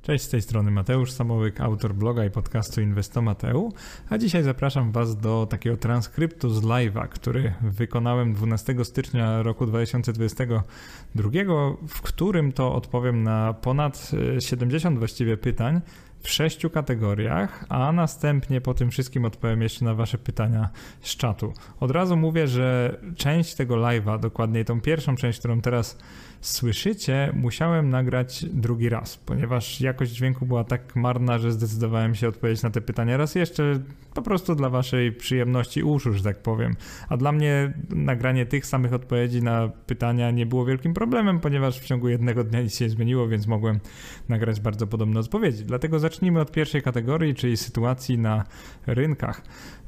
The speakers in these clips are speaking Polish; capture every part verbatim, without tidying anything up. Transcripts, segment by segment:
Cześć, z tej strony Mateusz Samołyk, autor bloga i podcastu Inwestomateu, a dzisiaj zapraszam Was do takiego transkryptu z live'a, który wykonałem dwunastego stycznia roku dwa tysiące dwudziestego drugiego, w którym to odpowiem na ponad siedemdziesiąt właściwie pytań w sześciu kategoriach, a następnie po tym wszystkim odpowiem jeszcze na Wasze pytania z czatu. Od razu mówię, że część tego live'a, dokładniej tą pierwszą część, którą teraz słyszycie, musiałem nagrać drugi raz, ponieważ jakość dźwięku była tak marna, że zdecydowałem się odpowiedzieć na te pytania raz jeszcze, po prostu dla Waszej przyjemności uszu, że tak powiem. A dla mnie nagranie tych samych odpowiedzi na pytania nie było wielkim problemem, ponieważ w ciągu jednego dnia nic się nie zmieniło, więc mogłem nagrać bardzo podobne odpowiedzi. Dlatego zacznijmy od pierwszej kategorii, czyli sytuacji na rynkach.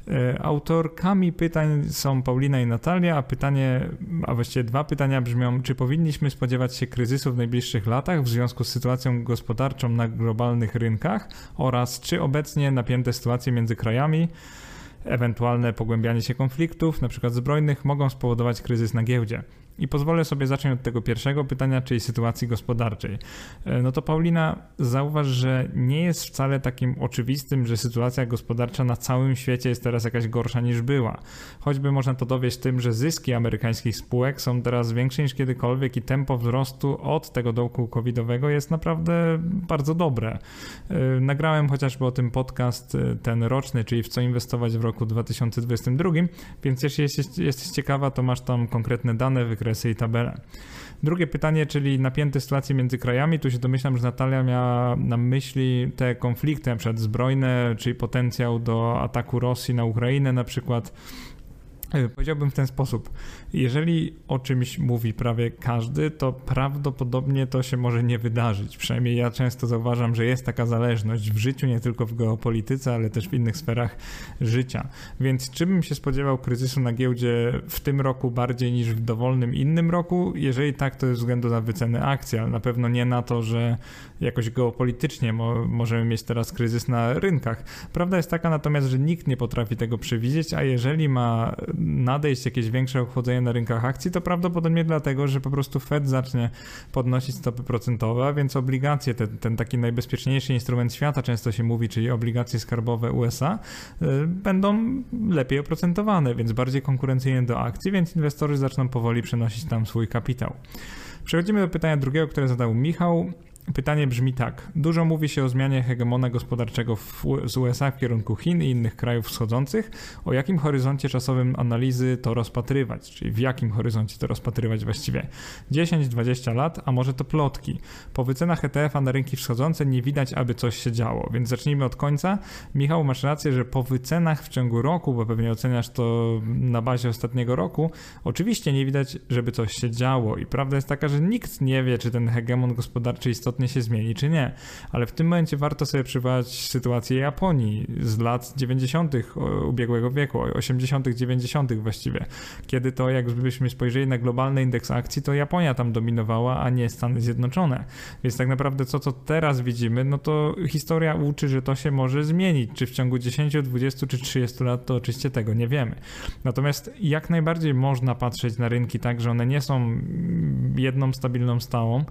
Autorkami pytań są Paulina i Natalia, a pytanie, a właściwie dwa pytania brzmią: czy powinniśmy spodziewać się kryzysu w najbliższych latach w związku z sytuacją gospodarczą na globalnych rynkach oraz czy obecnie napięte sytuacje między krajami, ewentualne pogłębianie się konfliktów, np. zbrojnych, mogą spowodować kryzys na giełdzie. I pozwolę sobie zacząć od tego pierwszego pytania, czyli sytuacji gospodarczej. No to Paulina, zauważ, że nie jest wcale takim oczywistym, że sytuacja gospodarcza na całym świecie jest teraz jakaś gorsza niż była. Choćby można to dowieść tym, że zyski amerykańskich spółek są teraz większe niż kiedykolwiek i tempo wzrostu od tego dołku covidowego jest naprawdę bardzo dobre. Nagrałem chociażby o tym podcast ten roczny, czyli w co inwestować w roku dwa tysiące dwudziestym drugim, więc jeśli jesteś, jesteś ciekawa, to masz tam konkretne dane, wykresy i tabele. Drugie pytanie, czyli napięte sytuacje między krajami. Tu się domyślam, że Natalia miała na myśli te konflikty, na przykład zbrojne, czyli potencjał do ataku Rosji na Ukrainę na przykład. Powiedziałbym w ten sposób: jeżeli o czymś mówi prawie każdy, to prawdopodobnie to się może nie wydarzyć. Przynajmniej ja często zauważam, że jest taka zależność w życiu, nie tylko w geopolityce, ale też w innych sferach życia. Więc czy bym się spodziewał kryzysu na giełdzie w tym roku bardziej niż w dowolnym innym roku? Jeżeli tak, to ze względu na wycenę akcji, ale na pewno nie na to, że jakoś geopolitycznie mo- możemy mieć teraz kryzys na rynkach. Prawda jest taka natomiast, że nikt nie potrafi tego przewidzieć, a jeżeli ma nadejść jakieś większe ochłodzenie na rynkach akcji, to prawdopodobnie dlatego, że po prostu Fed zacznie podnosić stopy procentowe, a więc obligacje, ten, ten taki najbezpieczniejszy instrument świata, często się mówi, czyli obligacje skarbowe U S A, y, będą lepiej oprocentowane, więc bardziej konkurencyjne do akcji, więc inwestorzy zaczną powoli przenosić tam swój kapitał. Przechodzimy do pytania drugiego, które zadał Michał. Pytanie brzmi tak. Dużo mówi się o zmianie hegemona gospodarczego w, z U S A w kierunku Chin i innych krajów wschodzących. O jakim horyzoncie czasowym analizy to rozpatrywać? Czyli w jakim horyzoncie to rozpatrywać właściwie? dziesięć dwadzieścia lat, a może to plotki? Po wycenach E T F a na rynki wschodzące nie widać, aby coś się działo. Więc zacznijmy od końca. Michał, masz rację, że po wycenach w ciągu roku, bo pewnie oceniasz to na bazie ostatniego roku, oczywiście nie widać, żeby coś się działo. I prawda jest taka, że nikt nie wie, czy ten hegemon gospodarczy istotnie się zmieni, czy nie. Ale w tym momencie warto sobie przywołać sytuację Japonii z lat dziewięćdziesiątych ubiegłego wieku, osiemdziesiątych, dziewięćdziesiątych właściwie. Kiedy to, jakbyśmy spojrzeli na globalny indeks akcji, to Japonia tam dominowała, a nie Stany Zjednoczone. Więc tak naprawdę to, co teraz widzimy, no to historia uczy, że to się może zmienić. Czy w ciągu dziesięciu, dwudziestu czy trzydziestu lat, to oczywiście tego nie wiemy. Natomiast jak najbardziej można patrzeć na rynki tak, że one nie są jedną stabilną stałą,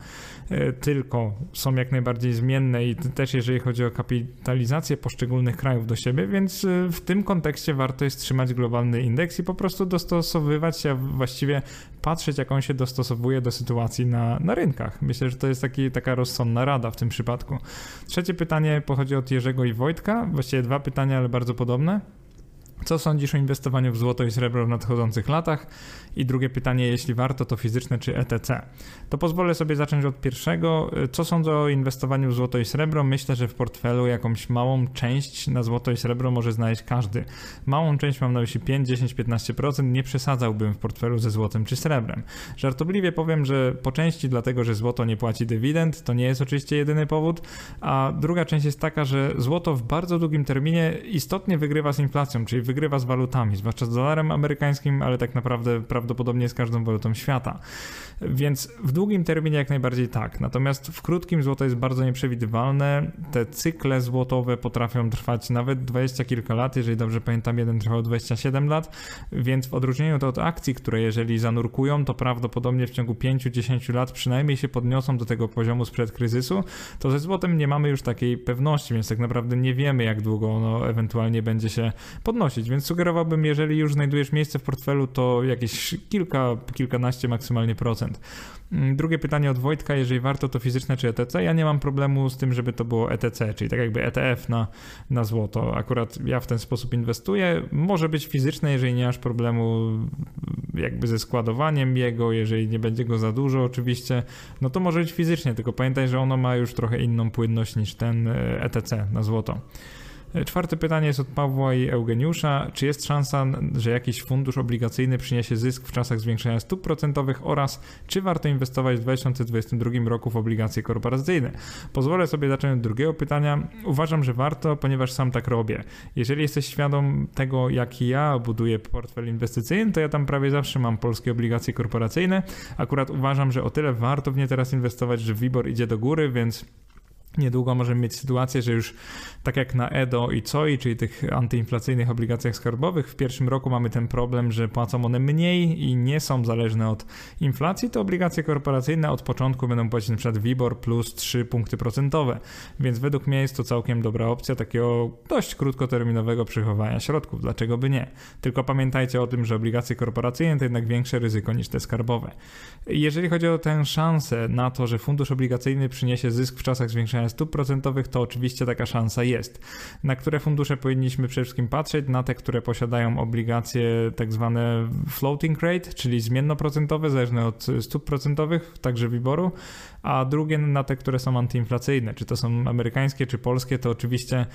tylko są jak najbardziej zmienne i też jeżeli chodzi o kapitalizację poszczególnych krajów do siebie, więc w tym kontekście warto jest trzymać globalny indeks i po prostu dostosowywać się, a właściwie patrzeć, jak on się dostosowuje do sytuacji na, na rynkach. Myślę, że to jest taki, taka rozsądna rada w tym przypadku. Trzecie pytanie pochodzi od Jerzego i Wojtka, właściwie dwa pytania, ale bardzo podobne. Co sądzisz o inwestowaniu w złoto i srebro w nadchodzących latach? I drugie pytanie, jeśli warto, to fizyczne czy E T C? To pozwolę sobie zacząć od pierwszego. Co sądzę o inwestowaniu w złoto i srebro? Myślę, że w portfelu jakąś małą część na złoto i srebro może znaleźć każdy. Małą część mam na myśli pięć, dziesięć, piętnaście procent. Nie przesadzałbym w portfelu ze złotem czy srebrem. Żartobliwie powiem, że po części dlatego, że złoto nie płaci dywidend, to nie jest oczywiście jedyny powód, a druga część jest taka, że złoto w bardzo długim terminie istotnie wygrywa z inflacją, czyli wygrywa z walutami, zwłaszcza z dolarem amerykańskim, ale tak naprawdę prawdopodobnie z każdą walutą świata. Więc w długim terminie jak najbardziej tak. Natomiast w krótkim złoto jest bardzo nieprzewidywalne. Te cykle złotowe potrafią trwać nawet dwadzieścia kilka lat, jeżeli dobrze pamiętam, jeden trwał dwadzieścia siedem lat, więc w odróżnieniu to od akcji, które jeżeli zanurkują, to prawdopodobnie w ciągu pięć do dziesięciu lat przynajmniej się podniosą do tego poziomu sprzed kryzysu, to ze złotem nie mamy już takiej pewności, więc tak naprawdę nie wiemy, jak długo ono ewentualnie będzie się podnosić, więc sugerowałbym, jeżeli już znajdujesz miejsce w portfelu, to jakieś kilka, kilkanaście maksymalnie procent. Drugie pytanie od Wojtka, jeżeli warto, to fizyczne czy E T C? Ja nie mam problemu z tym, żeby to było E T C, czyli tak jakby E T F na, na złoto. Akurat ja w ten sposób inwestuję. Może być fizyczne, jeżeli nie masz problemu jakby ze składowaniem jego, jeżeli nie będzie go za dużo oczywiście, no to może być fizycznie, tylko pamiętaj, że ono ma już trochę inną płynność niż ten E T C na złoto. Czwarte pytanie jest od Pawła i Eugeniusza. Czy jest szansa, że jakiś fundusz obligacyjny przyniesie zysk w czasach zwiększania stóp procentowych oraz czy warto inwestować w dwa tysiące dwudziestym drugim roku w obligacje korporacyjne? Pozwolę sobie zacząć od drugiego pytania. Uważam, że warto, ponieważ sam tak robię. Jeżeli jesteś świadom tego, jak ja buduję portfel inwestycyjny, to ja tam prawie zawsze mam polskie obligacje korporacyjne. Akurat uważam, że o tyle warto w nie teraz inwestować, że WIBOR idzie do góry, więc niedługo możemy mieć sytuację, że już tak jak na E D O i C O I, czyli tych antyinflacyjnych obligacjach skarbowych, w pierwszym roku mamy ten problem, że płacą one mniej i nie są zależne od inflacji, to obligacje korporacyjne od początku będą płacić na przykład WIBOR plus trzy punkty procentowe, więc według mnie jest to całkiem dobra opcja takiego dość krótkoterminowego przechowania środków, dlaczego by nie? Tylko pamiętajcie o tym, że obligacje korporacyjne to jednak większe ryzyko niż te skarbowe. Jeżeli chodzi o tę szansę na to, że fundusz obligacyjny przyniesie zysk w czasach zwiększania stóp procentowych, to oczywiście taka szansa jest. Na które fundusze powinniśmy przede wszystkim patrzeć? Na te, które posiadają obligacje tak zwane floating rate, czyli zmiennoprocentowe, zależne od stóp procentowych, także WIBOR-u, a drugie na te, które są antyinflacyjne, czy to są amerykańskie, czy polskie, to oczywiście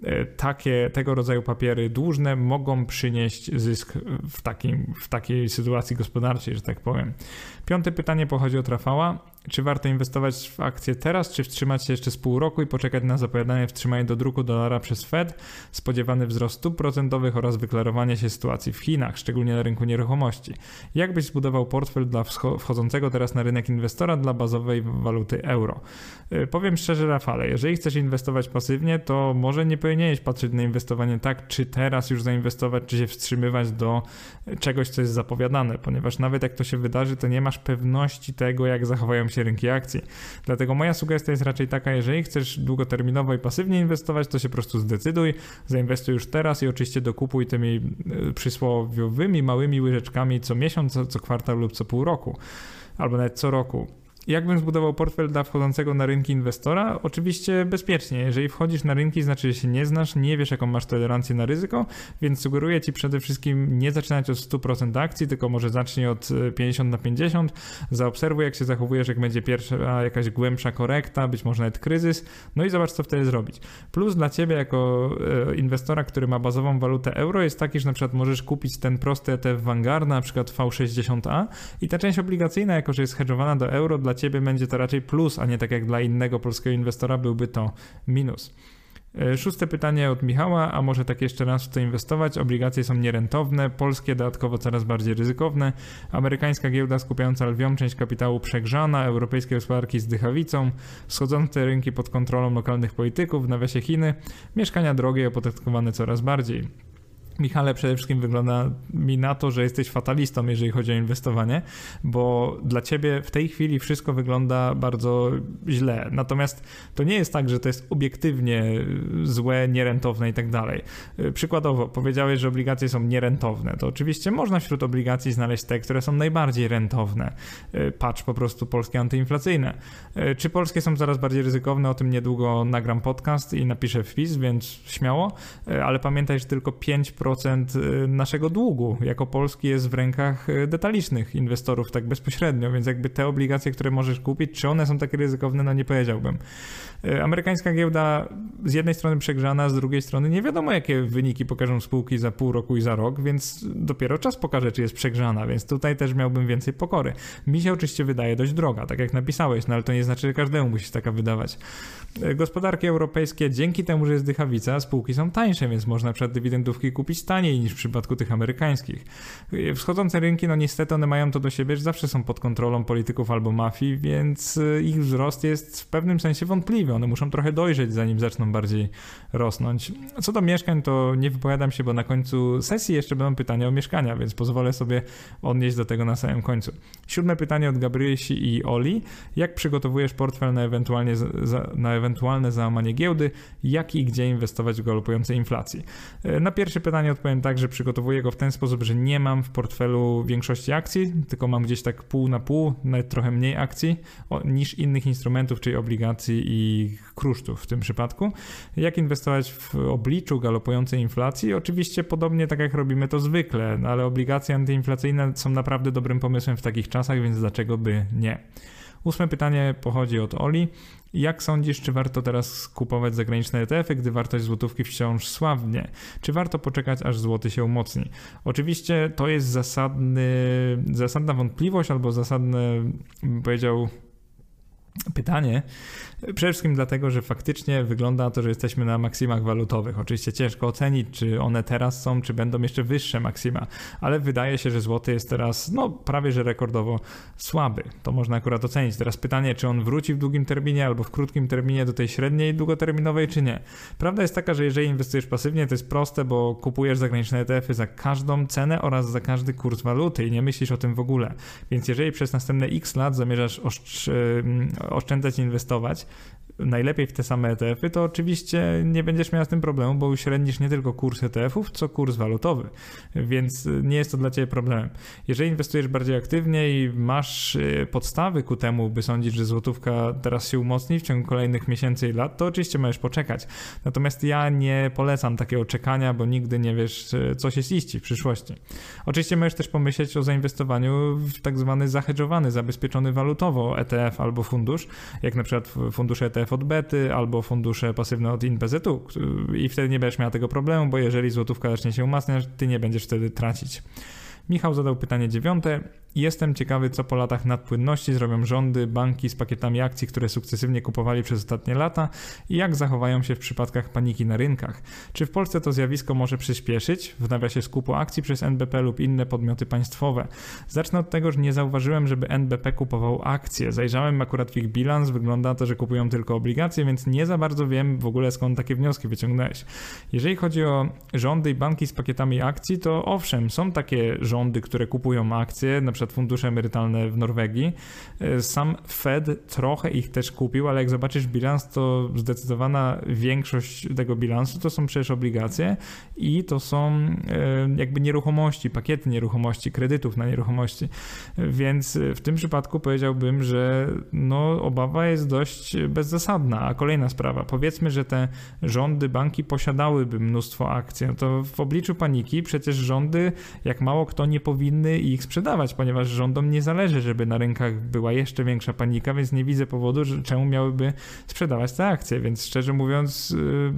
takie, tego rodzaju papiery dłużne mogą przynieść zysk w, takim, w takiej sytuacji gospodarczej, że tak powiem. Piąte pytanie pochodzi od Rafała. Czy warto inwestować w akcje teraz, czy wstrzymać się jeszcze z pół roku i poczekać na zapowiadanie wstrzymania do druku dolara przez Fed, spodziewany wzrost stóp procentowych oraz wyklarowanie się sytuacji w Chinach, szczególnie na rynku nieruchomości? Jak byś zbudował portfel dla wchodzącego teraz na rynek inwestora dla bazowej waluty euro? Powiem szczerze, Rafale, jeżeli chcesz inwestować pasywnie, to może nie powinieneś patrzeć na inwestowanie tak, czy teraz już zainwestować, czy się wstrzymywać do czegoś, co jest zapowiadane, ponieważ nawet jak to się wydarzy, to nie masz pewności tego, jak zachowają się rynki akcji. Dlatego moja sugestia jest raczej taka, jeżeli chcesz długoterminowo i pasywnie inwestować, to się po prostu zdecyduj, zainwestuj już teraz i oczywiście dokupuj tymi przysłowiowymi małymi łyżeczkami co miesiąc, co, co kwartał lub co pół roku, albo nawet co roku. Jakbym zbudował portfel dla wchodzącego na rynki inwestora? Oczywiście bezpiecznie. Jeżeli wchodzisz na rynki, znaczy, że się nie znasz, nie wiesz, jaką masz tolerancję na ryzyko, więc sugeruję Ci przede wszystkim nie zaczynać od stu procent akcji, tylko może zacznij od pięćdziesiąt na pięćdziesiąt. Zaobserwuj, jak się zachowujesz, jak będzie pierwsza jakaś głębsza korekta, być może nawet kryzys, no i zobacz, co wtedy zrobić. Plus dla Ciebie jako inwestora, który ma bazową walutę euro, jest taki, że na przykład możesz kupić ten prosty E T F Vanguarda, na przykład V sześćdziesiąt A i ta część obligacyjna, jako że jest hedżowana do euro, dla Ciebie będzie to raczej plus, a nie tak jak dla innego polskiego inwestora byłby to minus. Szóste pytanie od Michała, a może tak jeszcze raz w co inwestować? Obligacje są nierentowne, polskie dodatkowo coraz bardziej ryzykowne, amerykańska giełda skupiająca lwią część kapitału przegrzana, europejskie gospodarki zdychawicą, wschodzące rynki pod kontrolą lokalnych polityków, w nawiasie Chiny, mieszkania drogie opodatkowane coraz bardziej. Michale, przede wszystkim wygląda mi na to, że jesteś fatalistą, jeżeli chodzi o inwestowanie, bo dla Ciebie w tej chwili wszystko wygląda bardzo źle. Natomiast to nie jest tak, że to jest obiektywnie złe, nierentowne i tak dalej. Przykładowo, powiedziałeś, że obligacje są nierentowne. To oczywiście można wśród obligacji znaleźć te, które są najbardziej rentowne. Patrz po prostu polskie antyinflacyjne. Czy polskie są coraz bardziej ryzykowne? O tym niedługo nagram podcast i napiszę wpis, więc śmiało, ale pamiętaj, że tylko pięć procent naszego długu jako Polski jest w rękach detalicznych inwestorów tak bezpośrednio, więc jakby te obligacje, które możesz kupić, czy one są takie ryzykowne, no nie powiedziałbym. Amerykańska giełda z jednej strony przegrzana, z drugiej strony nie wiadomo, jakie wyniki pokażą spółki za pół roku i za rok, więc dopiero czas pokaże, czy jest przegrzana, więc tutaj też miałbym więcej pokory. Mi się oczywiście wydaje dość droga, tak jak napisałeś, no ale to nie znaczy, że każdemu musi się taka wydawać. Gospodarki europejskie dzięki temu, że jest dychawica, spółki są tańsze, więc można na przykład dywidendówki kupić kupić taniej niż w przypadku tych amerykańskich. Wschodzące rynki, no niestety one mają to do siebie, że zawsze są pod kontrolą polityków albo mafii, więc ich wzrost jest w pewnym sensie wątpliwy. One muszą trochę dojrzeć, zanim zaczną bardziej rosnąć. Co do mieszkań, to nie wypowiadam się, bo na końcu sesji jeszcze będą pytania o mieszkania, więc pozwolę sobie odnieść do tego na samym końcu. Siódme pytanie od Gabrysi i Oli. Jak przygotowujesz portfel na, ewentualnie za, na ewentualne załamanie giełdy? Jak i gdzie inwestować w galopującej inflacji? Na pierwsze pytanie odpowiem tak, że przygotowuję go w ten sposób, że nie mam w portfelu większości akcji, tylko mam gdzieś tak pół na pół, nawet trochę mniej akcji niż innych instrumentów, czyli obligacji i krusztów w tym przypadku. Jak inwestować w obliczu galopującej inflacji? Oczywiście podobnie tak jak robimy to zwykle, no ale obligacje antyinflacyjne są naprawdę dobrym pomysłem w takich czasach, więc dlaczego by nie? Ósme pytanie pochodzi od Oli. Jak sądzisz, czy warto teraz kupować zagraniczne E T F y, gdy wartość złotówki wciąż słabnie? Czy warto poczekać, aż złoty się umocni? Oczywiście to jest zasadny, zasadna wątpliwość albo zasadne, bym powiedział, pytanie. Przede wszystkim dlatego, że faktycznie wygląda na to, że jesteśmy na maksimach walutowych. Oczywiście ciężko ocenić, czy one teraz są, czy będą jeszcze wyższe maksima, ale wydaje się, że złoty jest teraz no prawie że rekordowo słaby. To można akurat ocenić. Teraz pytanie, czy on wróci w długim terminie albo w krótkim terminie do tej średniej długoterminowej, czy nie. Prawda jest taka, że jeżeli inwestujesz pasywnie, to jest proste, bo kupujesz zagraniczne E T F y za każdą cenę oraz za każdy kurs waluty i nie myślisz o tym w ogóle. Więc jeżeli przez następne X lat zamierzasz oszcz- oszczędzać, inwestować, najlepiej w te same E T F y, to oczywiście nie będziesz miał z tym problemu, bo uśrednisz nie tylko kurs E T F ów, co kurs walutowy, więc nie jest to dla Ciebie problemem. Jeżeli inwestujesz bardziej aktywnie i masz podstawy ku temu, by sądzić, że złotówka teraz się umocni w ciągu kolejnych miesięcy i lat, to oczywiście możesz poczekać. Natomiast ja nie polecam takiego czekania, bo nigdy nie wiesz, co się ziści w przyszłości. Oczywiście możesz też pomyśleć o zainwestowaniu w tak zwany zahedżowany, zabezpieczony walutowo E T F albo fundusz, jak na przykład fundusze E T F od Bety albo fundusze pasywne od InPZU i wtedy nie będziesz miał tego problemu, bo jeżeli złotówka zacznie się umacniać, ty nie będziesz wtedy tracić. Michał zadał pytanie dziewiąte. Jestem ciekawy, co po latach nadpłynności zrobią rządy, banki z pakietami akcji, które sukcesywnie kupowali przez ostatnie lata i jak zachowają się w przypadkach paniki na rynkach. Czy w Polsce to zjawisko może przyspieszyć w nawiasie skupu akcji przez N B P lub inne podmioty państwowe? Zacznę od tego, że nie zauważyłem, żeby N B P kupował akcje. Zajrzałem akurat w ich bilans, wygląda to, że kupują tylko obligacje, więc nie za bardzo wiem w ogóle, skąd takie wnioski wyciągnąłeś. Jeżeli chodzi o rządy i banki z pakietami akcji, to owszem, są takie rządy, które kupują akcje, na przykład fundusze emerytalne w Norwegii. Sam Fed trochę ich też kupił, ale jak zobaczysz bilans, to zdecydowana większość tego bilansu to są przecież obligacje i to są jakby nieruchomości, pakiety nieruchomości, kredytów na nieruchomości. Więc w tym przypadku powiedziałbym, że no, obawa jest dość bezzasadna. A kolejna sprawa, powiedzmy, że te rządy, banki posiadałyby mnóstwo akcji, no to w obliczu paniki przecież rządy, jak mało kto, nie powinny ich sprzedawać, ponieważ rządom nie zależy, żeby na rynkach była jeszcze większa panika, więc nie widzę powodu, że czemu miałyby sprzedawać te akcje, więc szczerze mówiąc,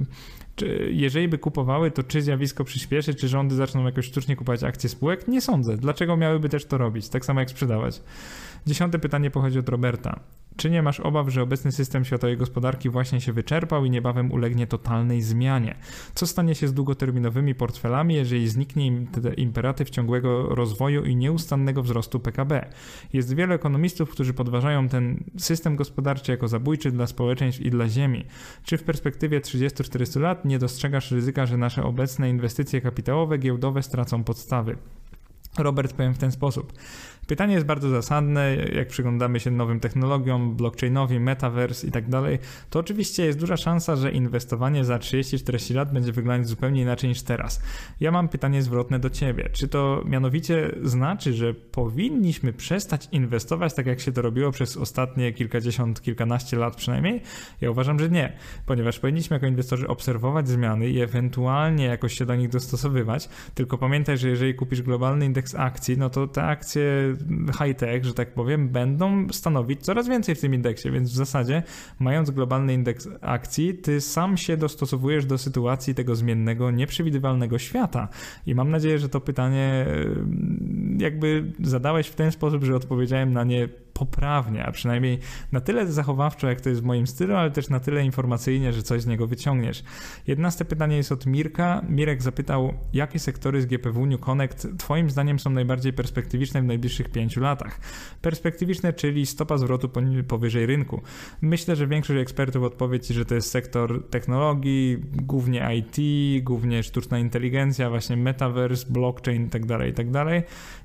yy, jeżeli by kupowały, to czy zjawisko przyspieszy, czy rządy zaczną jakoś sztucznie kupować akcje spółek? Nie sądzę. Dlaczego miałyby też to robić? Tak samo jak sprzedawać. Dziesiąte pytanie pochodzi od Roberta. Czy nie masz obaw, że obecny system światowej gospodarki właśnie się wyczerpał i niebawem ulegnie totalnej zmianie? Co stanie się z długoterminowymi portfelami, jeżeli zniknie im imperatyw ciągłego rozwoju i nieustannego wzrostu P K B? Jest wiele ekonomistów, którzy podważają ten system gospodarczy jako zabójczy dla społeczeństw i dla ziemi. Czy w perspektywie trzydziestu do czterdziestu lat nie dostrzegasz ryzyka, że nasze obecne inwestycje kapitałowe, giełdowe stracą podstawy? Robert, powiem w ten sposób. Pytanie jest bardzo zasadne, jak przyglądamy się nowym technologiom, blockchainowi, metaverse i tak dalej, to oczywiście jest duża szansa, że inwestowanie za trzydzieści do czterdziestu lat będzie wyglądać zupełnie inaczej niż teraz. Ja mam pytanie zwrotne do Ciebie. Czy to mianowicie znaczy, że powinniśmy przestać inwestować tak, jak się to robiło przez ostatnie kilkadziesiąt, kilkanaście lat przynajmniej? Ja uważam, że nie, ponieważ powinniśmy jako inwestorzy obserwować zmiany i ewentualnie jakoś się do nich dostosowywać, tylko pamiętaj, że jeżeli kupisz globalny indeks akcji, no to te akcje high-tech, że tak powiem, będą stanowić coraz więcej w tym indeksie, więc w zasadzie mając globalny indeks akcji, ty sam się dostosowujesz do sytuacji tego zmiennego, nieprzewidywalnego świata i mam nadzieję, że to pytanie jakby zadałeś w ten sposób, że odpowiedziałem na nie poprawnie, a przynajmniej na tyle zachowawczo, jak to jest w moim stylu, ale też na tyle informacyjnie, że coś z niego wyciągniesz. Jedenaste pytanie jest od Mirka. Mirek zapytał, jakie sektory z G P W New Connect twoim zdaniem są najbardziej perspektywiczne w najbliższych pięciu latach? Perspektywiczne, czyli stopa zwrotu powyżej rynku. Myślę, że większość ekspertów odpowie ci, że to jest sektor technologii, głównie I T, głównie sztuczna inteligencja, właśnie metaverse, blockchain itd., itd.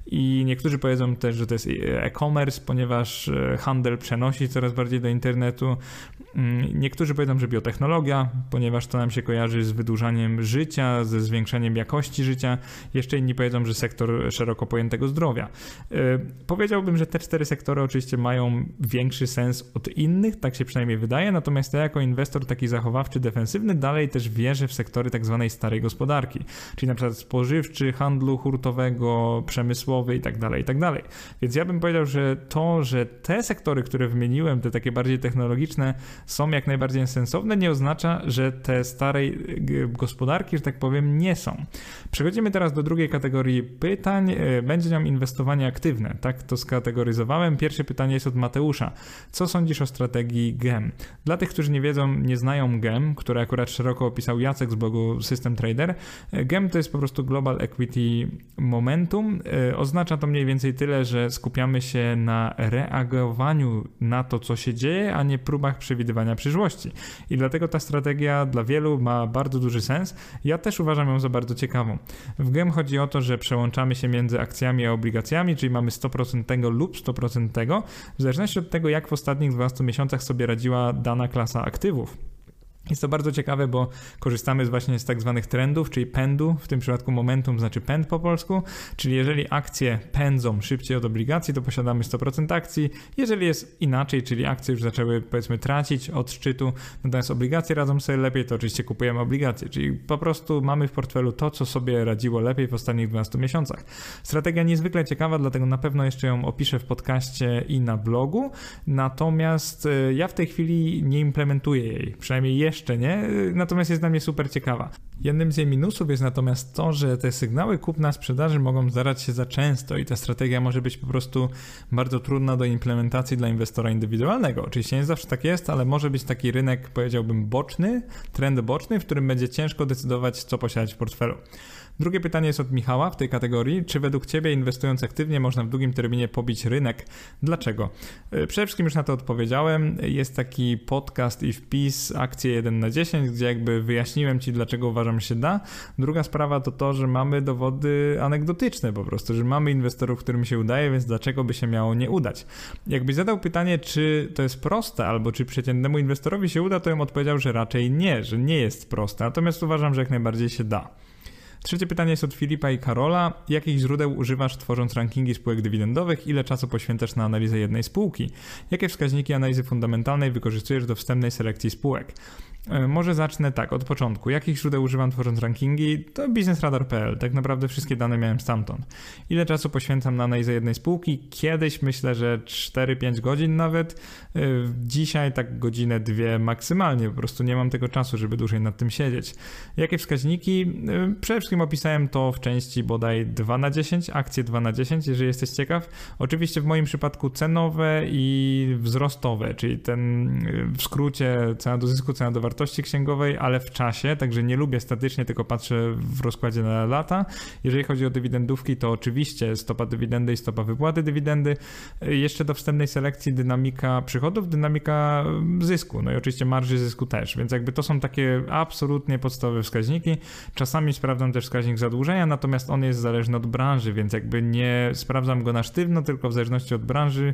I niektórzy powiedzą też, że to jest e-commerce, ponieważ handel przenosi coraz bardziej do internetu. Niektórzy powiedzą, że biotechnologia, ponieważ to nam się kojarzy z wydłużaniem życia, ze zwiększeniem jakości życia. Jeszcze inni powiedzą, że sektor szeroko pojętego zdrowia. Powiedziałbym, że te cztery sektory oczywiście mają większy sens od innych, tak się przynajmniej wydaje, natomiast ja jako inwestor taki zachowawczy, defensywny dalej też wierzę w sektory tak zwanej starej gospodarki, czyli na przykład spożywczy, handlu hurtowego, przemysłowy i tak dalej, i tak dalej. Więc ja bym powiedział, że to, że te sektory, które wymieniłem, te takie bardziej technologiczne, są jak najbardziej sensowne, nie oznacza, że te starej gospodarki, że tak powiem, nie są. Przechodzimy teraz do drugiej kategorii pytań. Będzie nią inwestowanie aktywne. Tak to skategoryzowałem. Pierwsze pytanie jest od Mateusza. Co sądzisz o strategii G E M? Dla tych, którzy nie wiedzą, nie znają G E M, które akurat szeroko opisał Jacek z blogu System Trader, G E M to jest po prostu Global Equity Momentum. Oznacza to mniej więcej tyle, że skupiamy się na reagowaniu na to, co się dzieje, a nie próbach przewidywania przyszłości. I dlatego ta strategia dla wielu ma bardzo duży sens. Ja też uważam ją za bardzo ciekawą. W G E M chodzi o to, że przełączamy się między akcjami a obligacjami, czyli mamy sto procent tego lub sto procent tego, w zależności od tego, jak w ostatnich dwunastu miesiącach sobie radziła dana klasa aktywów. Jest to bardzo ciekawe, bo korzystamy właśnie z tak zwanych trendów, czyli pędu, w tym przypadku momentum znaczy pęd po polsku, czyli jeżeli akcje pędzą szybciej od obligacji, to posiadamy sto procent akcji, jeżeli jest inaczej, czyli akcje już zaczęły powiedzmy tracić od szczytu, natomiast obligacje radzą sobie lepiej, to oczywiście kupujemy obligacje, czyli po prostu mamy w portfelu to, co sobie radziło lepiej w ostatnich dwunastu miesiącach. Strategia niezwykle ciekawa, dlatego na pewno jeszcze ją opiszę w podcaście i na blogu, natomiast ja w tej chwili nie implementuję jej, przynajmniej jeszcze Jeszcze nie, natomiast jest dla mnie super ciekawa. Jednym z jej minusów jest natomiast to, że te sygnały kupna sprzedaży mogą zdarzać się za często i ta strategia może być po prostu bardzo trudna do implementacji dla inwestora indywidualnego. Oczywiście nie zawsze tak jest, ale może być taki rynek, powiedziałbym, boczny, trend boczny, w którym będzie ciężko decydować, co posiadać w portfelu. Drugie pytanie jest od Michała w tej kategorii. Czy według Ciebie inwestując aktywnie można w długim terminie pobić rynek? Dlaczego? Przede wszystkim już na to odpowiedziałem. Jest taki podcast i wpis akcje jeden na dziesięć, gdzie jakby wyjaśniłem Ci, dlaczego uważam, że się da. Druga sprawa to to, że mamy dowody anegdotyczne po prostu, że mamy inwestorów, którym się udaje, więc dlaczego by się miało nie udać? Jakbyś zadał pytanie, czy to jest proste, albo czy przeciętnemu inwestorowi się uda, to bym odpowiedział, że raczej nie, że nie jest proste. Natomiast uważam, że jak najbardziej się da. Trzecie pytanie jest od Filipa i Karola. Jakich źródeł używasz tworząc rankingi spółek dywidendowych? Ile czasu poświęcasz na analizę jednej spółki? Jakie wskaźniki analizy fundamentalnej wykorzystujesz do wstępnej selekcji spółek? Może zacznę tak, od początku. Jakich źródeł używam tworząc rankingi? To biznesradar kropka p l. Tak naprawdę wszystkie dane miałem stamtąd. Ile czasu poświęcam na analizę jednej spółki? Kiedyś myślę, że cztery pięć godzin nawet. Dzisiaj tak godzinę, dwie maksymalnie. Po prostu nie mam tego czasu, żeby dłużej nad tym siedzieć. Jakie wskaźniki? Przede wszystkim opisałem to w części bodaj dwa na dziesięć, akcje dwa na dziesięć, jeżeli jesteś ciekaw. Oczywiście w moim przypadku cenowe i wzrostowe, czyli ten w skrócie cena do zysku, cena do wartości księgowej, ale w czasie, także nie lubię statycznie, tylko patrzę w rozkładzie na lata. Jeżeli chodzi o dywidendówki, to oczywiście stopa dywidendy i stopa wypłaty dywidendy. Jeszcze do wstępnej selekcji dynamika przychodów, dynamika zysku, no i oczywiście marży zysku też, więc jakby to są takie absolutnie podstawowe wskaźniki. Czasami sprawdzam też wskaźnik zadłużenia, natomiast on jest zależny od branży, więc jakby nie sprawdzam go na sztywno, tylko w zależności od branży,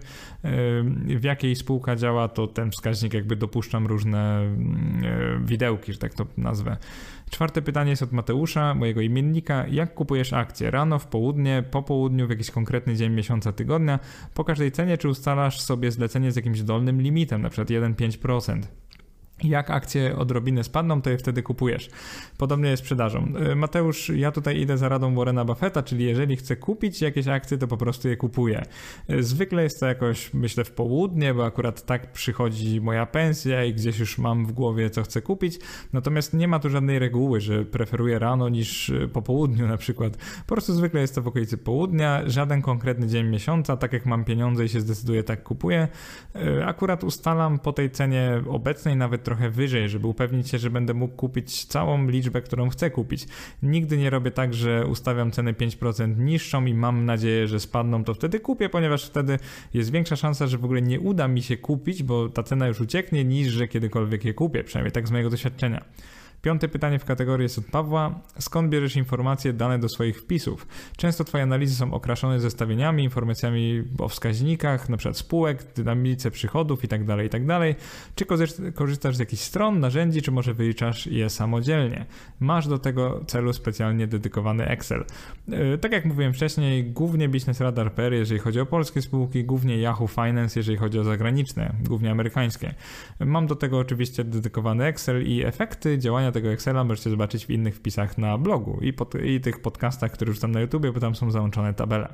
w jakiej spółka działa, to ten wskaźnik jakby dopuszczam różne widełki, że tak to nazwę. Czwarte pytanie jest od Mateusza, mojego imiennika. Jak kupujesz akcje? Rano, w południe, po południu, w jakiś konkretny dzień miesiąca, tygodnia? Po każdej cenie, czy ustalasz sobie zlecenie z jakimś dolnym limitem, na przykład jeden przecinek pięć procent? Jak akcje odrobinę spadną, to je wtedy kupujesz. Podobnie jest z sprzedażą. Mateusz, ja tutaj idę za radą Warrena Buffetta, czyli jeżeli chcę kupić jakieś akcje, to po prostu je kupuję. Zwykle jest to jakoś, myślę, w południe, bo akurat tak przychodzi moja pensja i gdzieś już mam w głowie, co chcę kupić. Natomiast nie ma tu żadnej reguły, że preferuję rano niż po południu na przykład. Po prostu zwykle jest to w okolicy południa, żaden konkretny dzień miesiąca, tak jak mam pieniądze i się zdecyduję, tak kupuję. Akurat ustalam po tej cenie obecnej nawet trochę wyżej, żeby upewnić się, że będę mógł kupić całą liczbę, którą chcę kupić. Nigdy nie robię tak, że ustawiam cenę pięć procent niższą i mam nadzieję, że spadną, to wtedy kupię, ponieważ wtedy jest większa szansa, że w ogóle nie uda mi się kupić, bo ta cena już ucieknie, niż że kiedykolwiek je kupię, przynajmniej tak z mojego doświadczenia. Piąte pytanie w kategorii jest od Pawła. Skąd bierzesz informacje dane do swoich wpisów? Często twoje analizy są okraszone zestawieniami, informacjami o wskaźnikach, np. spółek, dynamice przychodów itd., itd. Czy korzystasz z jakichś stron, narzędzi, czy może wyliczasz je samodzielnie? Masz do tego celu specjalnie dedykowany Excel. Yy, tak jak mówiłem wcześniej, głównie Business Radar kropka p r, jeżeli chodzi o polskie spółki, głównie Yahoo Finance, jeżeli chodzi o zagraniczne, głównie amerykańskie. Mam do tego oczywiście dedykowany Excel i efekty działania tego Excela możecie zobaczyć w innych wpisach na blogu i, pod, i tych podcastach, które już tam na YouTubie, bo tam są załączone tabele.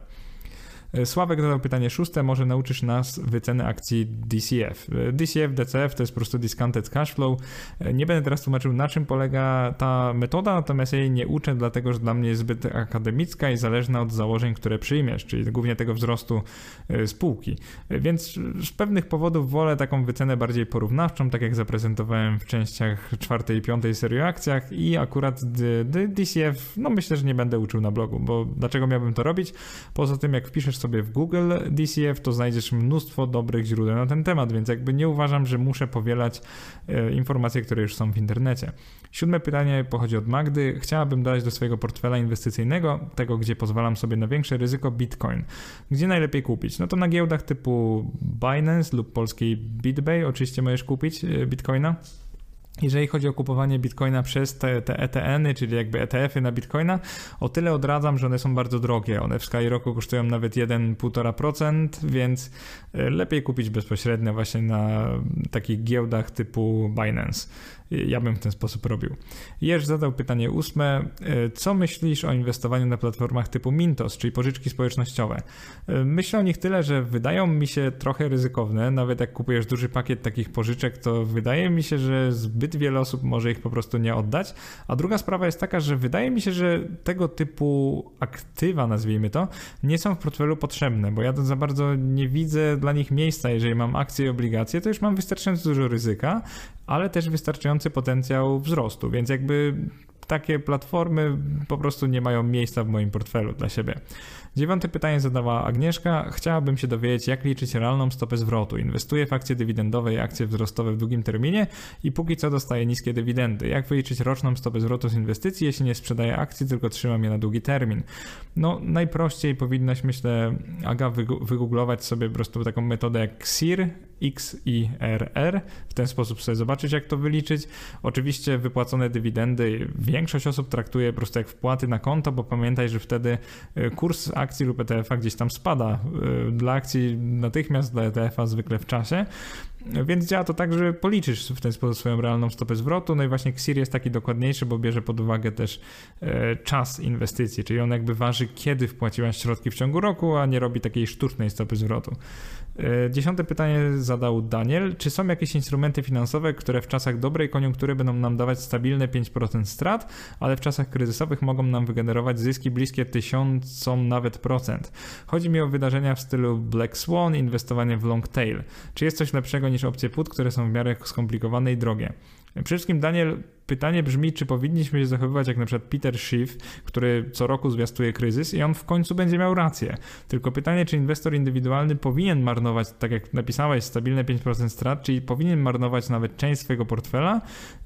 Sławek zadał pytanie szóste, może nauczysz nas wyceny akcji D C F. D C F, D C F to jest po prostu Discounted Cash Flow. Nie będę teraz tłumaczył, na czym polega ta metoda, natomiast ja jej nie uczę, dlatego że dla mnie jest zbyt akademicka i zależna od założeń, które przyjmiesz, czyli głównie tego wzrostu spółki. Więc z pewnych powodów wolę taką wycenę bardziej porównawczą, tak jak zaprezentowałem w częściach czwartej i piątej serii o akcjach i akurat D C F, no myślę, że nie będę uczył na blogu, bo dlaczego miałbym to robić? Poza tym, jak wpiszesz sobie w Google D C F, to znajdziesz mnóstwo dobrych źródeł na ten temat, więc jakby nie uważam, że muszę powielać e, informacje, które już są w internecie. Siódme pytanie pochodzi od Magdy. Chciałabym dodać do swojego portfela inwestycyjnego, tego gdzie pozwalam sobie na większe ryzyko, Bitcoin. Gdzie najlepiej kupić? No to na giełdach typu Binance lub polskiej BitBay oczywiście możesz kupić Bitcoina. Jeżeli chodzi o kupowanie Bitcoina przez te, te E T N-y, czyli jakby E T F-y na Bitcoina, o tyle odradzam, że one są bardzo drogie. One w skali roku kosztują nawet jeden do półtora procent, więc lepiej kupić bezpośrednio właśnie na takich giełdach typu Binance. Ja bym w ten sposób robił. Jerz zadał pytanie ósme. Co myślisz o inwestowaniu na platformach typu Mintos, czyli pożyczki społecznościowe? Myślę o nich tyle, że wydają mi się trochę ryzykowne. Nawet jak kupujesz duży pakiet takich pożyczek, to wydaje mi się, że zbyt wiele osób może ich po prostu nie oddać. A druga sprawa jest taka, że wydaje mi się, że tego typu aktywa, nazwijmy to, nie są w portfelu potrzebne, bo ja to za bardzo nie widzę dla nich miejsca. Jeżeli mam akcje i obligacje, to już mam wystarczająco dużo ryzyka, ale też wystarczający potencjał wzrostu, więc jakby takie platformy po prostu nie mają miejsca w moim portfelu dla siebie. Dziewiąte pytanie zadała Agnieszka. Chciałabym się dowiedzieć, jak liczyć realną stopę zwrotu. Inwestuję w akcje dywidendowe i akcje wzrostowe w długim terminie i póki co dostaję niskie dywidendy. Jak wyliczyć roczną stopę zwrotu z inwestycji, jeśli nie sprzedaję akcji, tylko trzymam je na długi termin? No najprościej powinnaś, myślę, Aga, wygooglować sobie po prostu taką metodę jak X I R, X I R R, w ten sposób sobie zobaczyć, jak to wyliczyć. Oczywiście wypłacone dywidendy większość osób traktuje po prostu jak wpłaty na konto, bo pamiętaj, że wtedy kurs akcji lub E T F a gdzieś tam spada. Dla akcji natychmiast, dla E T F a zwykle w czasie. Więc działa to tak, że policzysz w ten sposób swoją realną stopę zwrotu. No i właśnie X I R jest taki dokładniejszy, bo bierze pod uwagę też czas inwestycji, czyli on jakby waży, kiedy wpłaciłaś środki w ciągu roku, a nie robi takiej sztucznej stopy zwrotu. Dziesiąte pytanie zadał Daniel. Czy są jakieś instrumenty finansowe, które w czasach dobrej koniunktury będą nam dawać stabilne pięć procent strat, ale w czasach kryzysowych mogą nam wygenerować zyski bliskie tysiącom nawet procent? Chodzi mi o wydarzenia w stylu Black Swan, inwestowanie w long tail. Czy jest coś lepszego niż opcje put, które są w miarę skomplikowane i drogie? Przede wszystkim, Daniel, pytanie brzmi, czy powinniśmy się zachowywać jak na przykład Peter Schiff, który co roku zwiastuje kryzys i on w końcu będzie miał rację. Tylko pytanie, czy inwestor indywidualny powinien marnować, tak jak napisałeś, stabilne pięć procent strat, czyli powinien marnować nawet część swojego portfela,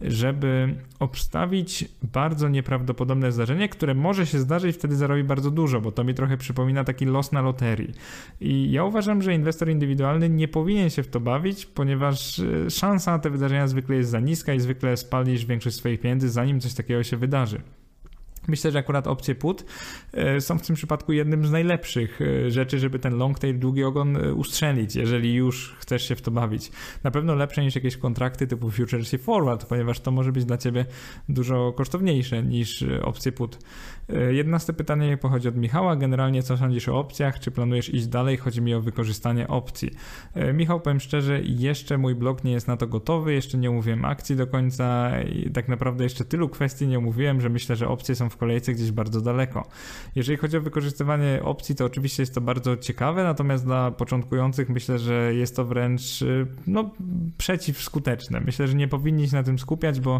żeby obstawić bardzo nieprawdopodobne zdarzenie, które może się zdarzyć, wtedy zarobi bardzo dużo, bo to mi trochę przypomina taki los na loterii. I ja uważam, że inwestor indywidualny nie powinien się w to bawić, ponieważ szansa na te wydarzenia zwykle jest za niska i zwykle spalisz większość swoich pieniędzy, zanim coś takiego się wydarzy. Myślę, że akurat opcje put są w tym przypadku jednym z najlepszych rzeczy, żeby ten long tail, długi ogon ustrzelić, jeżeli już chcesz się w to bawić. Na pewno lepsze niż jakieś kontrakty typu futures i forward, ponieważ to może być dla ciebie dużo kosztowniejsze niż opcje put. jedenaste pytanie pochodzi od Michała. Generalnie co sądzisz o opcjach? Czy planujesz iść dalej? Chodzi mi o wykorzystanie opcji. Michał, powiem szczerze, jeszcze mój blog nie jest na to gotowy, jeszcze nie omówiłem akcji do końca i tak naprawdę jeszcze tylu kwestii nie omówiłem, że myślę, że opcje są w kolejce gdzieś bardzo daleko. Jeżeli chodzi o wykorzystywanie opcji, to oczywiście jest to bardzo ciekawe, natomiast dla początkujących myślę, że jest to wręcz no, przeciwskuteczne. Myślę, że nie powinni się na tym skupiać, bo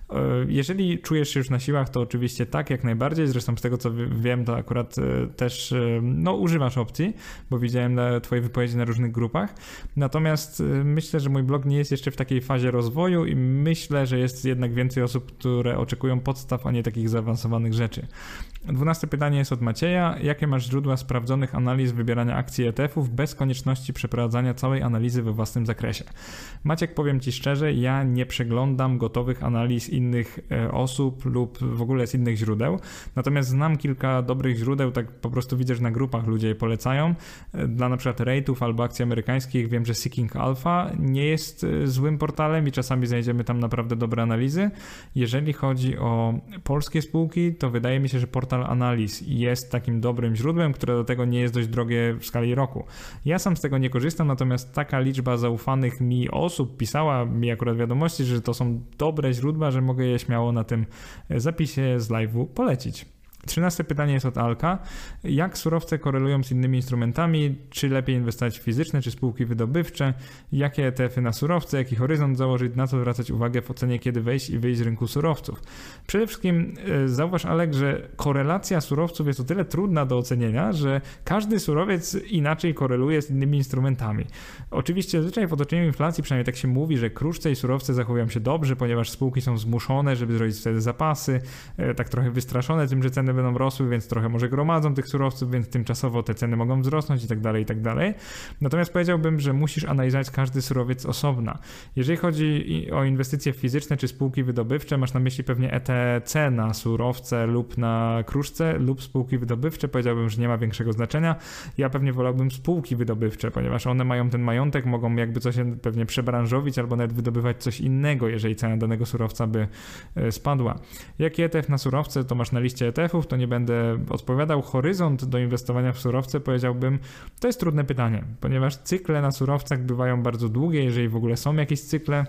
jeżeli czujesz się już na siłach, to oczywiście tak, jak najbardziej. Zresztą z tego, co wiem, to akurat też no, używasz opcji, bo widziałem twoje wypowiedzi na różnych grupach. Natomiast myślę, że mój blog nie jest jeszcze w takiej fazie rozwoju i myślę, że jest jednak więcej osób, które oczekują podstaw, a nie takich zaawansowanych rzeczy. Dwunaste pytanie jest od Macieja. Jakie masz źródła sprawdzonych analiz wybierania akcji E T F-ów bez konieczności przeprowadzania całej analizy we własnym zakresie? Maciek, powiem Ci szczerze, ja nie przeglądam gotowych analiz innych osób lub w ogóle z innych źródeł, natomiast znam kilka dobrych źródeł, tak po prostu widzę, że na grupach ludzie je polecają. Dla na przykład rate'ów albo akcji amerykańskich wiem, że Seeking Alpha nie jest złym portalem i czasami znajdziemy tam naprawdę dobre analizy. Jeżeli chodzi o polskie spółki, to wydaje mi się, że portal Analiz jest takim dobrym źródłem, które do tego nie jest dość drogie w skali roku. Ja sam z tego nie korzystam, natomiast taka liczba zaufanych mi osób pisała mi akurat wiadomości, że to są dobre źródła, że mogę je śmiało na tym zapisie z live'u polecić. Trzynaste pytanie jest od Alka. Jak surowce korelują z innymi instrumentami? Czy lepiej inwestować w fizyczne, czy spółki wydobywcze? Jakie E T F-y na surowce? Jaki horyzont założyć? Na co zwracać uwagę w ocenie, kiedy wejść i wyjść z rynku surowców? Przede wszystkim zauważ, Alek, że korelacja surowców jest o tyle trudna do ocenienia, że każdy surowiec inaczej koreluje z innymi instrumentami. Oczywiście zazwyczaj w otoczeniu inflacji, przynajmniej tak się mówi, że kruszce i surowce zachowują się dobrze, ponieważ spółki są zmuszone, żeby zrobić wtedy zapasy, tak trochę wystraszone tym, że ceny będą rosły, więc trochę może gromadzą tych surowców, więc tymczasowo te ceny mogą wzrosnąć i tak dalej, i tak dalej. Natomiast powiedziałbym, że musisz analizować każdy surowiec osobna. Jeżeli chodzi o inwestycje fizyczne czy spółki wydobywcze, masz na myśli pewnie E T C na surowce lub na kruszce lub spółki wydobywcze, powiedziałbym, że nie ma większego znaczenia. Ja pewnie wolałbym spółki wydobywcze, ponieważ one mają ten majątek, mogą jakby coś pewnie przebranżowić albo nawet wydobywać coś innego, jeżeli cena danego surowca by spadła. Jaki E T F na surowce, to masz na liście E T F-ów, to nie będę odpowiadał. Horyzont do inwestowania w surowce, powiedziałbym, to jest trudne pytanie, ponieważ cykle na surowcach bywają bardzo długie, jeżeli w ogóle są jakieś cykle.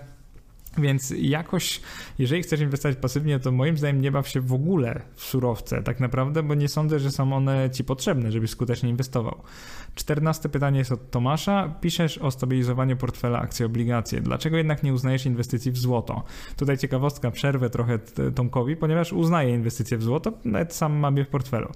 Więc jakoś, jeżeli chcesz inwestować pasywnie, to moim zdaniem nie baw się w ogóle w surowce tak naprawdę, bo nie sądzę, że są one ci potrzebne, żebyś skutecznie inwestował. Czternaste pytanie jest od Tomasza. Piszesz o stabilizowaniu portfela akcji, obligacje. Dlaczego jednak nie uznajesz inwestycji w złoto? Tutaj ciekawostka, przerwę trochę Tomkowi, ponieważ uznaję inwestycje w złoto, nawet sam mam je w portfelu.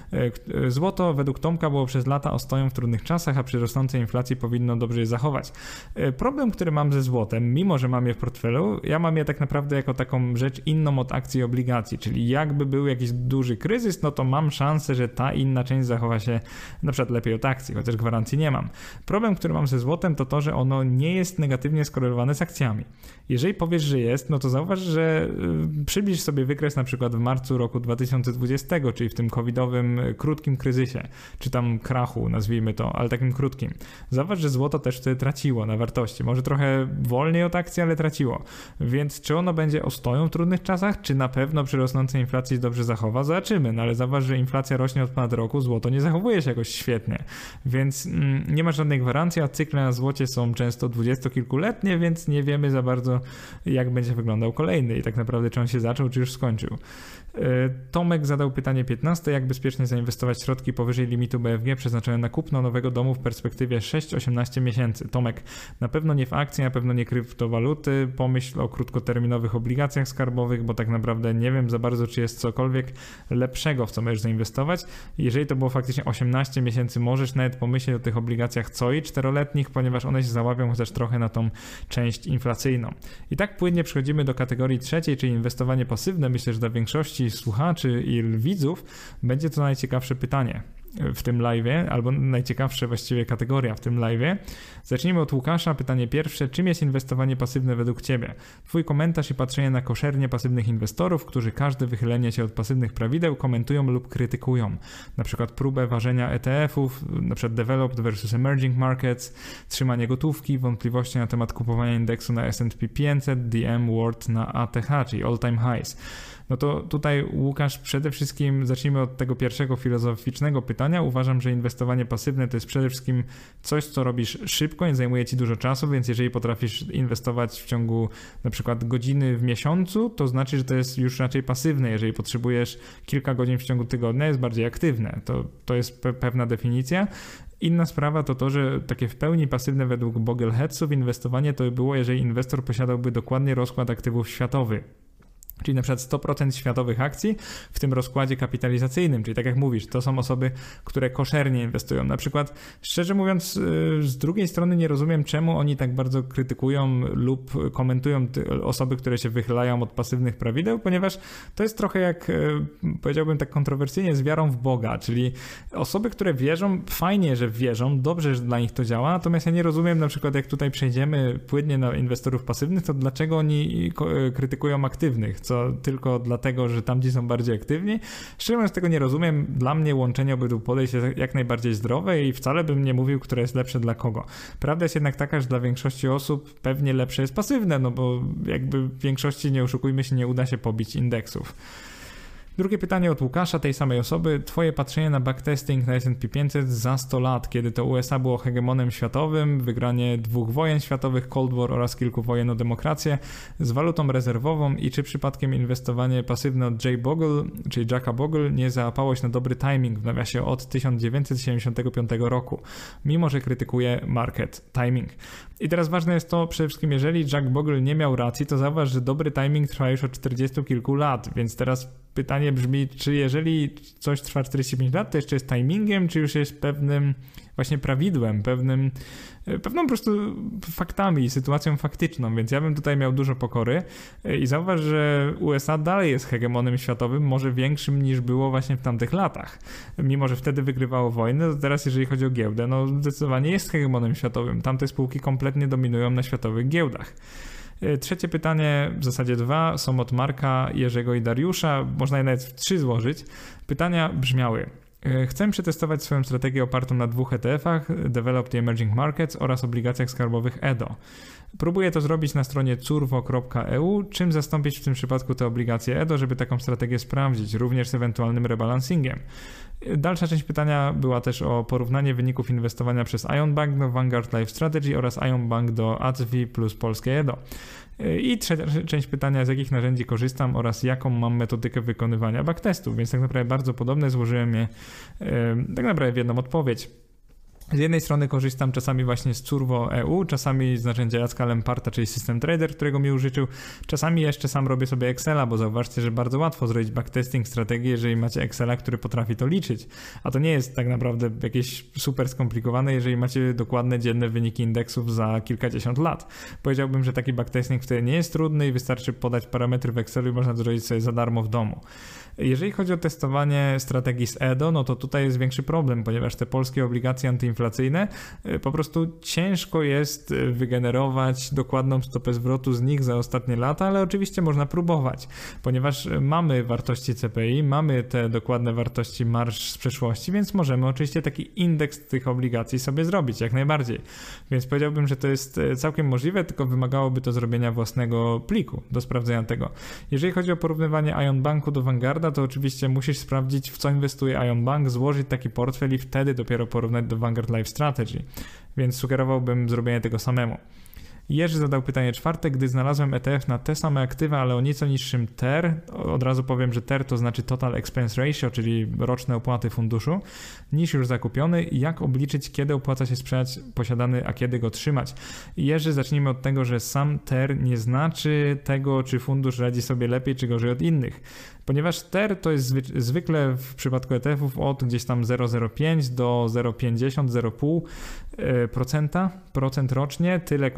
Złoto według Tomka było przez lata ostoją w trudnych czasach, a przy rosnącej inflacji powinno dobrze je zachować. Problem, który mam ze złotem, mimo że mam je w portfelu, ja mam je tak naprawdę jako taką rzecz inną od akcji i obligacji, czyli jakby był jakiś duży kryzys, no to mam szansę, że ta inna część zachowa się na przykład lepiej od akcji, chociaż gwarancji nie mam. Problem, który mam ze złotem, to to, że ono nie jest negatywnie skorelowane z akcjami. Jeżeli powiesz, że jest, no to zauważ, że przybliż sobie wykres na przykład w marcu roku dwa tysiące dwudziestego, czyli w tym covidowym krótkim kryzysie, czy tam krachu, nazwijmy to, ale takim krótkim. Zauważ, że złoto też wtedy traciło na wartości. Może trochę wolniej od akcji, ale traciło. Więc czy ono będzie ostoją w trudnych czasach, czy na pewno przy rosnącej inflacji dobrze zachowa? Zobaczymy. No ale zauważ, że inflacja rośnie od ponad roku, złoto nie zachowuje się jakoś świetnie. Więc mm, nie ma żadnej gwarancji, a cykle na złocie są często dwudziestokilkuletnie, więc nie wiemy za bardzo, jak będzie wyglądał kolejny i tak naprawdę czy on się zaczął, czy już skończył. Tomek zadał pytanie piętnaste. Jak bezpiecznie zainwestować środki powyżej limitu B F G przeznaczone na kupno nowego domu w perspektywie sześć osiemnaście miesięcy? Tomek, na pewno nie w akcje, na pewno nie kryptowaluty. Pomyśl o krótkoterminowych obligacjach skarbowych, bo tak naprawdę nie wiem za bardzo, czy jest cokolwiek lepszego, w co możesz zainwestować. Jeżeli to było faktycznie osiemnaście miesięcy, możesz nawet pomyśleć o tych obligacjach C O I czteroletnich, ponieważ one się załapią chociaż trochę na tą część inflacyjną. I tak płynnie przechodzimy do kategorii trzeciej, czyli inwestowanie pasywne. Myślę, że dla większości słuchaczy i widzów będzie to najciekawsze pytanie. w tym live'ie, albo najciekawsza właściwie kategoria w tym live'ie. Zacznijmy od Łukasza. Pytanie pierwsze. Czym jest inwestowanie pasywne według Ciebie? Twój komentarz i patrzenie na koszernie pasywnych inwestorów, którzy każde wychylenie się od pasywnych prawideł komentują lub krytykują. Na przykład próbę ważenia E T F-ów, na przykład Developed versus Emerging Markets, trzymanie gotówki, wątpliwości na temat kupowania indeksu na S and P pięćset, D M World na A T H, czyli All Time Highs. No to tutaj, Łukasz, przede wszystkim zacznijmy od tego pierwszego filozoficznego pytania. Uważam, że inwestowanie pasywne to jest przede wszystkim coś, co robisz szybko i zajmuje Ci dużo czasu, więc jeżeli potrafisz inwestować w ciągu na przykład godziny w miesiącu, to znaczy, że to jest już raczej pasywne. Jeżeli potrzebujesz kilka godzin w ciągu tygodnia, jest bardziej aktywne. To, to jest pe- pewna definicja. Inna sprawa to to, że takie w pełni pasywne według Bogleheadsów inwestowanie to by było, jeżeli inwestor posiadałby dokładnie rozkład aktywów światowy. Czyli na przykład sto procent światowych akcji w tym rozkładzie kapitalizacyjnym, czyli tak jak mówisz, to są osoby, które koszernie inwestują. Na przykład, szczerze mówiąc, z drugiej strony nie rozumiem, czemu oni tak bardzo krytykują lub komentują osoby, które się wychylają od pasywnych prawideł, ponieważ to jest trochę jak, powiedziałbym tak kontrowersyjnie, z wiarą w Boga, czyli osoby, które wierzą, fajnie, że wierzą, dobrze, że dla nich to działa, natomiast ja nie rozumiem na przykład, jak tutaj przejdziemy płynnie na inwestorów pasywnych, to dlaczego oni krytykują aktywnych? Co tylko dlatego, że tamci są bardziej aktywni. Szczerze mówiąc, tego nie rozumiem. Dla mnie łączenie obydwu podejść jest jak najbardziej zdrowe i wcale bym nie mówił, które jest lepsze dla kogo. Prawda jest jednak taka, że dla większości osób pewnie lepsze jest pasywne, no bo jakby w większości, nie oszukujmy się, nie uda się pobić indeksów. Drugie pytanie od Łukasza, tej samej osoby. Twoje patrzenie na backtesting na S and P pięćset za sto lat, kiedy to U S A było hegemonem światowym, wygranie dwóch wojen światowych, Cold War oraz kilku wojen o demokrację, z walutą rezerwową i czy przypadkiem inwestowanie pasywne od Jay Bogle, czyli Jacka Bogle, nie załapało się na dobry timing, w nawiasie od tysiąc dziewięćset siedemdziesiątego piątego roku, mimo że krytykuje market timing. I teraz ważne jest to, przede wszystkim jeżeli Jack Bogle nie miał racji, to zauważ, że dobry timing trwa już od czterdziestu kilku lat, więc teraz pytanie brzmi, czy jeżeli coś trwa czterdzieści pięć lat, to jeszcze jest timingiem, czy już jest pewnym właśnie prawidłem, pewnym, pewną po prostu faktami, sytuacją faktyczną, więc ja bym tutaj miał dużo pokory i zauważ, że U S A dalej jest hegemonem światowym, może większym niż było właśnie w tamtych latach. Mimo że wtedy wygrywało wojnę, to teraz jeżeli chodzi o giełdę, no zdecydowanie jest hegemonem światowym. Tamte spółki kompletnie dominują na światowych giełdach. Trzecie pytanie, w zasadzie dwa, są od Marka, Jerzego i Dariusza. Można je nawet w trzy złożyć. Pytania brzmiały. Chcę przetestować swoją strategię opartą na dwóch E T F-ach, Developed Emerging Markets oraz obligacjach skarbowych E D O. Próbuję to zrobić na stronie curvo kropka e u. Czym zastąpić w tym przypadku te obligacje E D O, żeby taką strategię sprawdzić, również z ewentualnym rebalancingiem? Dalsza część pytania była też o porównanie wyników inwestowania przez Ion Bank do Vanguard Life Strategy oraz Ion Bank do A C V plus polskie E D O. I trzecia część pytania, z jakich narzędzi korzystam oraz jaką mam metodykę wykonywania backtestów, więc tak naprawdę bardzo podobne, złożyłem je tak naprawdę w jedną odpowiedź. Z jednej strony korzystam czasami właśnie z curvo kropka e u, czasami z narzędzia Jacka Lemparta, czyli System Trader, którego mi użyczył. Czasami jeszcze sam robię sobie Excela, bo zauważcie, że bardzo łatwo zrobić backtesting strategii, jeżeli macie Excela, który potrafi to liczyć. A to nie jest tak naprawdę jakieś super skomplikowane, jeżeli macie dokładne dzienne wyniki indeksów za kilkadziesiąt lat. Powiedziałbym, że taki backtesting wtedy nie jest trudny i wystarczy podać parametry w Excelu i można to zrobić sobie za darmo w domu. Jeżeli chodzi o testowanie strategii z E D O, no to tutaj jest większy problem, ponieważ te polskie obligacje antyinflacyjne po prostu ciężko jest wygenerować dokładną stopę zwrotu z nich za ostatnie lata, ale oczywiście można próbować, ponieważ mamy wartości C P I, mamy te dokładne wartości marż z przeszłości, więc możemy oczywiście taki indeks tych obligacji sobie zrobić, jak najbardziej. Więc powiedziałbym, że to jest całkiem możliwe, tylko wymagałoby to zrobienia własnego pliku do sprawdzenia tego. Jeżeli chodzi o porównywanie Ion Banku do Vanguarda, to oczywiście musisz sprawdzić, w co inwestuje Ion Bank, złożyć taki portfel i wtedy dopiero porównać do Vanguard Life Strategy, więc sugerowałbym zrobienie tego samemu. Jerzy zadał pytanie czwarte, gdy znalazłem E T F na te same aktywa, ale o nieco niższym T E R, od razu powiem, że T E R to znaczy Total Expense Ratio, czyli roczne opłaty funduszu, niż już zakupiony, jak obliczyć, kiedy opłaca się sprzedać posiadany, a kiedy go trzymać. Jerzy, zacznijmy od tego, że sam T E R nie znaczy tego, czy fundusz radzi sobie lepiej, czy gorzej od innych. Ponieważ T E R to jest zwy- zwykle w przypadku E T F-ów od gdzieś tam zero przecinek zero pięć do zero przecinek pięćdziesiąt do zero przecinek pięć procent procent rocznie, tyle kosztują zwykle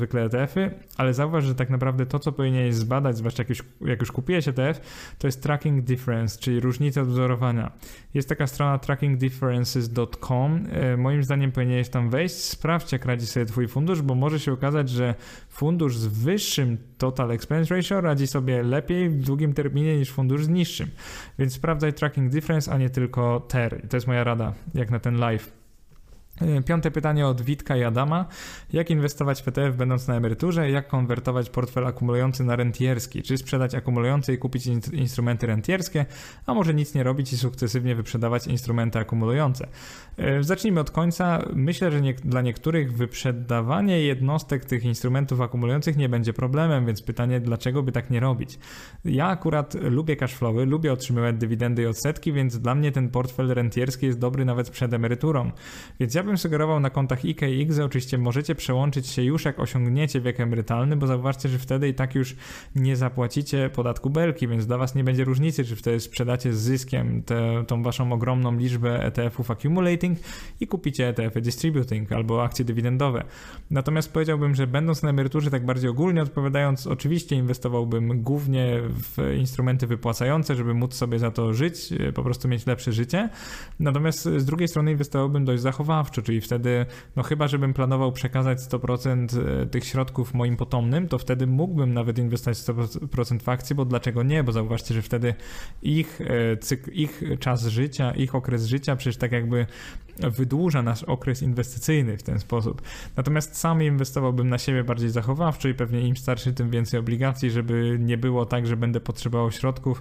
zwykle E T F-y, ale zauważ, że tak naprawdę to, co powinieneś zbadać, zwłaszcza jak już, jak już kupiłeś E T F, to jest tracking difference, czyli różnica odwzorowania. Jest taka strona tracking differences dot com. Moim zdaniem powinieneś tam wejść, sprawdź, jak radzi sobie twój fundusz, bo może się okazać, że fundusz z wyższym total expense ratio radzi sobie lepiej w długim terminie niż fundusz z niższym. Więc sprawdzaj tracking difference, a nie tylko T E R. To jest moja rada, jak na ten live. Piąte pytanie od Witka i Adama. Jak inwestować w E T F będąc na emeryturze? Jak konwertować portfel akumulujący na rentierski? Czy sprzedać akumulujący i kupić in- instrumenty rentierskie? A może nic nie robić i sukcesywnie wyprzedawać instrumenty akumulujące? Zacznijmy od końca. Myślę, że nie- dla niektórych wyprzedawanie jednostek tych instrumentów akumulujących nie będzie problemem, więc pytanie, dlaczego by tak nie robić? Ja akurat lubię cashflowy, lubię otrzymywać dywidendy i odsetki, więc dla mnie ten portfel rentierski jest dobry nawet przed emeryturą. Więc ja bym sugerował na kontach I K I X, oczywiście możecie przełączyć się już jak osiągniecie wiek emerytalny, bo zauważcie, że wtedy i tak już nie zapłacicie podatku belki, więc dla was nie będzie różnicy, czy wtedy sprzedacie z zyskiem tę tą waszą ogromną liczbę E T F-ów accumulating i kupicie E T F-y distributing albo akcje dywidendowe. Natomiast powiedziałbym, że będąc na emeryturze, tak bardziej ogólnie odpowiadając, oczywiście inwestowałbym głównie w instrumenty wypłacające, żeby móc sobie za to żyć, po prostu mieć lepsze życie. Natomiast z drugiej strony inwestowałbym dość zachowawczo, czyli wtedy, no chyba żebym planował przekazać sto procent tych środków moim potomnym, to wtedy mógłbym nawet inwestować sto procent w akcje, bo dlaczego nie? Bo zauważcie, że wtedy ich cykl, ich czas życia, ich okres życia przecież tak jakby wydłuża nasz okres inwestycyjny w ten sposób. Natomiast sam inwestowałbym na siebie bardziej zachowawczo i pewnie im starszy, tym więcej obligacji, żeby nie było tak, że będę potrzebował środków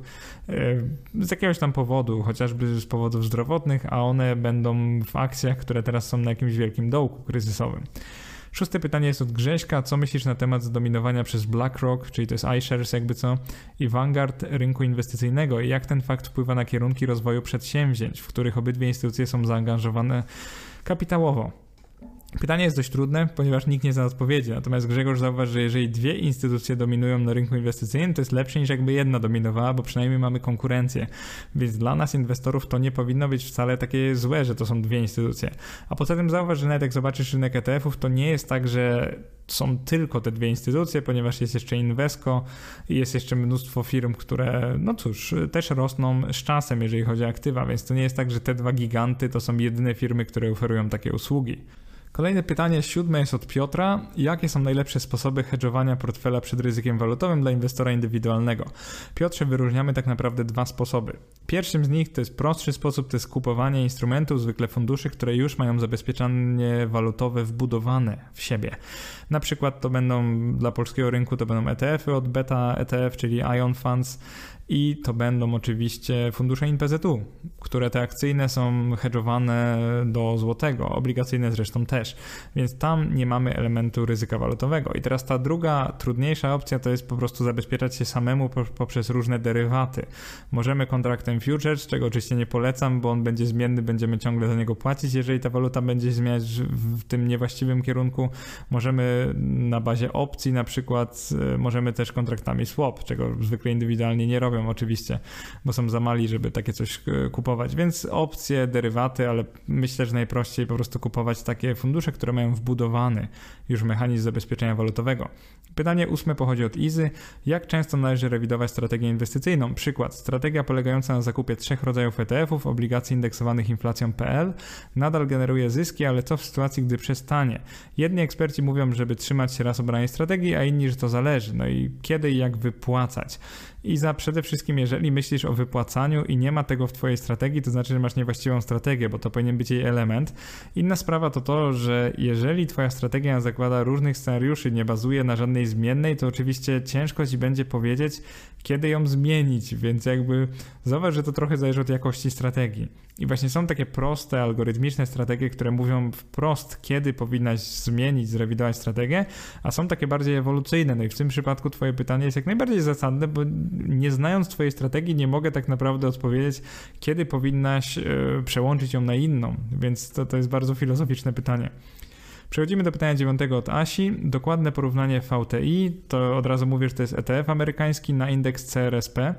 z jakiegoś tam powodu, chociażby z powodów zdrowotnych, a one będą w akcjach, które teraz są na jakimś wielkim dołku kryzysowym. Szóste pytanie jest od Grześka. Co myślisz na temat zdominowania przez BlackRock, czyli to jest iShares jakby co, i Vanguard rynku inwestycyjnego i jak ten fakt wpływa na kierunki rozwoju przedsięwzięć, w których obydwie instytucje są zaangażowane kapitałowo? Pytanie jest dość trudne, ponieważ nikt nie zna odpowiedzi, natomiast Grzegorz zauważy, że jeżeli dwie instytucje dominują na rynku inwestycyjnym, to jest lepsze niż jakby jedna dominowała, bo przynajmniej mamy konkurencję, więc dla nas inwestorów to nie powinno być wcale takie złe, że to są dwie instytucje. A poza tym zauważ, że nawet jak zobaczysz rynek E T F-ów, to nie jest tak, że są tylko te dwie instytucje, ponieważ jest jeszcze Invesco i jest jeszcze mnóstwo firm, które, no cóż, też rosną z czasem, jeżeli chodzi o aktywa, więc to nie jest tak, że te dwa giganty to są jedyne firmy, które oferują takie usługi. Kolejne pytanie, siódme, jest od Piotra. Jakie są najlepsze sposoby hedżowania portfela przed ryzykiem walutowym dla inwestora indywidualnego? Piotrze, wyróżniamy tak naprawdę dwa sposoby. Pierwszym z nich to jest prostszy sposób, to jest kupowanie instrumentów, zwykle funduszy, które już mają zabezpieczenie walutowe wbudowane w siebie. Na przykład to będą dla polskiego rynku to będą E T F-y od Beta E T F, czyli Ion Funds, i to będą oczywiście fundusze N P Z U, które te akcyjne są hedżowane do złotego, obligacyjne zresztą też, więc tam nie mamy elementu ryzyka walutowego. I teraz ta druga, trudniejsza opcja to jest po prostu zabezpieczać się samemu poprzez różne derywaty. Możemy kontraktem futures, czego oczywiście nie polecam, bo on będzie zmienny, będziemy ciągle za niego płacić, jeżeli ta waluta będzie zmieniać w tym niewłaściwym kierunku. Możemy na bazie opcji na przykład, możemy też kontraktami swap, czego zwykle indywidualnie nie robią oczywiście, bo są za mali, żeby takie coś kupować, więc opcje, derywaty, ale myślę, że najprościej po prostu kupować takie fundusze, które mają wbudowany już mechanizm zabezpieczenia walutowego. Pytanie ósme pochodzi od Izy. Jak często należy rewidować strategię inwestycyjną? Przykład. Strategia polegająca na zakupie trzech rodzajów E T F-ów, obligacji indeksowanych inflacją kropka p l nadal generuje zyski, ale co w sytuacji, gdy przestanie? Jedni eksperci mówią, żeby trzymać się raz obranej strategii, a inni, że to zależy. No i kiedy i jak wypłacać? I za przede wszystkim, jeżeli myślisz o wypłacaniu i nie ma tego w twojej strategii, to znaczy, że masz niewłaściwą strategię, bo to powinien być jej element. Inna sprawa to to, że jeżeli twoja strategia zakłada różnych scenariuszy, nie bazuje na żadnej zmiennej, to oczywiście ciężko ci będzie powiedzieć, kiedy ją zmienić, więc jakby zauważ, że to trochę zależy od jakości strategii. I właśnie są takie proste, algorytmiczne strategie, które mówią wprost, kiedy powinnaś zmienić, zrewidować strategię, a są takie bardziej ewolucyjne. No i w tym przypadku twoje pytanie jest jak najbardziej zasadne, bo nie znając twojej strategii nie mogę tak naprawdę odpowiedzieć, kiedy powinnaś yy, przełączyć ją na inną, więc to, to jest bardzo filozoficzne pytanie. Przechodzimy do pytania dziewiątego od Asi. Dokładne porównanie V T I, to od razu mówię, że to jest E T F amerykański na indeks C R S P.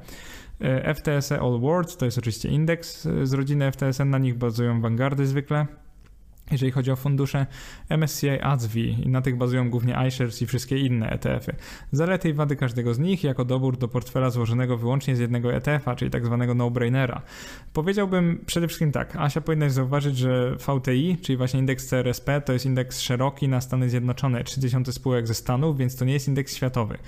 F T S E All World to jest oczywiście indeks z rodziny F T S E, na nich bazują Vanguardy zwykle. jeżeli chodzi o fundusze M S C I A D S V i na tych bazują głównie iShares i wszystkie inne E T F-y. Zalety i wady każdego z nich jako dobór do portfela złożonego wyłącznie z jednego E T F-a, czyli tak zwanego no-brainera. Powiedziałbym przede wszystkim tak, Asia, powinnaś zauważyć, że V T I, czyli właśnie indeks C R S P, to jest indeks szeroki na Stany Zjednoczone, trzydzieści spółek ze Stanów, więc to nie jest indeks światowy.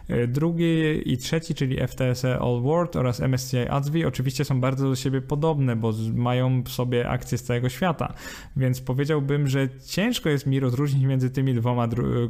Drugi i trzeci, czyli F T S E All World oraz M S C I A D S V oczywiście są bardzo do siebie podobne, bo mają w sobie akcje z całego świata, więc powiedziałbym, że ciężko jest mi rozróżnić między tymi dwoma,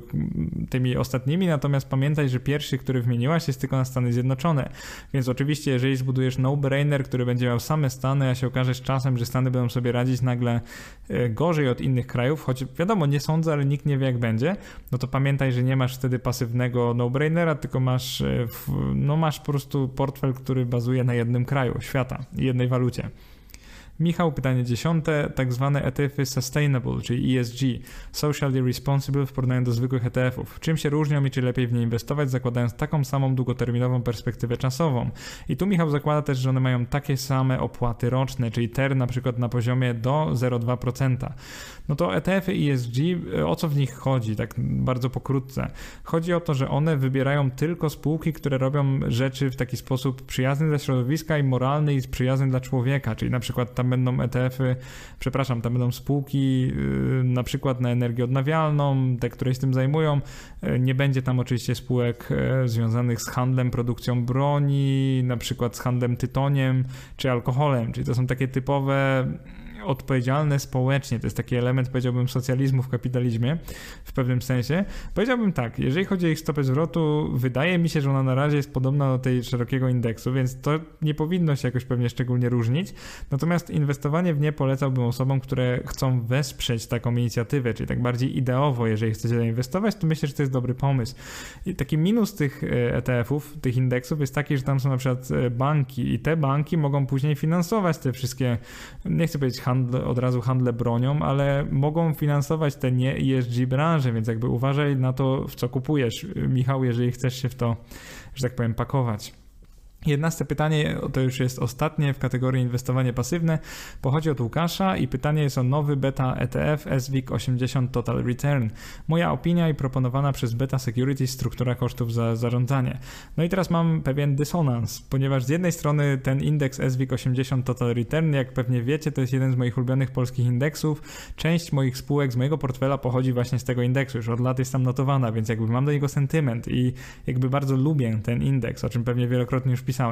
tymi ostatnimi, natomiast pamiętaj, że pierwszy, który wymieniłaś, jest tylko na Stany Zjednoczone, więc oczywiście jeżeli zbudujesz no-brainer, który będzie miał same Stany, a się okaże z czasem, że Stany będą sobie radzić nagle gorzej od innych krajów, choć wiadomo, nie sądzę, ale nikt nie wie jak będzie, no to pamiętaj, że nie masz wtedy pasywnego no-brainera, tylko masz, no masz po prostu portfel, który bazuje na jednym kraju świata i jednej walucie. Michał, pytanie dziesiąte, tak zwane E T F-y Sustainable, czyli E S G, Socially Responsible w porównaniu do zwykłych E T F-ów. Czym się różnią i czy lepiej w nie inwestować, zakładając taką samą długoterminową perspektywę czasową? I tu Michał zakłada też, że one mają takie same opłaty roczne, czyli T E R na przykład na poziomie do zero przecinek dwa procent. No to E T F-y E S G, o co w nich chodzi, tak bardzo pokrótce? Chodzi o to, że one wybierają tylko spółki, które robią rzeczy w taki sposób przyjazny dla środowiska i moralny i przyjazny dla człowieka, czyli na przykład tam będą E T F-y, przepraszam, tam będą spółki yy, na przykład na energię odnawialną, te, które się tym zajmują. Yy, nie będzie tam oczywiście spółek yy, związanych z handlem, produkcją broni, na przykład z handlem tytoniem czy alkoholem, czyli to są takie typowe odpowiedzialne społecznie. To jest taki element, powiedziałbym, socjalizmu w kapitalizmie w pewnym sensie. Powiedziałbym tak, jeżeli chodzi o ich stopę zwrotu, wydaje mi się, że ona na razie jest podobna do tej szerokiego indeksu, więc to nie powinno się jakoś pewnie szczególnie różnić. Natomiast inwestowanie w nie polecałbym osobom, które chcą wesprzeć taką inicjatywę, czyli tak bardziej ideowo, jeżeli chcecie zainwestować, to myślę, że to jest dobry pomysł. I taki minus tych E T F-ów, tych indeksów jest taki, że tam są na przykład banki i te banki mogą później finansować te wszystkie, nie chcę powiedzieć handle, od razu handle bronią, ale mogą finansować te nie E S G branże, więc jakby uważaj na to, w co kupujesz, Michał, jeżeli chcesz się w to, że tak powiem, pakować. Jedenaste pytanie, to już jest ostatnie w kategorii inwestowanie pasywne, pochodzi od Łukasza i pytanie jest o nowy beta E T F S W I K osiemdziesiąt Total Return. Moja opinia i proponowana przez Beta Securities struktura kosztów za zarządzanie. No i teraz mam pewien dysonans, ponieważ z jednej strony ten indeks S W I K osiemdziesiąt Total Return, jak pewnie wiecie, to jest jeden z moich ulubionych polskich indeksów. Część moich spółek z mojego portfela pochodzi właśnie z tego indeksu, już od lat jest tam notowana, więc jakby mam do niego sentyment i jakby bardzo lubię ten indeks, o czym pewnie wielokrotnie już pisałem.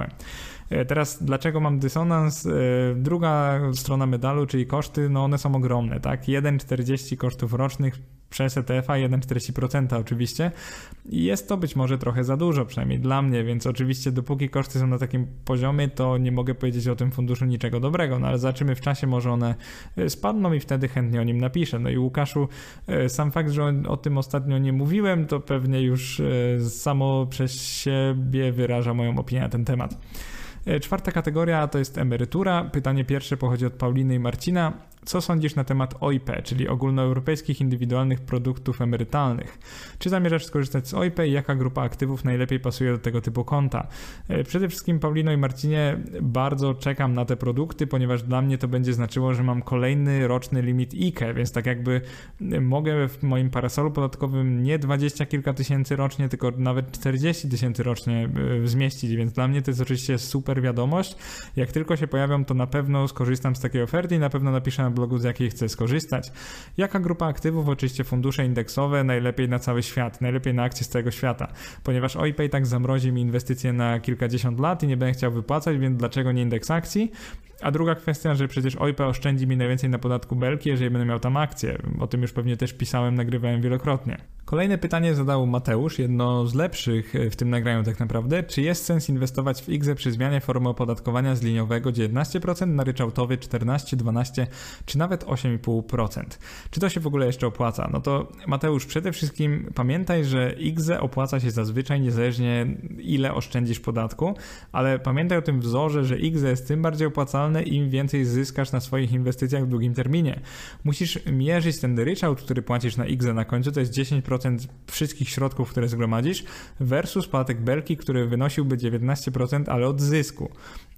Teraz dlaczego mam dysonans? Druga strona medalu, czyli koszty, no one są ogromne, tak? jeden przecinek czterdzieści kosztów rocznych przez E T F-a, jeden przecinek czterdzieści procent oczywiście i jest to być może trochę za dużo, przynajmniej dla mnie, więc oczywiście dopóki koszty są na takim poziomie, to nie mogę powiedzieć o tym funduszu niczego dobrego, no ale zobaczymy w czasie, może one spadną i wtedy chętnie o nim napiszę. No i Łukaszu, sam fakt, że o tym ostatnio nie mówiłem, to pewnie już samo przez siebie wyraża moją opinię na ten temat. Czwarta kategoria to jest emerytura. Pytanie pierwsze pochodzi od Pauliny i Marcina. Co sądzisz na temat O I P, czyli ogólnoeuropejskich indywidualnych produktów emerytalnych? Czy zamierzasz skorzystać z O I P i jaka grupa aktywów najlepiej pasuje do tego typu konta? Przede wszystkim, Paulino i Marcinie, bardzo czekam na te produkty, ponieważ dla mnie to będzie znaczyło, że mam kolejny roczny limit I K E, więc tak jakby mogę w moim parasolu podatkowym nie dwadzieścia kilka tysięcy rocznie, tylko nawet czterdzieści tysięcy rocznie zmieścić, więc dla mnie to jest oczywiście super wiadomość. Jak tylko się pojawią, to na pewno skorzystam z takiej oferty i na pewno napiszę na blogu, z jakiej chcę skorzystać. Jaka grupa aktywów? Oczywiście fundusze indeksowe, najlepiej na cały świat, najlepiej na akcje z całego świata, ponieważ O I P i tak zamrozi mi inwestycje na kilkadziesiąt lat i nie będę chciał wypłacać, więc dlaczego nie indeks akcji? A druga kwestia, że przecież O I P oszczędzi mi najwięcej na podatku Belki, jeżeli będę miał tam akcje. O tym już pewnie też pisałem, nagrywałem wielokrotnie. Kolejne pytanie zadał Mateusz, jedno z lepszych w tym nagraniu tak naprawdę. Czy jest sens inwestować w I G Z E przy zmianie formy opodatkowania z liniowego dziewiętnaście procent na ryczałtowy czternaście, dwanaście czy nawet osiem i pół procent? Czy to się w ogóle jeszcze opłaca? No to Mateusz, przede wszystkim pamiętaj, że I G Z E opłaca się zazwyczaj niezależnie ile oszczędzisz podatku, ale pamiętaj o tym wzorze, że I G Z E jest tym bardziej opłacalne, im więcej zyskasz na swoich inwestycjach w długim terminie. Musisz mierzyć ten ryczałt, który płacisz na I G Z E na końcu, to jest dziesięć procent wszystkich środków, które zgromadzisz, versus podatek Belki, który wynosiłby dziewiętnaście procent, ale od zysku.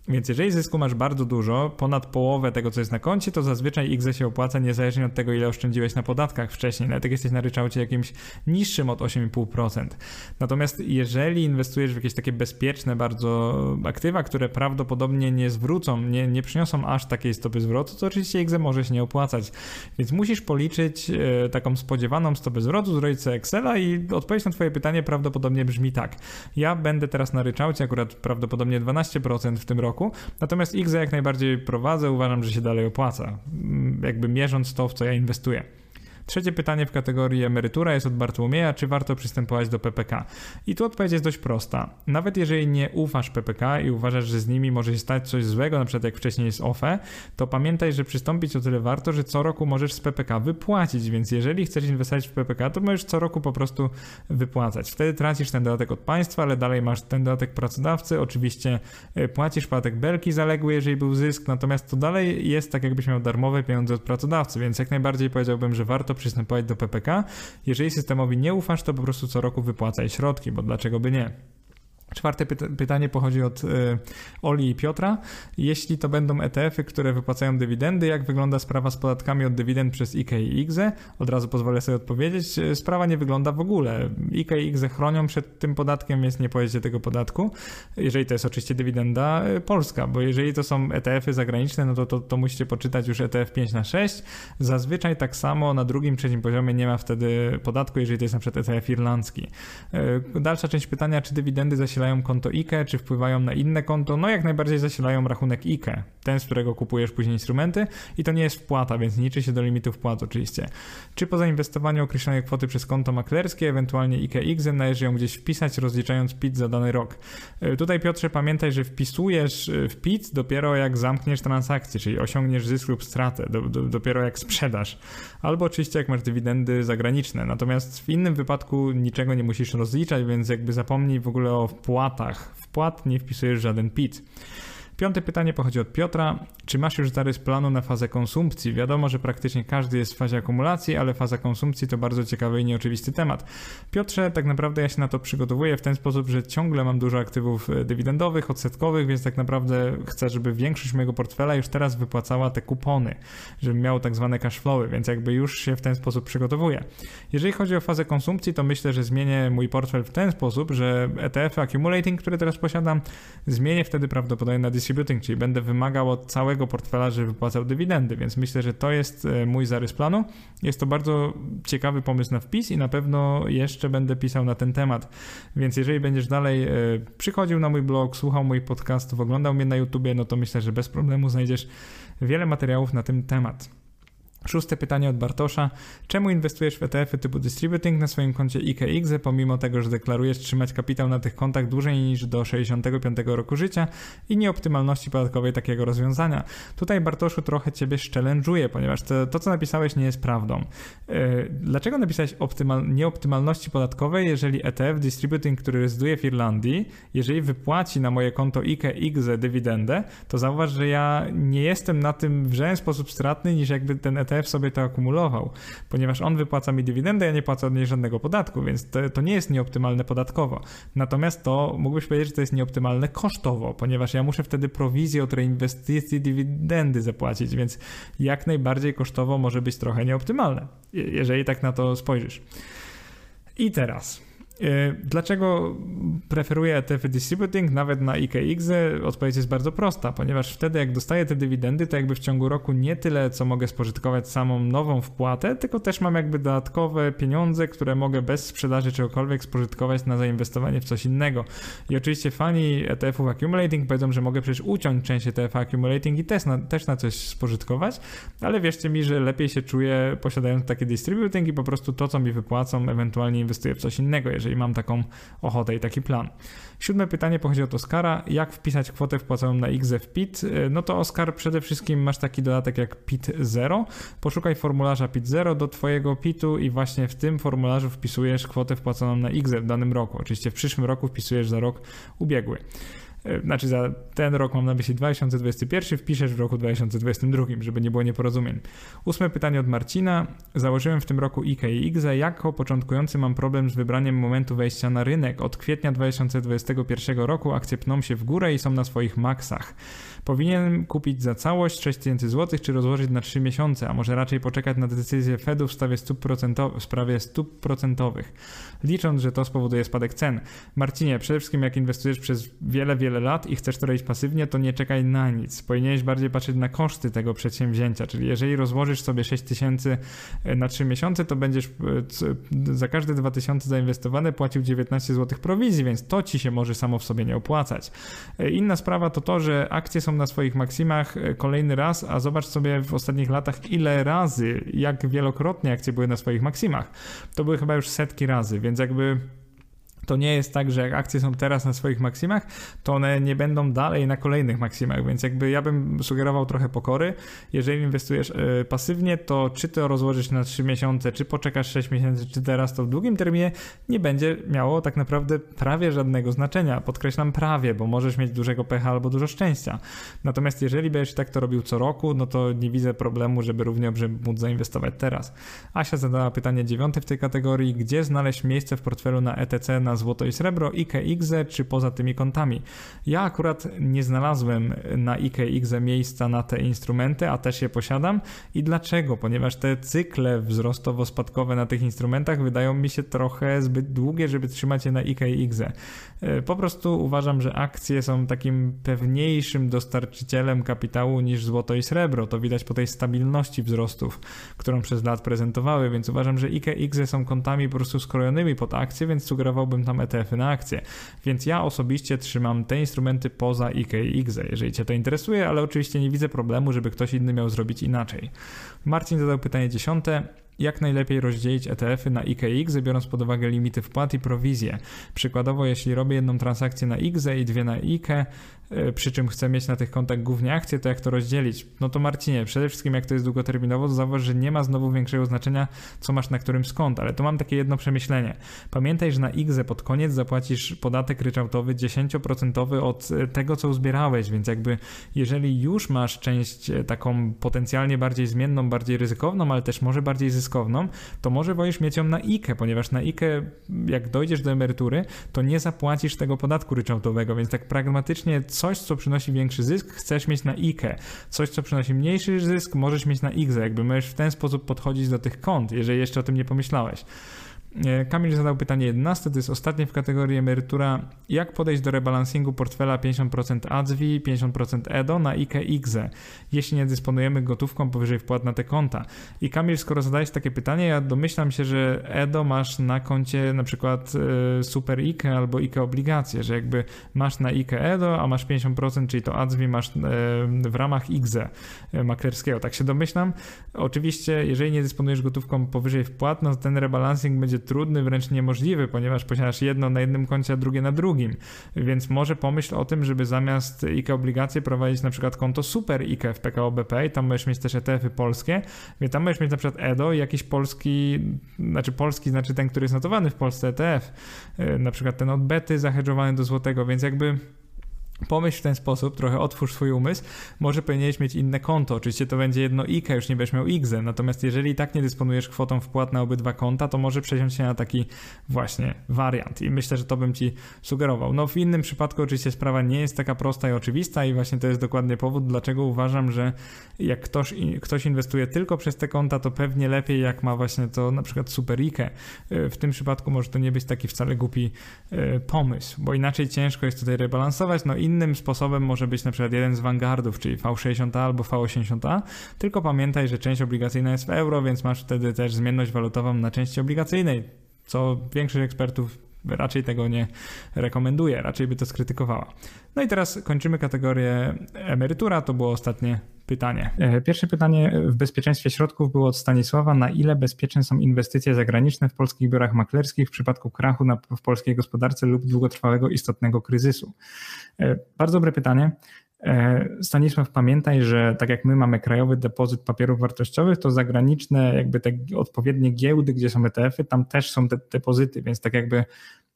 Więc jeżeli zysku masz bardzo dużo, ponad połowę tego, co jest na koncie, to zazwyczaj X się opłaca niezależnie od tego, ile oszczędziłeś na podatkach wcześniej, nawet jak jesteś na ryczałcie jakimś niższym od osiem i pół procent. Natomiast jeżeli inwestujesz w jakieś takie bezpieczne bardzo aktywa, które prawdopodobnie nie zwrócą, nie, nie przyniosą aż takiej stopy zwrotu, to oczywiście X może się nie opłacać. Więc musisz policzyć e, taką spodziewaną stopę zwrotu, zrobić sobie Excela i odpowiedź na twoje pytanie prawdopodobnie brzmi tak. Ja będę teraz na ryczałcie akurat prawdopodobnie dwanaście procent w tym roku, natomiast X jak najbardziej prowadzę, uważam, że się dalej opłaca, jakby mierząc to, w co ja inwestuję. Trzecie pytanie w kategorii emerytura jest od Bartłomieja, czy warto przystępować do P P K? I tu odpowiedź jest dość prosta. Nawet jeżeli nie ufasz P P K i uważasz, że z nimi może się stać coś złego, na przykład jak wcześniej jest O F E, to pamiętaj, że przystąpić o tyle warto, że co roku możesz z P P K wypłacić, więc jeżeli chcesz inwestować w P P K, to możesz co roku po prostu wypłacać. Wtedy tracisz ten dodatek od państwa, ale dalej masz ten dodatek pracodawcy, oczywiście płacisz podatek belki zaległy, jeżeli był zysk, natomiast to dalej jest tak, jakbyś miał darmowe pieniądze od pracodawcy, więc jak najbardziej powiedziałbym, że warto przystępować do P P K. Jeżeli systemowi nie ufasz, to po prostu co roku wypłacaj środki, bo dlaczego by nie? Czwarte pyta- pytanie pochodzi od y, Oli i Piotra. Jeśli to będą E T F-y, które wypłacają dywidendy, jak wygląda sprawa z podatkami od dywidend przez I K i I G Z E? Od razu pozwolę sobie odpowiedzieć. Sprawa nie wygląda w ogóle. I K i I G Z E chronią przed tym podatkiem, więc nie płacicie tego podatku. Jeżeli to jest oczywiście dywidenda polska, bo jeżeli to są E T F-y zagraniczne, no to, to, to musicie poczytać już E T F pięć na sześć. Zazwyczaj tak samo na drugim, trzecim poziomie nie ma wtedy podatku, jeżeli to jest na przykład E T F irlandzki. Dalsza część pytania, czy dywidendy zasilają konto I K E, czy wpływają na inne konto? No jak najbardziej zasilają rachunek I K E, ten, z którego kupujesz później instrumenty i to nie jest wpłata, więc nie liczy się do limitu wpłat oczywiście. Czy po zainwestowaniu określonej kwoty przez konto maklerskie, ewentualnie I K i I G Z E należy ją gdzieś wpisać, rozliczając P I T za dany rok? Tutaj Piotrze pamiętaj, że wpisujesz w P I T dopiero jak zamkniesz transakcję, czyli osiągniesz zysk lub stratę, do, do, dopiero jak sprzedasz. Albo oczywiście jak masz dywidendy zagraniczne, natomiast w innym wypadku niczego nie musisz rozliczać, więc jakby zapomnij w ogóle o wpłatach. Wpłat nie wpisujesz żaden P I T. Piąte pytanie pochodzi od Piotra. Czy masz już zarys planu na fazę konsumpcji? Wiadomo, że praktycznie każdy jest w fazie akumulacji, ale faza konsumpcji to bardzo ciekawy i nieoczywisty temat. Piotrze, tak naprawdę ja się na to przygotowuję w ten sposób, że ciągle mam dużo aktywów dywidendowych, odsetkowych, więc tak naprawdę chcę, żeby większość mojego portfela już teraz wypłacała te kupony, żebym miał tak zwane cash flowy, więc jakby już się w ten sposób przygotowuję. Jeżeli chodzi o fazę konsumpcji, to myślę, że zmienię mój portfel w ten sposób, że E T F accumulating, które teraz posiadam, zmienię wtedy prawdopodobnie na distributing, czyli będę wymagał od całego portfela, żeby wypłacał dywidendy, więc myślę, że to jest mój zarys planu. Jest to bardzo ciekawy pomysł na wpis i na pewno jeszcze będę pisał na ten temat, więc jeżeli będziesz dalej przychodził na mój blog, słuchał moich podcastów, oglądał mnie na YouTubie, no to myślę, że bez problemu znajdziesz wiele materiałów na ten temat. Szóste pytanie od Bartosza. Czemu inwestujesz w E T F-y typu distributing na swoim koncie I K i I G Z E, pomimo tego, że deklarujesz trzymać kapitał na tych kontach dłużej niż do sześćdziesiątego piątego roku życia i nieoptymalności podatkowej takiego rozwiązania? Tutaj, Bartoszu, trochę ciebie challenge'uję, ponieważ to, to, co napisałeś, nie jest prawdą. Yy, dlaczego napisałeś optymal, nieoptymalności podatkowej, jeżeli E T F distributing, który rezyduje w Irlandii, jeżeli wypłaci na moje konto I K i I G Z E dywidendę, to zauważ, że ja nie jestem na tym w żaden sposób stratny, niż jakby ten E T F sobie to akumulował, ponieważ on wypłaca mi dywidendę, ja nie płacę od niej żadnego podatku, więc to, to nie jest nieoptymalne podatkowo. Natomiast to mógłbyś powiedzieć, że to jest nieoptymalne kosztowo, ponieważ ja muszę wtedy prowizję od reinwestycji dywidendy zapłacić, więc jak najbardziej kosztowo może być trochę nieoptymalne, jeżeli tak na to spojrzysz. I teraz... Dlaczego preferuję E T F distributing nawet na I K i I G Z E? Odpowiedź jest bardzo prosta, ponieważ wtedy jak dostaję te dywidendy, to jakby w ciągu roku nie tyle co mogę spożytkować samą nową wpłatę, tylko też mam jakby dodatkowe pieniądze, które mogę bez sprzedaży czegokolwiek spożytkować na zainwestowanie w coś innego. I oczywiście fani E T F-ów accumulating powiedzą, że mogę przecież uciąć część E T F accumulating i też na, też na coś spożytkować, ale wierzcie mi, że lepiej się czuję posiadając takie distributing i po prostu to, co mi wypłacą, ewentualnie inwestuję w coś innego, jeżeli mam taką ochotę i taki plan. Siódme pytanie pochodzi od Oskara. Jak wpisać kwotę wpłaconą na I G Z E w P I T? No to Oskar, przede wszystkim masz taki dodatek jak P I T zero. Poszukaj formularza P I T zero do twojego P I T-u i właśnie w tym formularzu wpisujesz kwotę wpłaconą na I G Z E w danym roku. Oczywiście w przyszłym roku wpisujesz za rok ubiegły. znaczy za ten rok mam na myśli dwa tysiące dwudziesty pierwszy, wpiszesz w roku dwa tysiące dwudziestym drugim, żeby nie było nieporozumień. Ósme pytanie od Marcina. Założyłem w tym roku I K X. Jako początkujący mam problem z wybraniem momentu wejścia na rynek. Od kwietnia dwa tysiące dwudziestego pierwszego roku akcje pną się w górę i są na swoich maksach. Powinienem kupić za całość sześć tysięcy złotych, czy rozłożyć na trzy miesiące, a może raczej poczekać na decyzję Fedu w sprawie stóp, procentow- w sprawie stóp procentowych, licząc, że to spowoduje spadek cen. Marcinie, przede wszystkim jak inwestujesz przez wiele, wiele lat i chcesz to robić pasywnie, to nie czekaj na nic. Powinieneś bardziej patrzeć na koszty tego przedsięwzięcia, czyli jeżeli rozłożysz sobie sześć tysięcy na trzy miesiące, to będziesz za każde dwa tysiące zainwestowane płacił dziewiętnaście złotych prowizji, więc to ci się może samo w sobie nie opłacać. Inna sprawa to to, że akcje są na swoich maksimach kolejny raz, a zobacz sobie w ostatnich latach ile razy, jak wielokrotnie akcje były na swoich maksimach. To były chyba już setki razy, więc jakby to nie jest tak, że jak akcje są teraz na swoich maksimach, to one nie będą dalej na kolejnych maksimach, więc jakby ja bym sugerował trochę pokory. Jeżeli inwestujesz y, pasywnie, to czy to rozłożysz na trzy miesiące, czy poczekasz sześć miesięcy, czy teraz to w długim terminie, nie będzie miało tak naprawdę prawie żadnego znaczenia. Podkreślam prawie, bo możesz mieć dużego pecha albo dużo szczęścia. Natomiast jeżeli będziesz tak to robił co roku, no to nie widzę problemu, żeby równie dobrze móc zainwestować teraz. Asia zadała pytanie dziewiąte w tej kategorii. Gdzie znaleźć miejsce w portfelu na E T C na złoto i srebro, I K X czy poza tymi kontami? Ja akurat nie znalazłem na I K X miejsca na te instrumenty, a też je posiadam. I dlaczego? Ponieważ te cykle wzrostowo-spadkowe na tych instrumentach wydają mi się trochę zbyt długie, żeby trzymać je na I K X. Po prostu uważam, że akcje są takim pewniejszym dostarczycielem kapitału niż złoto i srebro. To widać po tej stabilności wzrostów, którą przez lat prezentowały, więc uważam, że I K X są kontami po prostu skrojonymi pod akcje, więc sugerowałbym tam E T F-y na akcje. Więc ja osobiście trzymam te instrumenty poza I K X, jeżeli Cię to interesuje, ale oczywiście nie widzę problemu, żeby ktoś inny miał zrobić inaczej. Marcin zadał pytanie dziesiąte. Jak najlepiej rozdzielić E T F-y na I K X, biorąc pod uwagę limity wpłat i prowizje? Przykładowo, jeśli robię jedną transakcję na X i dwie na I K, przy czym chcę mieć na tych kontach głównie akcje, to jak to rozdzielić? No to Marcinie, przede wszystkim jak to jest długoterminowo, to zauważ, że nie ma znowu większego znaczenia, co masz na którym z kont, ale tu mam takie jedno przemyślenie. Pamiętaj, że na X pod koniec zapłacisz podatek ryczałtowy dziesięć procent od tego, co uzbierałeś, więc jakby jeżeli już masz część taką potencjalnie bardziej zmienną, bardziej ryzykowną, ale też może bardziej zyskowną, to może wolisz mieć ją na I K, ponieważ na I K jak dojdziesz do emerytury, to nie zapłacisz tego podatku ryczałtowego, więc tak pragmatycznie coś, co przynosi większy zysk, chcesz mieć na I K. Coś, co przynosi mniejszy zysk, możesz mieć na X. Jakby możesz w ten sposób podchodzić do tych kont, jeżeli jeszcze o tym nie pomyślałeś. Kamil zadał pytanie jedenaste, to jest ostatnie w kategorii emerytura. Jak podejść do rebalansingu portfela pięćdziesiąt procent A D S W I, pięćdziesiąt procent E D O na I K X, jeśli nie dysponujemy gotówką powyżej wpłat na te konta? I Kamil, skoro zadałeś takie pytanie, ja domyślam się, że E D O masz na koncie na przykład y, Super I K albo I K obligacje, że jakby masz na I K E D O, a masz pięćdziesiąt procent, czyli to A D S W I masz y, w ramach X y, maklerskiego. Tak się domyślam. Oczywiście, jeżeli nie dysponujesz gotówką powyżej wpłat, no to ten rebalansing będzie trudny, wręcz niemożliwy, ponieważ posiadasz jedno na jednym koncie, a drugie na drugim. Więc może pomyśl o tym, żeby zamiast I K obligacje prowadzić na przykład konto Super I K w P K O B P i tam możesz mieć też E T F-y polskie, więc tam możesz mieć na przykład E D O i jakiś polski, znaczy polski znaczy ten, który jest notowany w Polsce E T F, na przykład ten od bety zahedżowany do złotego, więc jakby pomyśl w ten sposób, trochę otwórz swój umysł, może powinieneś mieć inne konto, oczywiście to będzie jedno I K, już nie będziesz miał X, natomiast jeżeli i tak nie dysponujesz kwotą wpłat na obydwa konta, to może przesiąść się na taki właśnie wariant i myślę, że to bym Ci sugerował. No w innym przypadku oczywiście sprawa nie jest taka prosta i oczywista i właśnie to jest dokładnie powód, dlaczego uważam, że jak ktoś, ktoś inwestuje tylko przez te konta, to pewnie lepiej jak ma właśnie to na przykład Super I K. W tym przypadku może to nie być taki wcale głupi pomysł, bo inaczej ciężko jest tutaj rebalansować, no innym sposobem może być na przykład jeden z Vanguardów, czyli V sześćdziesiąt A albo V osiemdziesiąt A, tylko pamiętaj, że część obligacyjna jest w euro, więc masz wtedy też zmienność walutową na części obligacyjnej, co większość ekspertów raczej tego nie rekomenduje, raczej by to skrytykowała. No i teraz kończymy kategorię emerytura, to było ostatnie pytanie. Pierwsze pytanie w bezpieczeństwie środków było od Stanisława. Na ile bezpieczne są inwestycje zagraniczne w polskich biurach maklerskich w przypadku krachu na, w polskiej gospodarce lub długotrwałego istotnego kryzysu? Bardzo dobre pytanie. Stanisław, pamiętaj, że tak jak my mamy krajowy depozyt papierów wartościowych, to zagraniczne jakby te odpowiednie giełdy, gdzie są E T F-y, tam też są te depozyty, więc tak jakby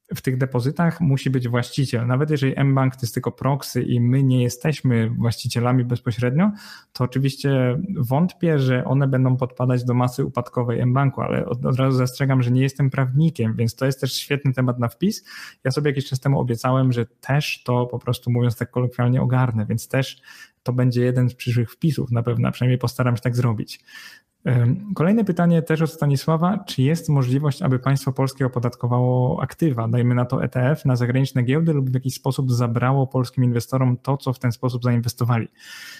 w tych depozytach musi być właściciel. Nawet jeżeli mBank to jest tylko proxy i my nie jesteśmy właścicielami bezpośrednio, to oczywiście wątpię, że one będą podpadać do masy upadkowej mBanku, ale od, od razu zastrzegam, że nie jestem prawnikiem, więc to jest też świetny temat na wpis. Ja sobie jakiś czas temu obiecałem, że też to po prostu, mówiąc tak kolokwialnie, ogarnę, więc też to będzie jeden z przyszłych wpisów na pewno, przynajmniej postaram się tak zrobić. Kolejne pytanie też od Stanisława. Czy jest możliwość, aby państwo polskie opodatkowało aktywa, dajmy na to E T F, na zagraniczne giełdy lub w jakiś sposób zabrało polskim inwestorom to, co w ten sposób zainwestowali?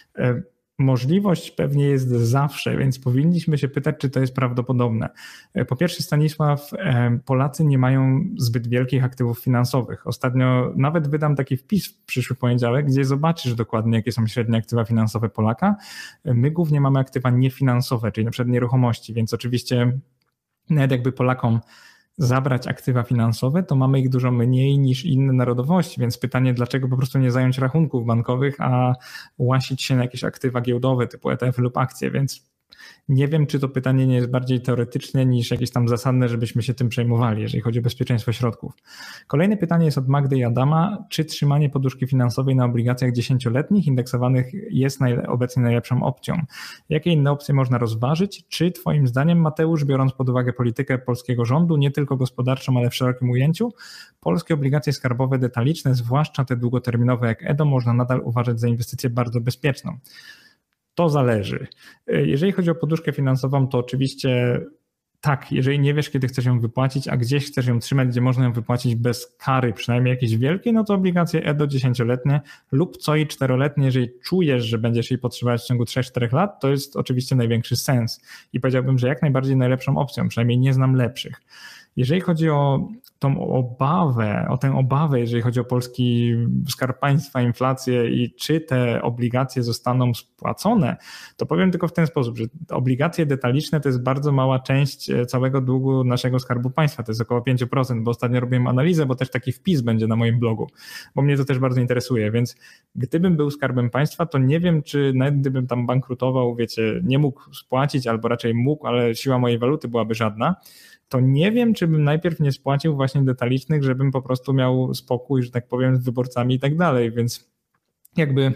Możliwość pewnie jest zawsze, więc powinniśmy się pytać, czy to jest prawdopodobne. Po pierwsze, Stanisław, Polacy nie mają zbyt wielkich aktywów finansowych. Ostatnio nawet wydam taki wpis w przyszły poniedziałek, gdzie zobaczysz dokładnie, jakie są średnie aktywa finansowe Polaka. My głównie mamy aktywa niefinansowe, czyli na przykład nieruchomości, więc oczywiście nawet jakby Polakom zabrać aktywa finansowe, to mamy ich dużo mniej niż inne narodowości, więc pytanie, dlaczego po prostu nie zająć rachunków bankowych, a łasić się na jakieś aktywa giełdowe typu E T F lub akcje, więc nie wiem, czy to pytanie nie jest bardziej teoretyczne niż jakieś tam zasadne, żebyśmy się tym przejmowali, jeżeli chodzi o bezpieczeństwo środków. Kolejne pytanie jest od Magdy i Adama. Czy trzymanie poduszki finansowej na obligacjach dziesięcioletnich indeksowanych jest najle- obecnie najlepszą opcją? Jakie inne opcje można rozważyć? Czy twoim zdaniem, Mateusz, biorąc pod uwagę politykę polskiego rządu, nie tylko gospodarczą, ale w szerokim ujęciu, polskie obligacje skarbowe detaliczne, zwłaszcza te długoterminowe jak E D O, można nadal uważać za inwestycję bardzo bezpieczną? To zależy. Jeżeli chodzi o poduszkę finansową, to oczywiście tak, jeżeli nie wiesz, kiedy chcesz ją wypłacić, a gdzieś chcesz ją trzymać, gdzie można ją wypłacić bez kary, przynajmniej jakiejś wielkiej, no to obligacje E D O dziesięcioletnie lub C O I czteroletnie, jeżeli czujesz, że będziesz jej potrzebować w ciągu trzech czterech lat, to jest oczywiście największy sens. I powiedziałbym, że jak najbardziej najlepszą opcją, przynajmniej nie znam lepszych. Jeżeli chodzi o tą obawę, o tę obawę, jeżeli chodzi o polski Skarb Państwa, inflację i czy te obligacje zostaną spłacone, to powiem tylko w ten sposób, że obligacje detaliczne to jest bardzo mała część całego długu naszego Skarbu Państwa, to jest około pięć procent, bo ostatnio robiłem analizę, bo też taki wpis będzie na moim blogu, bo mnie to też bardzo interesuje, więc gdybym był Skarbem Państwa, to nie wiem, czy nawet gdybym tam bankrutował, wiecie, nie mógł spłacić, albo raczej mógł, ale siła mojej waluty byłaby żadna, to nie wiem, czy bym najpierw nie spłacił właśnie detalicznych, żebym po prostu miał spokój, że tak powiem, z wyborcami i tak dalej, więc jakby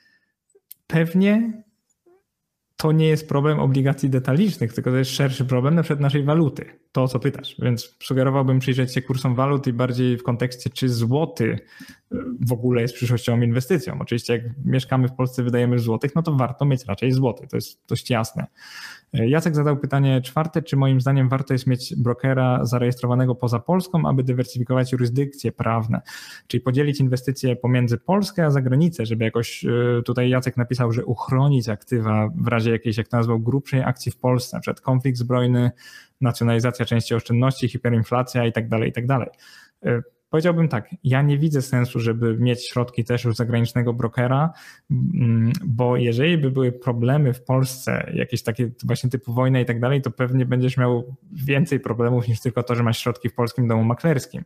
pewnie to nie jest problem obligacji detalicznych, tylko to jest szerszy problem na przykład naszej waluty, to o co pytasz, więc sugerowałbym przyjrzeć się kursom walut i bardziej w kontekście, czy złoty w ogóle jest przyszłościową inwestycją. Oczywiście jak mieszkamy w Polsce, wydajemy w złotych, no to warto mieć raczej złoty, to jest dość jasne. Jacek zadał pytanie czwarte, czy moim zdaniem warto jest mieć brokera zarejestrowanego poza Polską, aby dywersyfikować jurysdykcje prawne, czyli podzielić inwestycje pomiędzy Polskę a zagranicę, żeby jakoś tutaj Jacek napisał, że uchronić aktywa w razie jakiejś, jak to nazwał, grubszej akcji w Polsce, na przykład konflikt zbrojny, nacjonalizacja części oszczędności, hiperinflacja i tak dalej, i tak dalej. Powiedziałbym tak, ja nie widzę sensu, żeby mieć środki też u zagranicznego brokera, bo jeżeli by były problemy w Polsce, jakieś takie właśnie typu wojna i tak dalej, to pewnie będziesz miał więcej problemów niż tylko to, że masz środki w polskim domu maklerskim.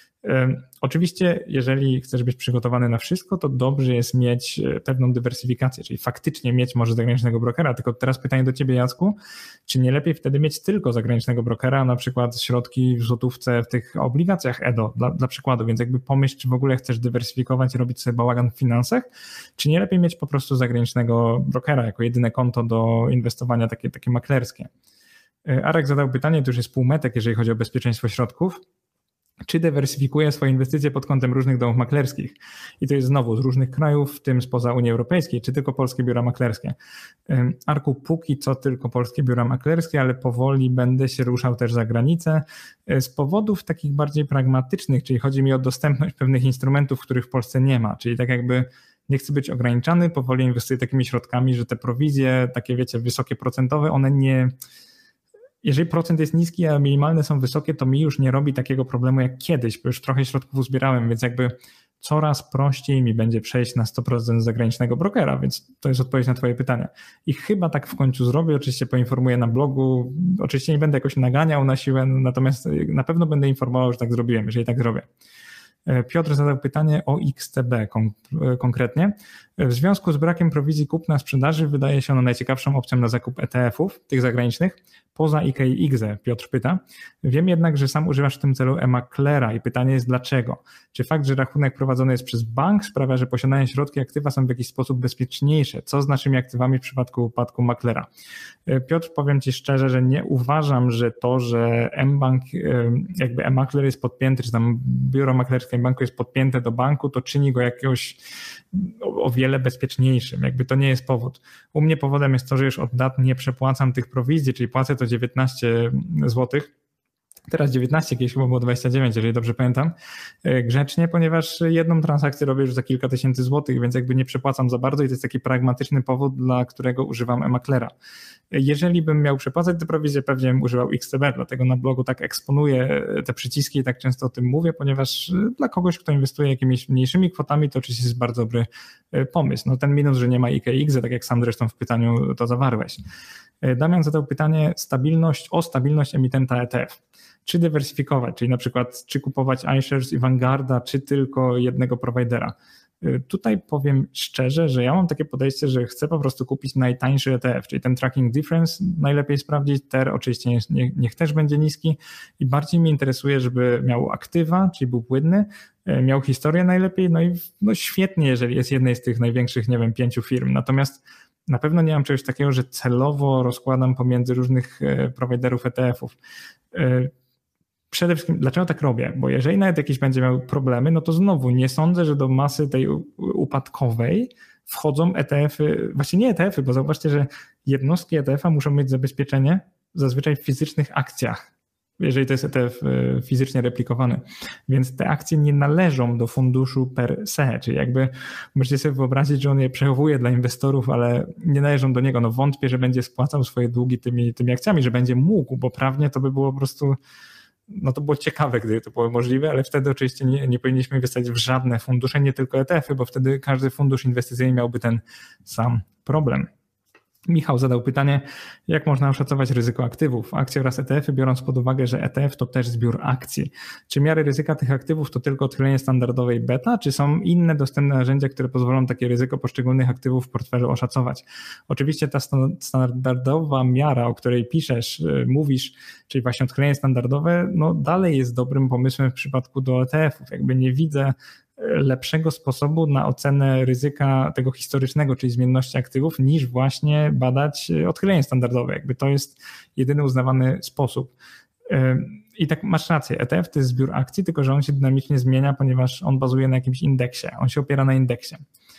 Oczywiście, jeżeli chcesz być przygotowany na wszystko, to dobrze jest mieć pewną dywersyfikację, czyli faktycznie mieć może zagranicznego brokera, tylko teraz pytanie do ciebie, Jacku, czy nie lepiej wtedy mieć tylko zagranicznego brokera, na przykład środki w złotówce w tych obligacjach E D O, dla, dla przykładu, więc jakby pomyśl, czy w ogóle chcesz dywersyfikować i robić sobie bałagan w finansach, czy nie lepiej mieć po prostu zagranicznego brokera jako jedyne konto do inwestowania takie, takie maklerskie. Arek zadał pytanie, to już jest półmetek, jeżeli chodzi o bezpieczeństwo środków. Czy dywersyfikuje swoje inwestycje pod kątem różnych domów maklerskich? I to jest znowu z różnych krajów, w tym spoza Unii Europejskiej, czy tylko polskie biura maklerskie? Arku, póki co tylko polskie biura maklerskie, ale powoli będę się ruszał też za granicę z powodów takich bardziej pragmatycznych, czyli chodzi mi o dostępność pewnych instrumentów, których w Polsce nie ma, czyli tak jakby nie chcę być ograniczany, powoli inwestuję takimi środkami, że te prowizje, takie wiecie, wysokie procentowe, one nie... Jeżeli procent jest niski, a minimalne są wysokie, to mi już nie robi takiego problemu jak kiedyś, bo już trochę środków uzbierałem, więc jakby coraz prościej mi będzie przejść na sto procent zagranicznego brokera, więc to jest odpowiedź na twoje pytanie. I chyba tak w końcu zrobię, oczywiście poinformuję na blogu, oczywiście nie będę jakoś naganiał na siłę, natomiast na pewno będę informował, że tak zrobiłem, jeżeli tak zrobię. Piotr zadał pytanie o X T B kon- konkretnie. W związku z brakiem prowizji kupna sprzedaży wydaje się ono najciekawszą opcją na zakup E T F-ów, tych zagranicznych, poza I K I X E, Piotr pyta. Wiem jednak, że sam używasz w tym celu e-maklera i pytanie jest dlaczego? Czy fakt, że rachunek prowadzony jest przez bank sprawia, że posiadane środki aktywa są w jakiś sposób bezpieczniejsze? Co z naszymi aktywami w przypadku upadku maklera? Piotr, powiem Ci szczerze, że nie uważam, że to, że mBank, jakby e-makler jest podpięty, czy tam biuro maklerskie banku jest podpięte do banku, to czyni go jakiegoś o, o wiele bezpieczniejszym. Jakby to nie jest powód. U mnie powodem jest to, że już od dat nie przepłacam tych prowizji, czyli płacę to dziewiętnaście złotych. Teraz dziewiętnaście, kiedyś chyba było dwadzieścia dziewięć, jeżeli dobrze pamiętam, grzecznie, ponieważ jedną transakcję robię już za kilka tysięcy złotych, więc jakby nie przepłacam za bardzo i to jest taki pragmatyczny powód, dla którego używam e-maklera. Jeżeli bym miał przepłacać tę prowizję, pewnie bym używał X T B, dlatego na blogu tak eksponuję te przyciski i tak często o tym mówię, ponieważ dla kogoś, kto inwestuje jakimiś mniejszymi kwotami, to oczywiście jest bardzo dobry pomysł. No ten minus, że nie ma I K I X E, tak jak sam zresztą w pytaniu to zawarłeś. Damian zadał pytanie stabilność, o stabilność emitenta E T F. Czy dywersyfikować, czyli na przykład czy kupować iShares i Vanguarda, czy tylko jednego prowajdera. Tutaj powiem szczerze, że ja mam takie podejście, że chcę po prostu kupić najtańszy E T F, czyli ten tracking difference najlepiej sprawdzić, T E R oczywiście niech, niech też będzie niski i bardziej mnie interesuje, żeby miał aktywa, czyli był płynny, miał historię najlepiej, no i no świetnie, jeżeli jest jednej z tych największych, nie wiem, pięciu firm. Natomiast na pewno nie mam czegoś takiego, że celowo rozkładam pomiędzy różnych prowajderów E T F-ów. Przede wszystkim, dlaczego tak robię? Bo jeżeli nawet jakiś będzie miał problemy, no to znowu nie sądzę, że do masy tej upadkowej wchodzą E T F-y, właśnie nie E T F-y, bo zauważcie, że jednostki E T F-a muszą mieć zabezpieczenie zazwyczaj w fizycznych akcjach, jeżeli to jest E T F fizycznie replikowany. Więc te akcje nie należą do funduszu per se, czyli jakby możecie sobie wyobrazić, że on je przechowuje dla inwestorów, ale nie należą do niego. No wątpię, że będzie spłacał swoje długi tymi, tymi akcjami, że będzie mógł, bo prawnie to by było po prostu, no to było ciekawe, gdyby to było możliwe, ale wtedy oczywiście nie, nie powinniśmy inwestować w żadne fundusze, nie tylko E T F-y, bo wtedy każdy fundusz inwestycyjny miałby ten sam problem. Michał zadał pytanie, jak można oszacować ryzyko aktywów, akcje oraz E T F-y, biorąc pod uwagę, że E T F to też zbiór akcji. Czy miary ryzyka tych aktywów to tylko odchylenie standardowej beta, czy są inne dostępne narzędzia, które pozwolą takie ryzyko poszczególnych aktywów w portfelu oszacować? Oczywiście ta standardowa miara, o której piszesz, mówisz, czyli właśnie odchylenie standardowe, no dalej jest dobrym pomysłem w przypadku do E T F-ów. Jakby nie widzę lepszego sposobu na ocenę ryzyka tego historycznego, czyli zmienności aktywów, niż właśnie badać odchylenie standardowe. Jakby to jest jedyny uznawany sposób. I tak masz rację, E T F to jest zbiór akcji, tylko że on się dynamicznie zmienia, ponieważ on bazuje na jakimś indeksie, on się opiera na indeksie.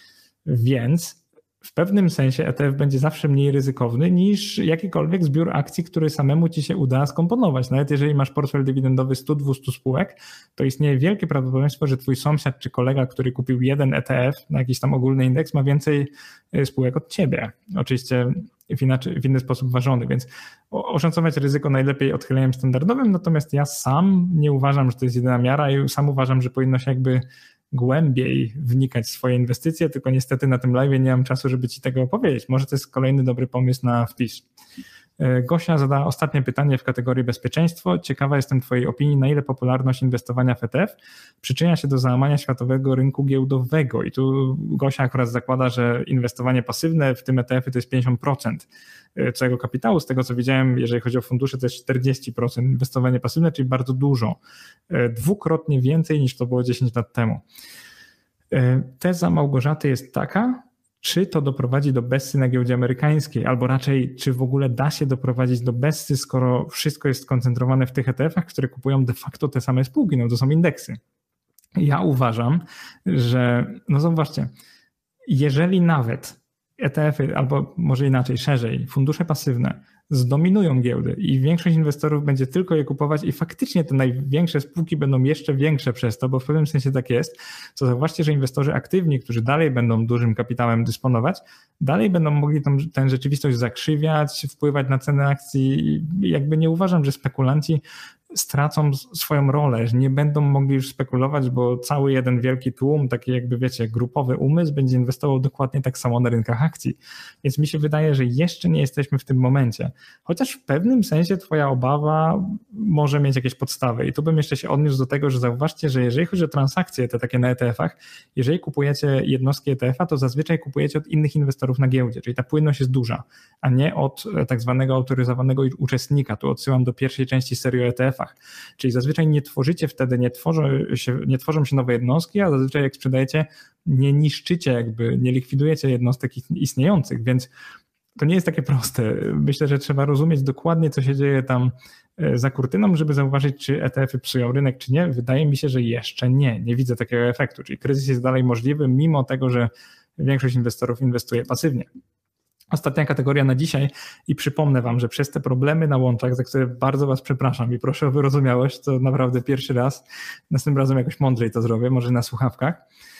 Więc w pewnym sensie E T F będzie zawsze mniej ryzykowny niż jakikolwiek zbiór akcji, który samemu ci się uda skomponować. Nawet jeżeli masz portfel dywidendowy sto do dwustu spółek, to istnieje wielkie prawdopodobieństwo, że twój sąsiad czy kolega, który kupił jeden E T F na jakiś tam ogólny indeks, ma więcej spółek od ciebie. Oczywiście w, inaczej, w inny sposób ważony, więc oszacować ryzyko najlepiej odchyleniem standardowym, natomiast ja sam nie uważam, że to jest jedyna miara i sam uważam, że powinno się jakby głębiej wnikać w swoje inwestycje, tylko niestety na tym live nie mam czasu, żeby ci tego opowiedzieć. Może to jest kolejny dobry pomysł na wpis. Gosia zadała ostatnie pytanie w kategorii bezpieczeństwo. Ciekawa jestem twojej opinii, na ile popularność inwestowania w E T F przyczynia się do załamania światowego rynku giełdowego. I tu Gosia akurat zakłada, że inwestowanie pasywne, w tym E T F-y, to jest pięćdziesiąt procent całego kapitału. Z tego co widziałem, jeżeli chodzi o fundusze, to jest czterdzieści procent inwestowanie pasywne, czyli bardzo dużo. Dwukrotnie więcej niż to było dziesięć lat temu. Teza Małgorzaty jest taka, czy to doprowadzi do bessy na giełdzie amerykańskiej, albo raczej czy w ogóle da się doprowadzić do bessy, skoro wszystko jest skoncentrowane w tych E T F-ach, które kupują de facto te same spółki, no to są indeksy. Ja uważam, że, no zobaczcie, jeżeli nawet E T F-y, albo może inaczej, szerzej, fundusze pasywne zdominują giełdy i większość inwestorów będzie tylko je kupować i faktycznie te największe spółki będą jeszcze większe przez to, bo w pewnym sensie tak jest, to zauważcie, że inwestorzy aktywni, którzy dalej będą dużym kapitałem dysponować, dalej będą mogli tą, tę rzeczywistość zakrzywiać, wpływać na cenę akcji i jakby nie uważam, że spekulanci stracą swoją rolę, że nie będą mogli już spekulować, bo cały jeden wielki tłum, taki jakby wiecie, grupowy umysł będzie inwestował dokładnie tak samo na rynkach akcji. Więc mi się wydaje, że jeszcze nie jesteśmy w tym momencie. Chociaż w pewnym sensie twoja obawa może mieć jakieś podstawy. I tu bym jeszcze się odniósł do tego, że zauważcie, że jeżeli chodzi o transakcje te takie na E T F-ach, jeżeli kupujecie jednostki E T F-a, to zazwyczaj kupujecie od innych inwestorów na giełdzie, czyli ta płynność jest duża, a nie od tak zwanego autoryzowanego uczestnika. Tu odsyłam do pierwszej części serii o E T F-ach. Czyli zazwyczaj nie tworzycie wtedy, nie tworzą się, nie tworzą się nowe jednostki, a zazwyczaj jak sprzedajecie, nie niszczycie jakby, nie likwidujecie jednostek istniejących, więc to nie jest takie proste. Myślę, że trzeba rozumieć dokładnie, co się dzieje tam za kurtyną, żeby zauważyć, czy E T F-y psują rynek, czy nie. Wydaje mi się, że jeszcze nie. Nie widzę takiego efektu, czyli kryzys jest dalej możliwy, mimo tego, że większość inwestorów inwestuje pasywnie. Ostatnia kategoria na dzisiaj i przypomnę wam, że przez te problemy na łączach, za które bardzo was przepraszam i proszę o wyrozumiałość, to naprawdę pierwszy raz, następnym razem jakoś mądrzej to zrobię, może na słuchawkach.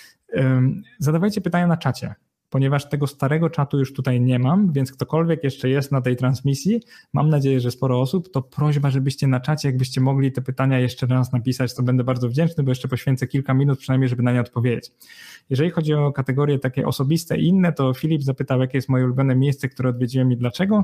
Zadawajcie pytania na czacie, ponieważ tego starego czatu już tutaj nie mam, więc ktokolwiek jeszcze jest na tej transmisji, mam nadzieję, że sporo osób, to prośba, żebyście na czacie, jakbyście mogli te pytania jeszcze raz napisać, to będę bardzo wdzięczny, bo jeszcze poświęcę kilka minut przynajmniej, żeby na nie odpowiedzieć. Jeżeli chodzi o kategorie takie osobiste i inne, to Filip zapytał, jakie jest moje ulubione miejsce, które odwiedziłem i dlaczego.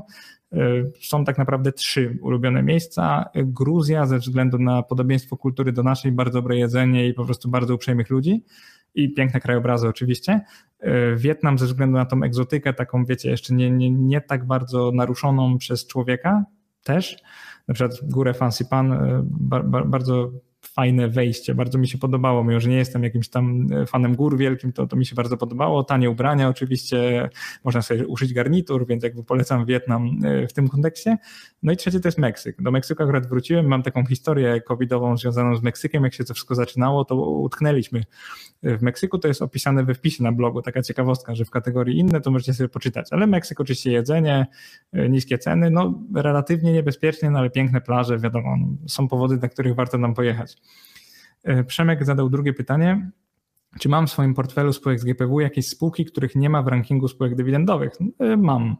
Są tak naprawdę trzy ulubione miejsca. Gruzja ze względu na podobieństwo kultury do naszej, bardzo dobre jedzenie i po prostu bardzo uprzejmych ludzi. I piękne krajobrazy oczywiście. Wietnam ze względu na tą egzotykę, taką wiecie, jeszcze nie, nie, nie tak bardzo naruszoną przez człowieka też. Na przykład górę Fansipan, Pan, bardzo fajne wejście, bardzo mi się podobało, mimo że nie jestem jakimś tam fanem gór wielkim, to, to mi się bardzo podobało. Tanie ubrania oczywiście, można sobie uszyć garnitur, więc jakby polecam Wietnam w tym kontekście. No i trzecie to jest Meksyk. Do Meksyku akurat wróciłem, mam taką historię covidową związaną z Meksykiem, jak się to wszystko zaczynało, to utknęliśmy w Meksyku, to jest opisane we wpisie na blogu, taka ciekawostka, że w kategorii inne to możecie sobie poczytać, ale Meksyk oczywiście jedzenie, niskie ceny, no relatywnie niebezpiecznie, no ale piękne plaże, wiadomo, są powody, dla których warto nam pojechać. Przemek zadał drugie pytanie. Czy mam w swoim portfelu spółek z G P W jakieś spółki, których nie ma w rankingu spółek dywidendowych? Mam.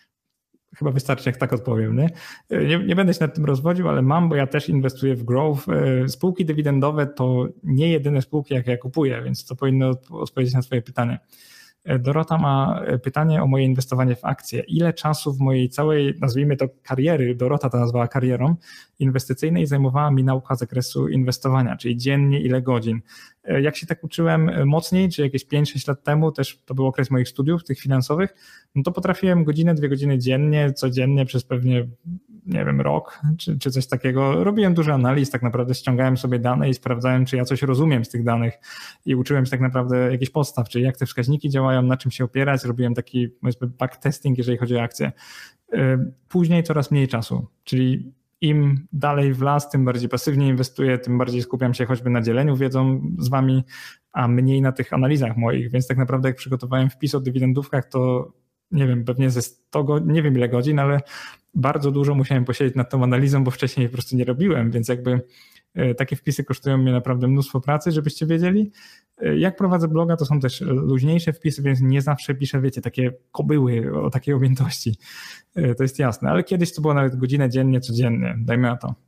Chyba wystarczy, jak tak odpowiem. Nie? Nie, nie będę się nad tym rozwodził, ale mam, bo ja też inwestuję w growth. Spółki dywidendowe to nie jedyne spółki, jakie ja kupuję, więc to powinno odpowiedzieć na twoje pytanie. Dorota ma pytanie o moje inwestowanie w akcje. Ile czasu w mojej całej, nazwijmy to kariery, Dorota to nazwała karierą, inwestycyjnej zajmowała mi nauka z zakresu inwestowania, czyli dziennie ile godzin. Jak się tak uczyłem mocniej, czy jakieś pięć sześć lat temu, też to był okres moich studiów, tych finansowych, no to potrafiłem godzinę, dwie godziny dziennie, codziennie przez pewnie, nie wiem, rok, czy, czy coś takiego. Robiłem dużo analiz, tak naprawdę ściągałem sobie dane i sprawdzałem, czy ja coś rozumiem z tych danych i uczyłem się tak naprawdę jakichś podstaw, czyli jak te wskaźniki działają, na czym się opierać, robiłem taki, powiedzmy, backtesting, jeżeli chodzi o akcje. Później coraz mniej czasu, czyli im dalej w las, tym bardziej pasywnie inwestuję, tym bardziej skupiam się choćby na dzieleniu wiedzą z wami, a mniej na tych analizach moich, więc tak naprawdę jak przygotowałem wpis o dywidendówkach, to nie wiem, pewnie ze sto godzin, nie wiem ile godzin, ale bardzo dużo musiałem posiedzieć nad tą analizą, bo wcześniej po prostu nie robiłem, więc jakby takie wpisy kosztują mnie naprawdę mnóstwo pracy, żebyście wiedzieli. Jak prowadzę bloga, to są też luźniejsze wpisy, więc nie zawsze piszę, wiecie, takie kobyły o takiej objętości. To jest jasne, ale kiedyś to było nawet godzinę dziennie, codziennie, dajmy na to.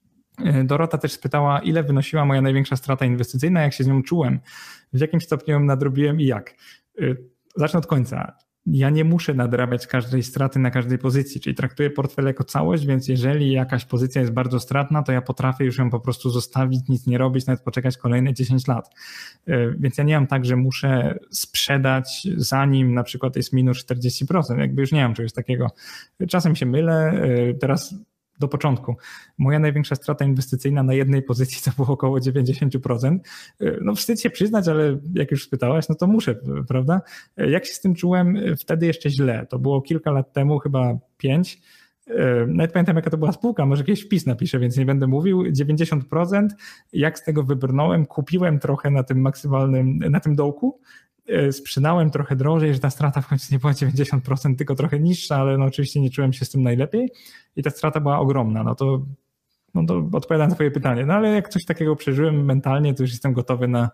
Dorota też spytała, ile wynosiła moja największa strata inwestycyjna, jak się z nią czułem, w jakim stopniu ją nadrobiłem i jak. Zacznę od końca. Ja nie muszę nadrabiać każdej straty na każdej pozycji, czyli traktuję portfel jako całość, więc jeżeli jakaś pozycja jest bardzo stratna, to ja potrafię już ją po prostu zostawić, nic nie robić, nawet poczekać kolejne dziesięć lat. Więc ja nie mam tak, że muszę sprzedać zanim na przykład jest minus czterdzieści procent, jakby już nie mam czegoś takiego. Czasem się mylę, teraz do początku. Moja największa strata inwestycyjna na jednej pozycji to było około dziewięćdziesiąt procent. No wstyd się przyznać, ale jak już spytałaś, no to muszę, prawda? Jak się z tym czułem? Wtedy jeszcze źle. To było kilka lat temu, chyba pięć. Nawet pamiętam, jaka to była spółka, może jakiś wpis napiszę, więc nie będę mówił. dziewięćdziesiąt procent. Jak z tego wybrnąłem, kupiłem trochę na tym maksymalnym, na tym dołku, sprzedałem trochę drożej, że ta strata w końcu nie była dziewięćdziesiąt procent, tylko trochę niższa, ale no oczywiście nie czułem się z tym najlepiej i ta strata była ogromna. No to, no to odpowiadam na twoje pytanie. No ale jak coś takiego przeżyłem mentalnie, to już jestem gotowy na,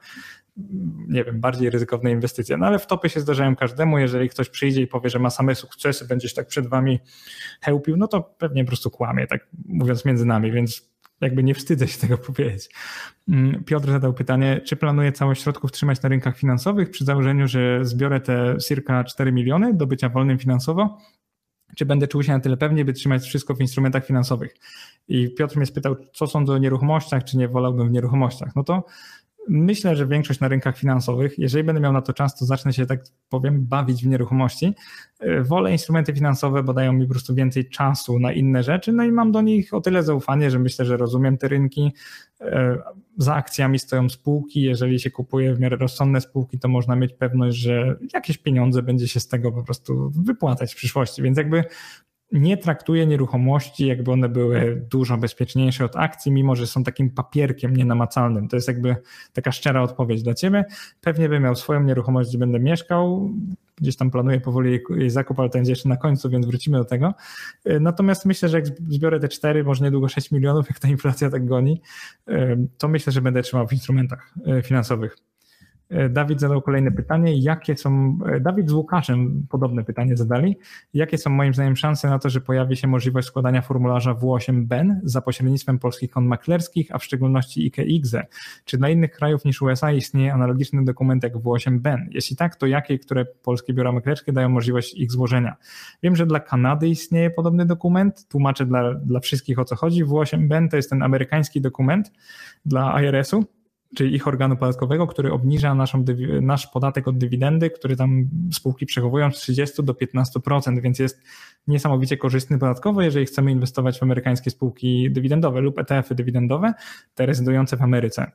nie wiem, bardziej ryzykowne inwestycje. No ale wtopy się zdarzają każdemu. Jeżeli ktoś przyjdzie i powie, że ma same sukcesy, będziesz tak przed wami chełpił, no to pewnie po prostu kłamie, tak mówiąc między nami, więc jakby nie wstydzę się tego powiedzieć. Piotr zadał pytanie, czy planuję całość środków trzymać na rynkach finansowych przy założeniu, że zbiorę te circa cztery miliony do bycia wolnym finansowo, czy będę czuł się na tyle pewnie, by trzymać wszystko w instrumentach finansowych. I Piotr mnie spytał, co sądzę o nieruchomościach, czy nie wolałbym w nieruchomościach. No to myślę, że większość na rynkach finansowych, jeżeli będę miał na to czas, to zacznę się, tak powiem, bawić w nieruchomości. Wolę instrumenty finansowe, bo dają mi po prostu więcej czasu na inne rzeczy, no i mam do nich o tyle zaufanie, że myślę, że rozumiem te rynki. Za akcjami stoją spółki, jeżeli się kupuje w miarę rozsądne spółki, to można mieć pewność, że jakieś pieniądze będzie się z tego po prostu wypłacać w przyszłości, więc jakby nie traktuję nieruchomości, jakby one były dużo bezpieczniejsze od akcji, mimo że są takim papierkiem nienamacalnym. To jest jakby taka szczera odpowiedź dla ciebie. Pewnie bym miał swoją nieruchomość, gdzie będę mieszkał. Gdzieś tam planuję powoli jej zakup, ale to będzie jeszcze na końcu, więc wrócimy do tego. Natomiast myślę, że jak zbiorę te cztery, może niedługo sześć milionów, jak ta inflacja tak goni, to myślę, że będę trzymał w instrumentach finansowych. Dawid zadał kolejne pytanie, jakie są, Dawid z Łukaszem podobne pytanie zadali, jakie są moim zdaniem szanse na to, że pojawi się możliwość składania formularza W osiem B E N za pośrednictwem polskich kont maklerskich, a w szczególności I K E X E? Czy dla innych krajów niż U S A istnieje analogiczny dokument jak W osiem B E N? Jeśli tak, to jakie, które polskie biura maklerskie dają możliwość ich złożenia? Wiem, że dla Kanady istnieje podobny dokument, tłumaczę dla, dla wszystkich o co chodzi. W osiem B E N to jest ten amerykański dokument dla I R S-u, czyli ich organu podatkowego, który obniża naszą, nasz podatek od dywidendy, który tam spółki przechowują z trzydziestu do piętnastu procent, więc jest niesamowicie korzystny podatkowo, jeżeli chcemy inwestować w amerykańskie spółki dywidendowe lub E T F-y dywidendowe, te rezydujące w Ameryce.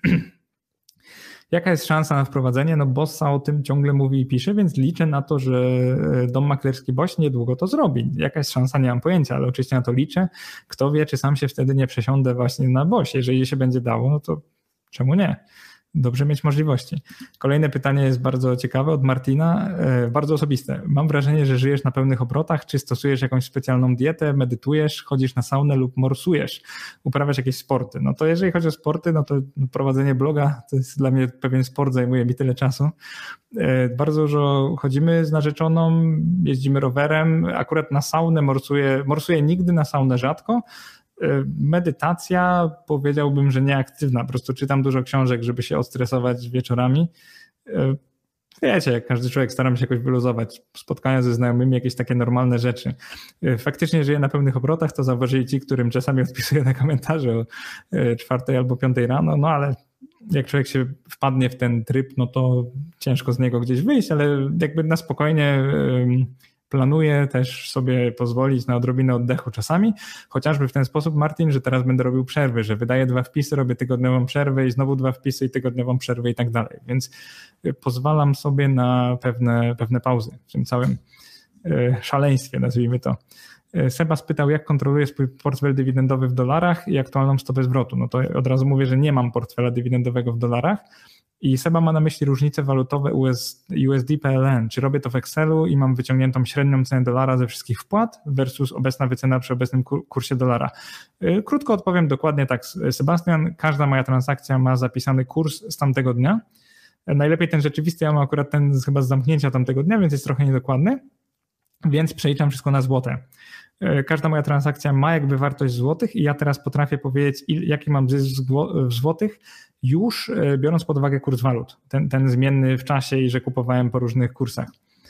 Jaka jest szansa na wprowadzenie? No Bossa o tym ciągle mówi i pisze, więc liczę na to, że dom maklerski Boś niedługo to zrobi. Jaka jest szansa? Nie mam pojęcia, ale oczywiście na to liczę. Kto wie, czy sam się wtedy nie przesiądę właśnie na Boś. Jeżeli się będzie dało, no to czemu nie? Dobrze mieć możliwości. Kolejne pytanie jest bardzo ciekawe od Martina, bardzo osobiste. Mam wrażenie, że żyjesz na pełnych obrotach, czy stosujesz jakąś specjalną dietę, medytujesz, chodzisz na saunę lub morsujesz, uprawiasz jakieś sporty. No to jeżeli chodzi o sporty, no to prowadzenie bloga to jest dla mnie pewien sport, zajmuje mi tyle czasu. Bardzo dużo chodzimy z narzeczoną, jeździmy rowerem, akurat na saunę morsuję, morsuję nigdy, na saunę rzadko. Medytacja powiedziałbym, że nieaktywna, po prostu czytam dużo książek, żeby się odstresować wieczorami. Wiecie, jak każdy człowiek, staram się jakoś wyluzować, spotkania ze znajomymi, jakieś takie normalne rzeczy. Faktycznie żyję na pełnych obrotach, to zauważyli ci, którym czasami odpisuję na komentarze o czwartej albo piątej rano, no ale jak człowiek się wpadnie w ten tryb, no to ciężko z niego gdzieś wyjść, ale jakby na spokojnie planuję też sobie pozwolić na odrobinę oddechu czasami, chociażby w ten sposób, Martin, że teraz będę robił przerwy, że wydaję dwa wpisy, robię tygodniową przerwę i znowu dwa wpisy i tygodniową przerwę i tak dalej, więc pozwalam sobie na pewne, pewne pauzy w tym całym szaleństwie, nazwijmy to. Seba spytał, jak kontroluję swój portfel dywidendowy w dolarach i aktualną stopę zwrotu. No to od razu mówię, że nie mam portfela dywidendowego w dolarach. I Seba ma na myśli różnice walutowe U S D P L N. Czy robię to w Excelu i mam wyciągniętą średnią cenę dolara ze wszystkich wpłat versus obecna wycena przy obecnym kursie dolara? Krótko odpowiem dokładnie tak, Sebastian. Każda moja transakcja ma zapisany kurs z tamtego dnia. Najlepiej ten rzeczywisty, ja mam akurat ten chyba z zamknięcia tamtego dnia, więc jest trochę niedokładny, więc przeliczam wszystko na złote. Każda moja transakcja ma jakby wartość złotych i ja teraz potrafię powiedzieć, jaki mam zysk w złotych, już biorąc pod uwagę kurs walut, ten, ten zmienny w czasie i że kupowałem po różnych kursach.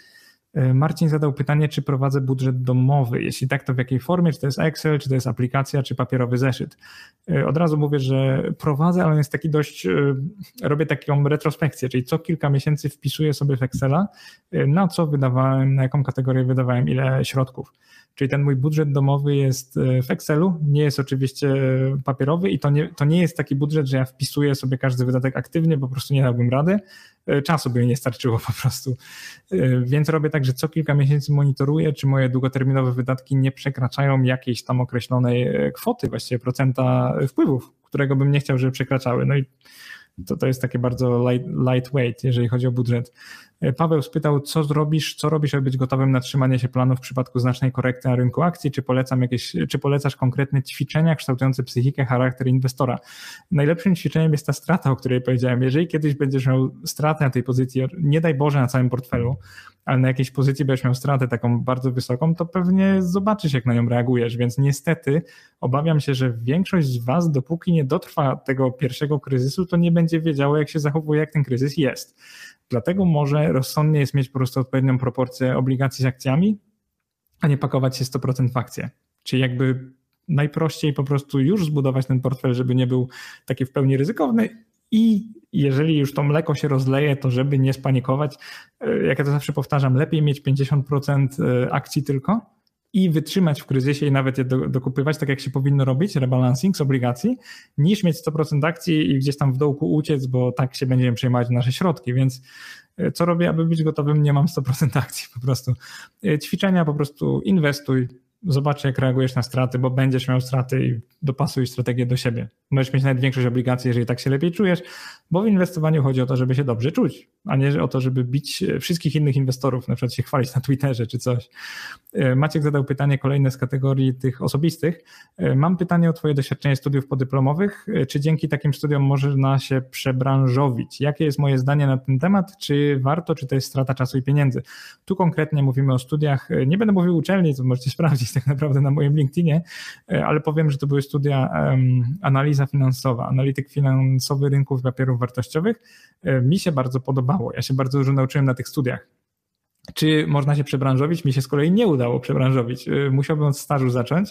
Marcin zadał pytanie, czy prowadzę budżet domowy. Jeśli tak, to w jakiej formie? Czy to jest Excel, czy to jest aplikacja, czy papierowy zeszyt? Od razu mówię, że prowadzę, ale on jest taki dość, robię taką retrospekcję, czyli co kilka miesięcy wpisuję sobie w Excela, na co wydawałem, na jaką kategorię wydawałem, ile środków. Czyli ten mój budżet domowy jest w Excelu, nie jest oczywiście papierowy i to nie, to nie jest taki budżet, że ja wpisuję sobie każdy wydatek aktywnie, po prostu nie dałbym rady. Czasu by mi nie starczyło po prostu. Więc robię tak, że co kilka miesięcy monitoruję, czy moje długoterminowe wydatki nie przekraczają jakiejś tam określonej kwoty, właściwie procenta wpływów, którego bym nie chciał, żeby przekraczały. No i to, to jest takie bardzo light, lightweight, jeżeli chodzi o budżet. Paweł spytał, co zrobisz, co robisz, aby być gotowym na trzymanie się planu w przypadku znacznej korekty na rynku akcji, czy polecam jakieś, czy polecasz konkretne ćwiczenia kształtujące psychikę, charakter inwestora? Najlepszym ćwiczeniem jest ta strata, o której powiedziałem. Jeżeli kiedyś będziesz miał stratę na tej pozycji, nie daj Boże na całym portfelu, ale na jakiejś pozycji będziesz miał stratę taką bardzo wysoką, to pewnie zobaczysz, jak na nią reagujesz, więc niestety obawiam się, że większość z was, dopóki nie dotrwa tego pierwszego kryzysu, to nie będzie wiedziało, jak się zachowuje, jak ten kryzys jest. Dlatego może rozsądnie jest mieć po prostu odpowiednią proporcję obligacji z akcjami, a nie pakować się sto procent w akcje. Czyli jakby najprościej po prostu już zbudować ten portfel, żeby nie był taki w pełni ryzykowny i jeżeli już to mleko się rozleje, to żeby nie spanikować, jak ja to zawsze powtarzam, lepiej mieć pięćdziesiąt procent akcji tylko i wytrzymać w kryzysie i nawet je dokupywać, tak jak się powinno robić, rebalancing z obligacji, niż mieć sto procent akcji i gdzieś tam w dołku uciec, bo tak się będziemy przejmować nasze środki, więc co robię, aby być gotowym? Nie mam sto procent akcji po prostu. Ćwiczenia po prostu inwestuj, zobacz, jak reagujesz na straty, bo będziesz miał straty i dopasuj strategię do siebie. Możesz mieć nawet większość obligacji, jeżeli tak się lepiej czujesz, bo w inwestowaniu chodzi o to, żeby się dobrze czuć, a nie o to, żeby bić wszystkich innych inwestorów, na przykład się chwalić na Twitterze czy coś. Maciek zadał pytanie kolejne z kategorii tych osobistych. Mam pytanie o twoje doświadczenie studiów podyplomowych. Czy dzięki takim studiom można się przebranżowić? Jakie jest moje zdanie na ten temat? Czy warto, czy to jest strata czasu i pieniędzy? Tu konkretnie mówimy o studiach, nie będę mówił uczelni, to możecie sprawdzić tak naprawdę na moim LinkedInie, ale powiem, że to były studia um, analiza finansowa, analityk finansowy rynków papierów wartościowych. Mi się bardzo podobało, ja się bardzo dużo nauczyłem na tych studiach. Czy można się przebranżowić? Mi się z kolei nie udało przebranżowić. Musiałbym od stażu zacząć.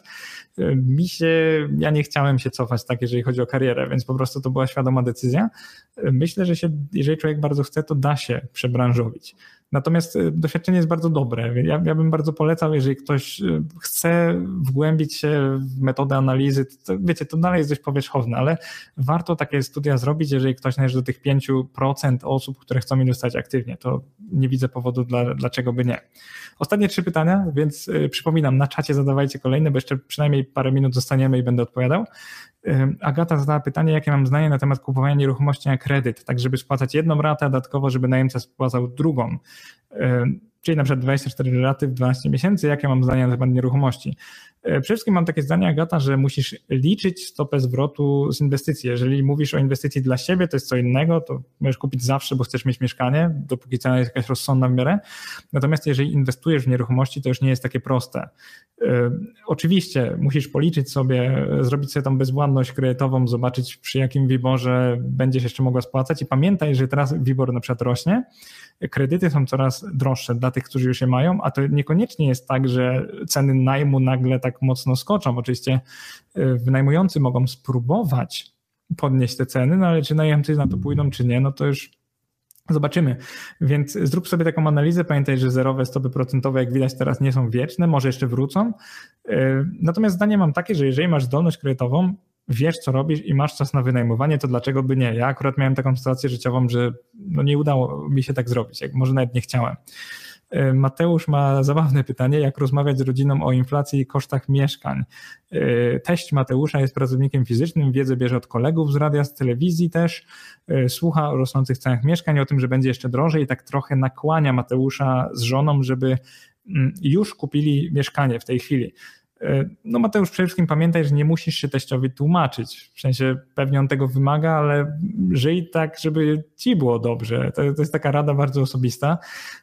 Mi się, ja nie chciałem się cofać tak, jeżeli chodzi o karierę, więc po prostu to była świadoma decyzja. Myślę, że się, jeżeli człowiek bardzo chce, to da się przebranżowić. Natomiast doświadczenie jest bardzo dobre. Ja, ja bym bardzo polecał, jeżeli ktoś chce wgłębić się w metodę analizy, to wiecie, to dalej jest dość powierzchowne, ale warto takie studia zrobić, jeżeli ktoś należy do tych pięciu procent osób, które chcą inwestować aktywnie. To nie widzę powodu, dla, dlaczego by nie. Ostatnie trzy pytania, więc przypominam, na czacie zadawajcie kolejne, bo jeszcze przynajmniej parę minut zostaniemy i będę odpowiadał. Agata zadała pytanie, jakie mam zdanie na temat kupowania nieruchomości na kredyt, tak żeby spłacać jedną ratę, a dodatkowo, żeby najemca spłacał drugą. Czyli na przykład dwadzieścia cztery raty w dwanaście miesięcy, jakie mam zdanie na temat nieruchomości. Przede wszystkim mam takie zdanie, Agata, że musisz liczyć stopę zwrotu z inwestycji. Jeżeli mówisz o inwestycji dla siebie, to jest co innego, to możesz kupić zawsze, bo chcesz mieć mieszkanie, dopóki cena jest jakaś rozsądna w miarę. Natomiast jeżeli inwestujesz w nieruchomości, to już nie jest takie proste. Oczywiście musisz policzyć sobie, zrobić sobie tam bezwładność kredytową, zobaczyć przy jakim WIBORze będziesz jeszcze mogła spłacać i pamiętaj, że teraz WIBOR na przykład rośnie, kredyty są coraz droższe dla tych, którzy już je mają, a to niekoniecznie jest tak, że ceny najmu nagle tak mocno skoczą. Oczywiście wynajmujący mogą spróbować podnieść te ceny, no ale czy najemcy na to pójdą, czy nie, no to już zobaczymy. Więc zrób sobie taką analizę. Pamiętaj, że zerowe stopy procentowe, jak widać teraz, nie są wieczne, może jeszcze wrócą. Natomiast zdanie mam takie, że jeżeli masz zdolność kredytową, wiesz, co robisz i masz czas na wynajmowanie, to dlaczego by nie? Ja akurat miałem taką sytuację życiową, że no nie udało mi się tak zrobić, jak może nawet nie chciałem. Mateusz ma zabawne pytanie, jak rozmawiać z rodziną o inflacji i kosztach mieszkań. Teść Mateusza jest pracownikiem fizycznym, wiedzę bierze od kolegów z radia, z telewizji też, słucha o rosnących cenach mieszkań, o tym, że będzie jeszcze drożej i tak trochę nakłania Mateusza z żoną, żeby już kupili mieszkanie w tej chwili. No Mateusz, przede wszystkim pamiętaj, że nie musisz się teściowi tłumaczyć, w sensie pewnie on tego wymaga, ale żyj tak, żeby ci było dobrze. To, to jest taka rada bardzo osobista.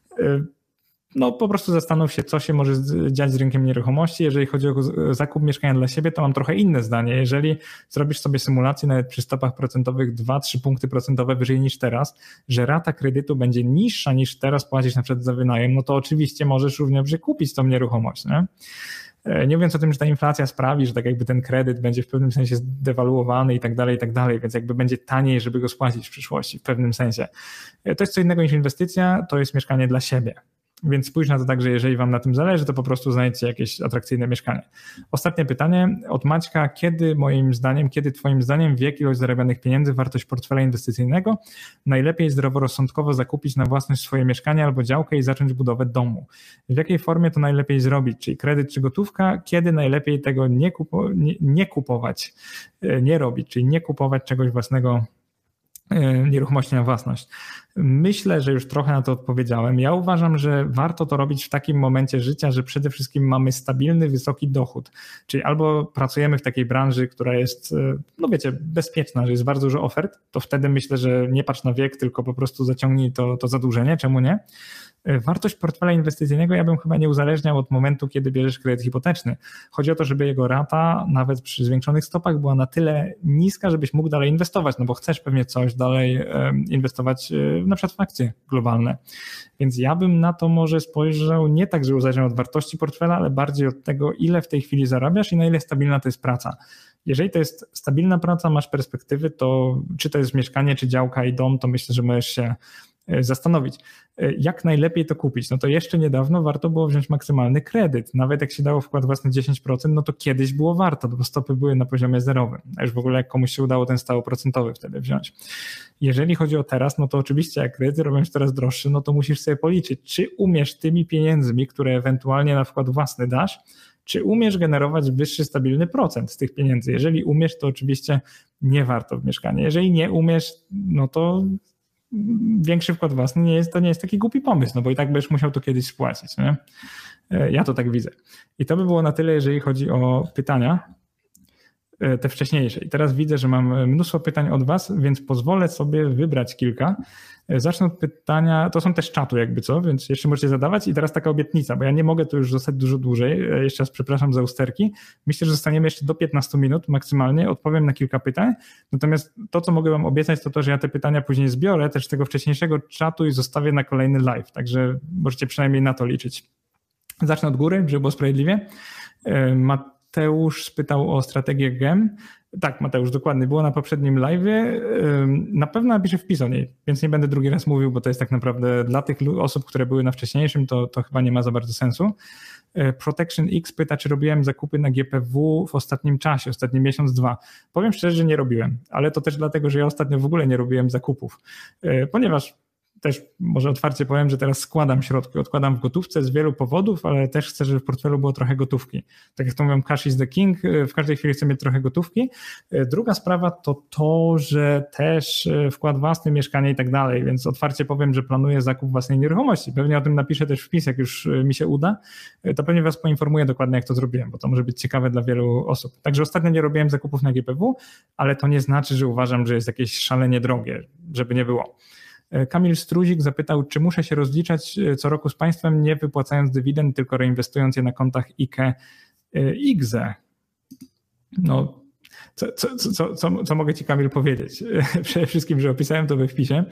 No po prostu zastanów się, co się może dziać z rynkiem nieruchomości. Jeżeli chodzi o zakup mieszkania dla siebie, to mam trochę inne zdanie. Jeżeli zrobisz sobie symulację nawet przy stopach procentowych dwa trzy punkty procentowe wyżej niż teraz, że rata kredytu będzie niższa niż teraz płacisz na przykład za wynajem, no to oczywiście możesz równie kupić tą nieruchomość, nie? Nie mówiąc o tym, że ta inflacja sprawi, że tak jakby ten kredyt będzie w pewnym sensie zdewaluowany i tak dalej, i tak dalej, więc jakby będzie taniej, żeby go spłacić w przyszłości w pewnym sensie. To jest co innego niż inwestycja, to jest mieszkanie dla siebie. Więc spójrz na to tak, że jeżeli wam na tym zależy, to po prostu znajdźcie jakieś atrakcyjne mieszkanie. Ostatnie pytanie od Maćka. Kiedy moim zdaniem, kiedy twoim zdaniem wiek, ilość zarabianych pieniędzy, wartość portfela inwestycyjnego najlepiej zdroworozsądkowo zakupić na własność swoje mieszkanie albo działkę i zacząć budowę domu? W jakiej formie to najlepiej zrobić? Czyli kredyt czy gotówka? Kiedy najlepiej tego nie, kupo, nie, nie kupować, nie robić, czyli nie kupować czegoś własnego nieruchomości na własność. Myślę, że już trochę na to odpowiedziałem. Ja uważam, że warto to robić w takim momencie życia, że przede wszystkim mamy stabilny, wysoki dochód. Czyli albo pracujemy w takiej branży, która jest, no wiecie, bezpieczna, że jest bardzo dużo ofert, to wtedy myślę, że nie patrz na wiek, tylko po prostu zaciągnij to, to zadłużenie, czemu nie? Wartość portfela inwestycyjnego ja bym chyba nie uzależniał od momentu, kiedy bierzesz kredyt hipoteczny. Chodzi o to, żeby jego rata nawet przy zwiększonych stopach była na tyle niska, żebyś mógł dalej inwestować, no bo chcesz pewnie coś dalej inwestować na przykład w akcje globalne. Więc ja bym na to może spojrzał nie tak, że uzależniał od wartości portfela, ale bardziej od tego, ile w tej chwili zarabiasz i na ile stabilna to jest praca. Jeżeli to jest stabilna praca, masz perspektywy, to czy to jest mieszkanie, czy działka i dom, to myślę, że możesz się zastanowić, jak najlepiej to kupić. No to jeszcze niedawno warto było wziąć maksymalny kredyt. Nawet jak się dało wkład własny dziesięć procent, no to kiedyś było warto, bo stopy były na poziomie zerowym. A już w ogóle jak komuś się udało ten stałoprocentowy wtedy wziąć. Jeżeli chodzi o teraz, no to oczywiście jak kredyt robią się coraz droższy, no to musisz sobie policzyć, czy umiesz tymi pieniędzmi, które ewentualnie na wkład własny dasz, czy umiesz generować wyższy, stabilny procent z tych pieniędzy. Jeżeli umiesz, to oczywiście nie warto w mieszkanie. Jeżeli nie umiesz, no to większy wkład własny nie jest, to nie jest taki głupi pomysł, no bo i tak będziesz musiał to kiedyś spłacić. Nie? Ja to tak widzę. I to by było na tyle, jeżeli chodzi o pytania, te wcześniejsze. I teraz widzę, że mam mnóstwo pytań od was, więc pozwolę sobie wybrać kilka. Zacznę od pytania, to są też z czatu jakby co, więc jeszcze możecie zadawać i teraz taka obietnica, bo ja nie mogę tu już zostać dużo dłużej, jeszcze raz przepraszam za usterki. Myślę, że zostaniemy jeszcze do piętnastu minut maksymalnie, odpowiem na kilka pytań, natomiast to, co mogę wam obiecać, to to, że ja te pytania później zbiorę też z tego wcześniejszego czatu i zostawię na kolejny live, także możecie przynajmniej na to liczyć. Zacznę od góry, żeby było sprawiedliwie. Mateusz spytał o strategię G E M. Tak, Mateusz, dokładnie, było na poprzednim live'ie. Na pewno napiszę wpis o niej, więc nie będę drugi raz mówił, bo to jest tak naprawdę dla tych osób, które były na wcześniejszym, to, to chyba nie ma za bardzo sensu. Protection X pyta, czy robiłem zakupy na G P W w ostatnim czasie, ostatni miesiąc, dwa. Powiem szczerze, że nie robiłem, ale to też dlatego, że ja ostatnio w ogóle nie robiłem zakupów, ponieważ też może otwarcie powiem, że teraz składam środki, odkładam w gotówce z wielu powodów, ale też chcę, żeby w portfelu było trochę gotówki. Tak jak to mówią, cash is the king, w każdej chwili chcę mieć trochę gotówki. Druga sprawa to to, że też wkład własny, mieszkanie i tak dalej, więc otwarcie powiem, że planuję zakup własnej nieruchomości. Pewnie o tym napiszę też wpis, jak już mi się uda, to pewnie was poinformuję dokładnie, jak to zrobiłem, bo to może być ciekawe dla wielu osób. Także ostatnio nie robiłem zakupów na G P W, ale to nie znaczy, że uważam, że jest jakieś szalenie drogie, żeby nie było. Kamil Struzik zapytał, czy muszę się rozliczać co roku z państwem, nie wypłacając dywidend, tylko reinwestując je na kontach I K E I G Z E. No, co, co, co, co, co mogę ci, Kamil, powiedzieć? Przede wszystkim, że opisałem to we wpisie.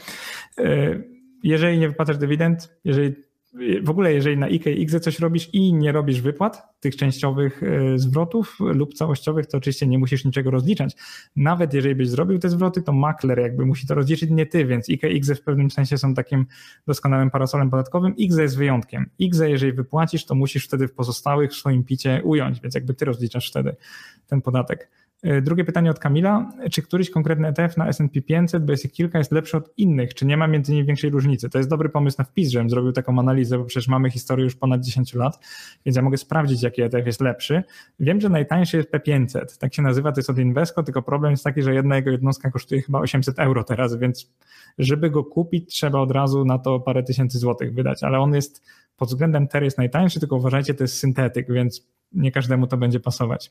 Jeżeli nie wypłacasz dywidend, jeżeli w ogóle jeżeli na I K E I G Z E coś robisz i nie robisz wypłat tych częściowych zwrotów lub całościowych, to oczywiście nie musisz niczego rozliczać. Nawet jeżeli byś zrobił te zwroty, to makler jakby musi to rozliczyć, nie ty, więc I K E I G Z E w pewnym sensie są takim doskonałym parasolem podatkowym. I G Z E jest wyjątkiem. I G Z E jeżeli wypłacisz, to musisz wtedy w pozostałych w swoim picie ująć, więc jakby ty rozliczasz wtedy ten podatek. Drugie pytanie od Kamila. Czy któryś konkretny E T F na S and P pięćset, bo jest ich kilka, jest lepszy od innych? Czy nie ma między nimi większej różnicy? To jest dobry pomysł na wpis, żebym zrobił taką analizę, bo przecież mamy historię już ponad dziesięć lat, więc ja mogę sprawdzić, jaki E T F jest lepszy. Wiem, że najtańszy jest P pięćset, tak się nazywa, to jest od Invesco, tylko problem jest taki, że jedna jego jednostka kosztuje chyba osiemset euro teraz, więc żeby go kupić, trzeba od razu na to parę tysięcy złotych wydać, ale on jest pod względem T E R jest najtańszy, tylko uważajcie, to jest syntetyk, więc nie każdemu to będzie pasować.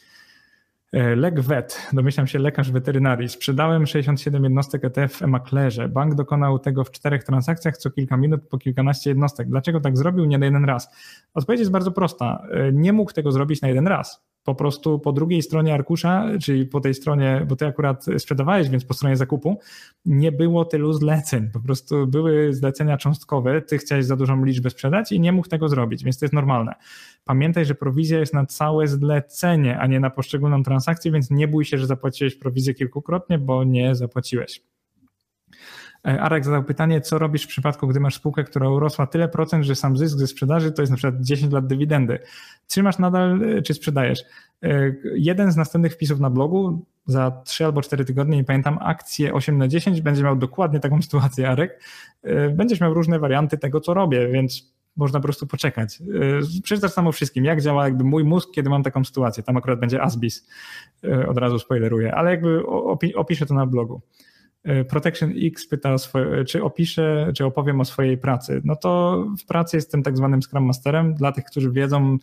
Lek Vet, domyślam się lekarz weterynarii. Sprzedałem sześćdziesiąt siedem jednostek E T F w e-maklerze. Bank dokonał tego w czterech transakcjach co kilka minut po kilkanaście jednostek. Dlaczego tak zrobił? Nie na jeden raz. Odpowiedź jest bardzo prosta. Nie mógł tego zrobić na jeden raz. Po prostu po drugiej stronie arkusza, czyli po tej stronie, bo ty akurat sprzedawałeś, więc po stronie zakupu, nie było tylu zleceń. Po prostu były zlecenia cząstkowe, ty chciałeś za dużą liczbę sprzedać i nie mógł tego zrobić, więc to jest normalne. Pamiętaj, że prowizja jest na całe zlecenie, a nie na poszczególną transakcję, więc nie bój się, że zapłaciłeś prowizję kilkukrotnie, bo nie zapłaciłeś. Arek zadał pytanie, co robisz w przypadku, gdy masz spółkę, która urosła tyle procent, że sam zysk ze sprzedaży to jest na przykład dziesięć lat dywidendy. Trzymasz nadal, czy sprzedajesz? Jeden z następnych wpisów na blogu za trzy albo cztery tygodnie, nie pamiętam, akcje osiem na dziesięć, będzie miał dokładnie taką sytuację, Arek. Będziesz miał różne warianty tego, co robię, więc można po prostu poczekać. Przeczytasz tam o wszystkim, jak działa jakby mój mózg, kiedy mam taką sytuację. Tam akurat będzie Asbis, od razu spoileruję, ale jakby opiszę to na blogu. Protection X pyta, o swoje, czy opiszę, czy opowiem o swojej pracy. No to w pracy jestem tak zwanym Scrum Masterem. Dla tych, którzy wiedzą,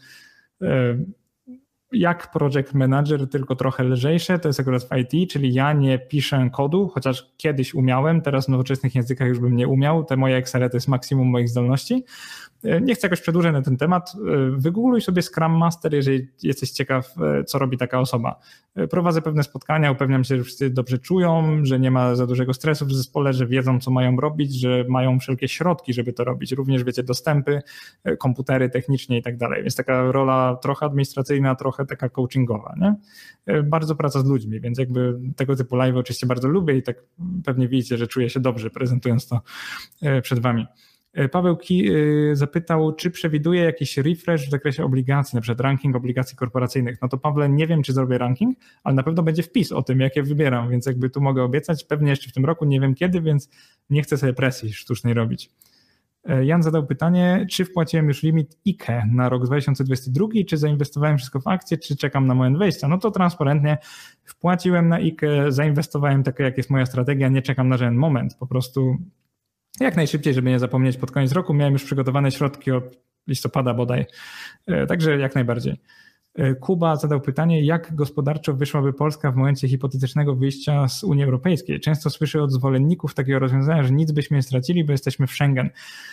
jak project manager, tylko trochę lżejsze, to jest akurat w I T, czyli ja nie piszę kodu, chociaż kiedyś umiałem, teraz w nowoczesnych językach już bym nie umiał, te moje Excel to jest maksimum moich zdolności. Nie chcę jakoś przedłużać na ten temat. Wygoogluj sobie Scrum Master, jeżeli jesteś ciekaw, co robi taka osoba. Prowadzę pewne spotkania, upewniam się, że wszyscy dobrze czują, że nie ma za dużego stresu w zespole, że wiedzą, co mają robić, że mają wszelkie środki, żeby to robić. Również, wiecie, dostępy, komputery technicznie i tak dalej. Więc taka rola trochę administracyjna, trochę taka coachingowa, nie? Bardzo praca z ludźmi, więc jakby tego typu live oczywiście bardzo lubię i tak pewnie widzicie, że czuję się dobrze prezentując to przed wami. Paweł Ki zapytał, czy przewiduje jakiś refresh w zakresie obligacji, na przykład ranking obligacji korporacyjnych. No to Pawle, nie wiem, czy zrobię ranking, ale na pewno będzie wpis o tym, jak je wybieram, więc jakby tu mogę obiecać, pewnie jeszcze w tym roku, nie wiem kiedy, więc nie chcę sobie presji sztucznej robić. Jan zadał pytanie, czy wpłaciłem już limit I K E na rok dwa tysiące dwudziesty drugi, czy zainwestowałem wszystko w akcje, czy czekam na moment wejścia. No to transparentnie wpłaciłem na I K E, zainwestowałem takie, jak jest moja strategia, nie czekam na żaden moment, po prostu jak najszybciej, żeby nie zapomnieć pod koniec roku. Miałem już przygotowane środki od listopada bodaj, także jak najbardziej. Kuba zadał pytanie, jak gospodarczo wyszłaby Polska w momencie hipotetycznego wyjścia z Unii Europejskiej. Często słyszę od zwolenników takiego rozwiązania, że nic byśmy nie stracili, bo jesteśmy w Schengen.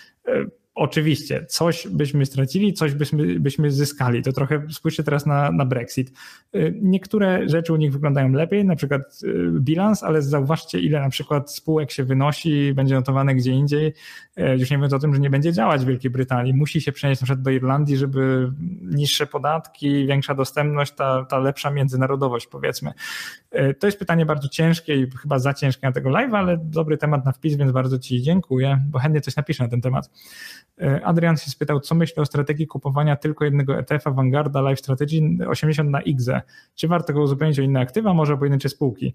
Oczywiście, coś byśmy stracili, coś byśmy, byśmy zyskali. To trochę spójrzcie teraz na, na Brexit. Niektóre rzeczy u nich wyglądają lepiej, na przykład bilans, ale zauważcie, ile na przykład spółek się wynosi, będzie notowane gdzie indziej. Już nie mówiąc o tym, że nie będzie działać w Wielkiej Brytanii. Musi się przenieść na przykład do Irlandii, żeby niższe podatki, większa dostępność, ta, ta lepsza międzynarodowość, powiedzmy. To jest pytanie bardzo ciężkie i chyba za ciężkie na tego live, ale dobry temat na wpis, więc bardzo Ci dziękuję, bo chętnie coś napiszę na ten temat. Adrian się spytał, co myślę o strategii kupowania tylko jednego E T F a Vanguarda Life Strategy osiemdziesiąt na I G Z E. Czy warto go uzupełnić o inne aktywa, może o pojedyncze spółki?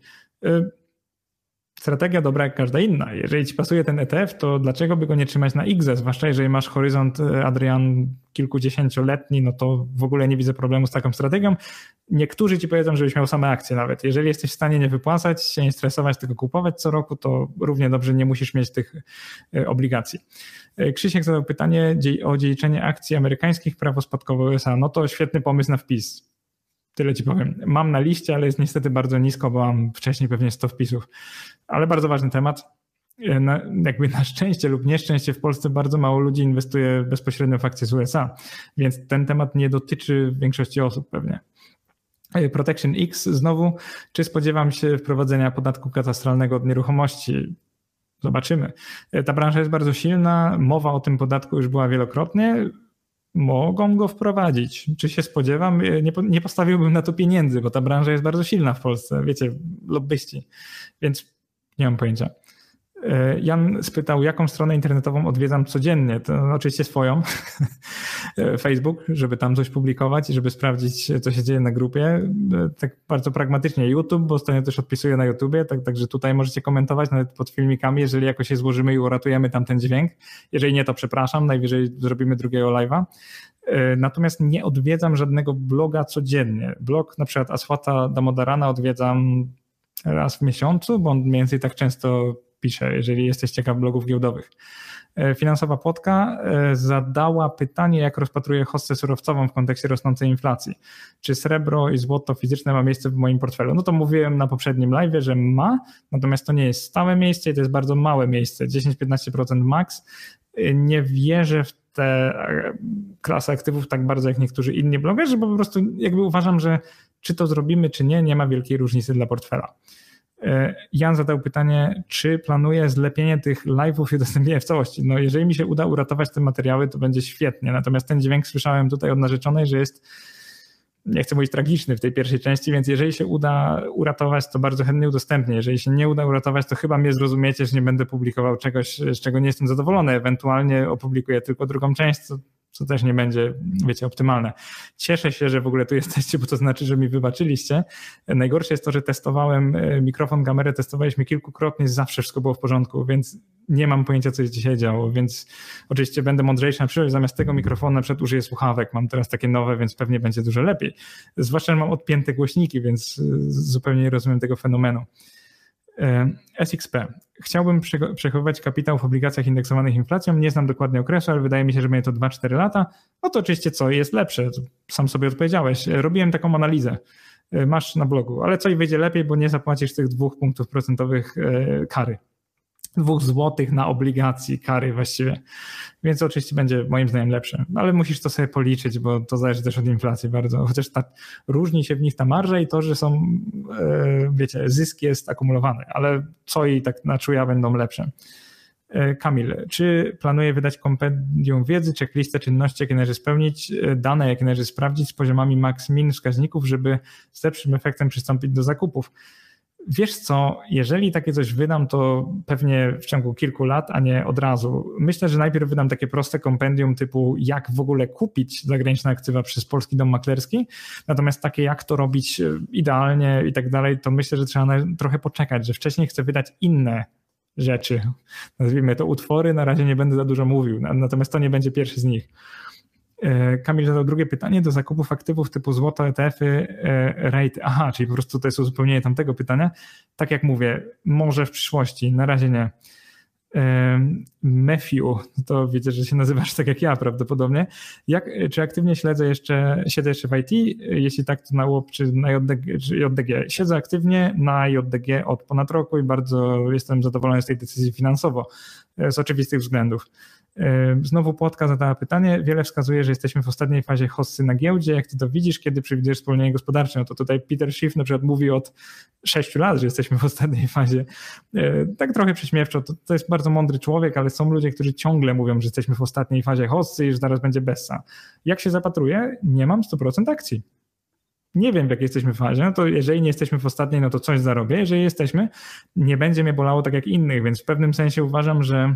Strategia dobra jak każda inna. Jeżeli Ci pasuje ten E T F, to dlaczego by go nie trzymać na I G Z E? Zwłaszcza jeżeli masz horyzont, Adrian, kilkudziesięcioletni, no to w ogóle nie widzę problemu z taką strategią. Niektórzy Ci powiedzą, żebyś miał same akcje nawet. Jeżeli jesteś w stanie nie wypłacać, się nie stresować, tylko kupować co roku, to równie dobrze nie musisz mieć tych obligacji. Krzysiek zadał pytanie o dziedziczenie akcji amerykańskich, prawo spadkowe U S A. No to świetny pomysł na wpis. Tyle Ci powiem. Mam na liście, ale jest niestety bardzo nisko, bo mam wcześniej pewnie sto wpisów. Ale bardzo ważny temat. Na, jakby na szczęście lub nieszczęście w Polsce bardzo mało ludzi inwestuje bezpośrednio w akcje z U S A, więc ten temat nie dotyczy większości osób pewnie. Protection X znowu. Czy spodziewam się wprowadzenia podatku katastralnego od nieruchomości? Zobaczymy. Ta branża jest bardzo silna. Mowa o tym podatku już była wielokrotnie. Mogą go wprowadzić. Czy się spodziewam? Nie, nie postawiłbym na to pieniędzy, bo ta branża jest bardzo silna w Polsce. Wiecie, lobbyści. Więc nie mam pojęcia. Jan spytał, jaką stronę internetową odwiedzam codziennie. To oczywiście swoją. Facebook, żeby tam coś publikować i żeby sprawdzić, co się dzieje na grupie. Tak bardzo pragmatycznie YouTube, bo ostatnio też odpisuję na YouTubie, tak, także tutaj możecie komentować nawet pod filmikami, jeżeli jakoś się złożymy i uratujemy tam ten dźwięk. Jeżeli nie, to przepraszam, najwyżej zrobimy drugiego live'a. Natomiast nie odwiedzam żadnego bloga codziennie. Blog na przykład Aswata Damodarana odwiedzam raz w miesiącu, bo on mniej więcej tak często pisze, jeżeli jesteś ciekaw blogów giełdowych. Finansowa Płotka zadała pytanie, jak rozpatruje hossę surowcową w kontekście rosnącej inflacji. Czy srebro i złoto fizyczne ma miejsce w moim portfelu? No to mówiłem na poprzednim live, że ma, natomiast to nie jest stałe miejsce i to jest bardzo małe miejsce, dziesięć do piętnastu procent max. Nie wierzę w tę klasę aktywów tak bardzo jak niektórzy inni blogerzy, bo po prostu jakby uważam, że czy to zrobimy, czy nie, nie ma wielkiej różnicy dla portfela. Jan zadał pytanie, czy planuję zlepienie tych live'ów i udostępnienie w całości. No jeżeli mi się uda uratować te materiały, to będzie świetnie. Natomiast ten dźwięk słyszałem tutaj od narzeczonej, że jest, nie chcę mówić tragiczny w tej pierwszej części, więc jeżeli się uda uratować, to bardzo chętnie udostępnię. Jeżeli się nie uda uratować, to chyba mnie zrozumiecie, że nie będę publikował czegoś, z czego nie jestem zadowolony. Ewentualnie opublikuję tylko drugą część, co co też nie będzie, wiecie, optymalne. Cieszę się, że w ogóle tu jesteście, bo to znaczy, że mi wybaczyliście. Najgorsze jest to, że testowałem mikrofon, kamerę, testowaliśmy kilkukrotnie, zawsze wszystko było w porządku, więc nie mam pojęcia, co się dzisiaj działo, więc oczywiście będę mądrzejszy na przyszłość. Zamiast tego mikrofonu na przykład użyję słuchawek, mam teraz takie nowe, więc pewnie będzie dużo lepiej. Zwłaszcza, że mam odpięte głośniki, więc zupełnie nie rozumiem tego fenomenu. S X P. Chciałbym przechowywać kapitał w obligacjach indeksowanych inflacją. Nie znam dokładnie okresu, ale wydaje mi się, że będzie to dwa cztery lata. No to oczywiście co jest lepsze? Sam sobie odpowiedziałeś. Robiłem taką analizę. Masz na blogu, ale coś wyjdzie lepiej, bo nie zapłacisz tych dwóch punktów procentowych kary. Dwóch złotych na obligacji kary właściwie. Więc oczywiście będzie moim zdaniem lepsze. Ale musisz to sobie policzyć, bo to zależy też od inflacji bardzo. Chociaż ta, różni się w nich ta marża i to, że są, wiecie, zysk jest akumulowany, ale co i tak na czuja będą lepsze. Kamil, czy planuje wydać kompendium wiedzy, checklistę czynności, jakie należy spełnić, dane, jakie należy sprawdzić z poziomami max-min wskaźników, żeby z lepszym efektem przystąpić do zakupów? Wiesz co, jeżeli takie coś wydam, to pewnie w ciągu kilku lat, a nie od razu. Myślę, że najpierw wydam takie proste kompendium typu jak w ogóle kupić zagraniczne aktywa przez polski dom maklerski, natomiast takie jak to robić idealnie i tak dalej, to myślę, że trzeba trochę poczekać, że wcześniej chcę wydać inne rzeczy, nazwijmy to utwory, na razie nie będę za dużo mówił, natomiast to nie będzie pierwszy z nich. Kamil zadał drugie pytanie do zakupów aktywów typu złoto, E T F-y, rate. Aha, czyli po prostu to jest uzupełnienie tamtego pytania. Tak jak mówię, może w przyszłości, na razie nie. Matthew, to widzę, że się nazywasz tak jak ja prawdopodobnie. Jak, czy aktywnie śledzę jeszcze, siedzę jeszcze w I T? Jeśli tak, to na Ł O P czy na J D G, czy J D G? Siedzę aktywnie na J D G od ponad roku i bardzo jestem zadowolony z tej decyzji finansowo, z oczywistych względów. Znowu Płotka zadała pytanie. Wiele wskazuje, że jesteśmy w ostatniej fazie hossy na giełdzie. Jak ty to widzisz, kiedy przewidujesz spowolnienie gospodarcze? No to tutaj Peter Schiff na przykład mówi od sześciu lat, że jesteśmy w ostatniej fazie. Tak trochę prześmiewczo. To, to jest bardzo mądry człowiek, ale są ludzie, którzy ciągle mówią, że jesteśmy w ostatniej fazie hossy i że zaraz będzie bessa. Jak się zapatruję? Nie mam sto procent akcji. Nie wiem, w jakiej jesteśmy fazie, no to jeżeli nie jesteśmy w ostatniej, no to coś zarobię. Jeżeli jesteśmy, nie będzie mnie bolało tak jak innych, więc w pewnym sensie uważam, że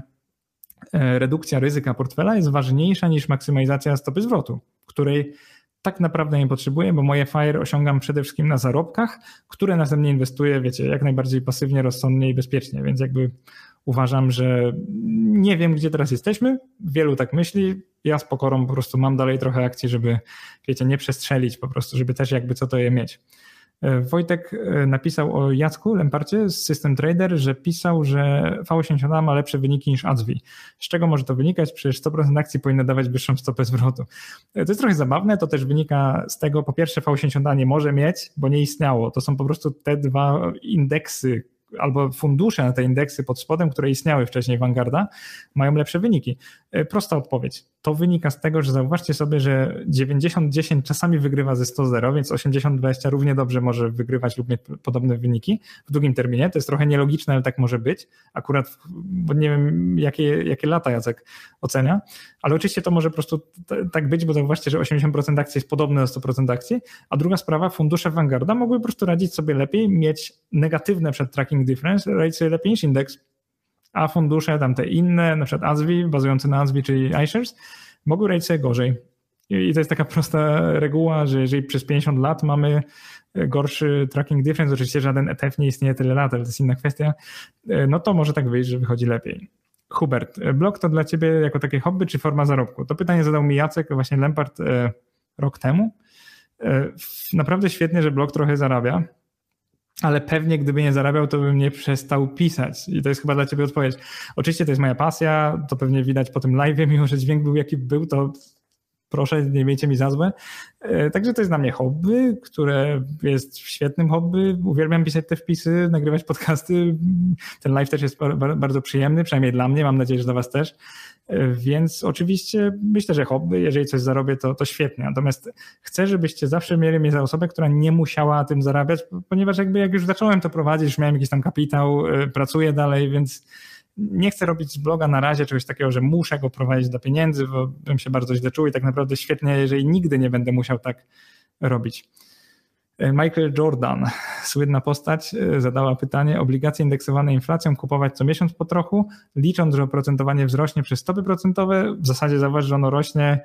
redukcja ryzyka portfela jest ważniejsza niż maksymalizacja stopy zwrotu, której tak naprawdę nie potrzebuję, bo moje F I R E osiągam przede wszystkim na zarobkach, które następnie inwestuję, wiecie, jak najbardziej pasywnie, rozsądnie i bezpiecznie, więc jakby uważam, że nie wiem, gdzie teraz jesteśmy, wielu tak myśli, ja z pokorą po prostu mam dalej trochę akcji, żeby, wiecie, nie przestrzelić po prostu, żeby też jakby co to je mieć. Wojtek napisał o Jacku Lemparcie z System Trader, że pisał, że V osiemdziesiąt A ma lepsze wyniki niż A D S W I. Z czego może to wynikać? Przecież sto procent akcji powinno dawać wyższą stopę zwrotu. To jest trochę zabawne, to też wynika z tego, po pierwsze V osiemdziesiąt A nie może mieć, bo nie istniało. To są po prostu te dwa indeksy, albo fundusze na te indeksy pod spodem, które istniały wcześniej Vanguarda, mają lepsze wyniki. Prosta odpowiedź. To wynika z tego, że zauważcie sobie, że dziewięćdziesiąt dziesięć czasami wygrywa ze sto zero, więc osiemdziesiąt dwadzieścia równie dobrze może wygrywać lub mieć podobne wyniki w długim terminie. To jest trochę nielogiczne, ale tak może być. Akurat, bo nie wiem, jakie, jakie lata Jacek ocenia, ale oczywiście to może po prostu t- tak być, bo zauważcie, że osiemdziesiąt procent akcji jest podobne do sto procent akcji, a druga sprawa, fundusze Vanguarda mogły po prostu radzić sobie lepiej, mieć negatywne przed tracking difference, radzić sobie lepiej niż indeks, a fundusze tamte inne, na przykład A D S W I, bazujące na A D S W I, czyli iShares, mogły radzić sobie gorzej. I to jest taka prosta reguła, że jeżeli przez pięćdziesiąt lat mamy gorszy tracking difference, oczywiście żaden E T F nie istnieje tyle lat, ale to jest inna kwestia, no to może tak wyjść, że wychodzi lepiej. Hubert, blog to dla ciebie jako takie hobby czy forma zarobku? To pytanie zadał mi Jacek, właśnie Lempart rok temu. Naprawdę świetnie, że blog trochę zarabia, ale pewnie gdyby nie zarabiał, to bym nie przestał pisać i to jest chyba dla ciebie odpowiedź. Oczywiście to jest moja pasja, to pewnie widać po tym live'ie, mimo że dźwięk był jaki był, to proszę, nie miejcie mi za złe. Także to jest dla mnie hobby, które jest świetnym hobby. Uwielbiam pisać te wpisy, nagrywać podcasty. Ten live też jest bardzo przyjemny, przynajmniej dla mnie, mam nadzieję, że dla was też. Więc oczywiście myślę, że hobby, jeżeli coś zarobię, to, to świetnie. Natomiast chcę, żebyście zawsze mieli mnie za osobę, która nie musiała tym zarabiać, ponieważ jakby jak już zacząłem to prowadzić, już miałem jakiś tam kapitał, pracuję dalej, więc nie chcę robić z bloga na razie czegoś takiego, że muszę go prowadzić dla pieniędzy, bo bym się bardzo źle czuł i tak naprawdę świetnie, jeżeli nigdy nie będę musiał tak robić. Michael Jordan, słynna postać, zadała pytanie: obligacje indeksowane inflacją kupować co miesiąc po trochu, licząc, że oprocentowanie wzrośnie przez stopy procentowe, w zasadzie zauważ, że ono rośnie.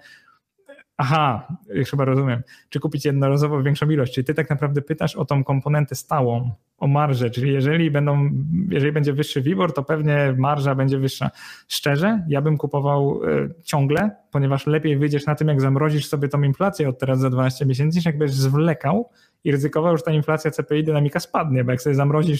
Aha, już chyba rozumiem. Czy kupić jednorazowo większą ilość? Czyli ty tak naprawdę pytasz o tą komponentę stałą, o marżę, czyli jeżeli będą, jeżeli będzie wyższy WIBOR, to pewnie marża będzie wyższa. Szczerze, ja bym kupował ciągle, ponieważ lepiej wyjdziesz na tym, jak zamrozisz sobie tą inflację od teraz za dwanaście miesięcy, niż jakbyś zwlekał i ryzykował, że ta inflacja C P I dynamika spadnie, bo jak sobie zamrozisz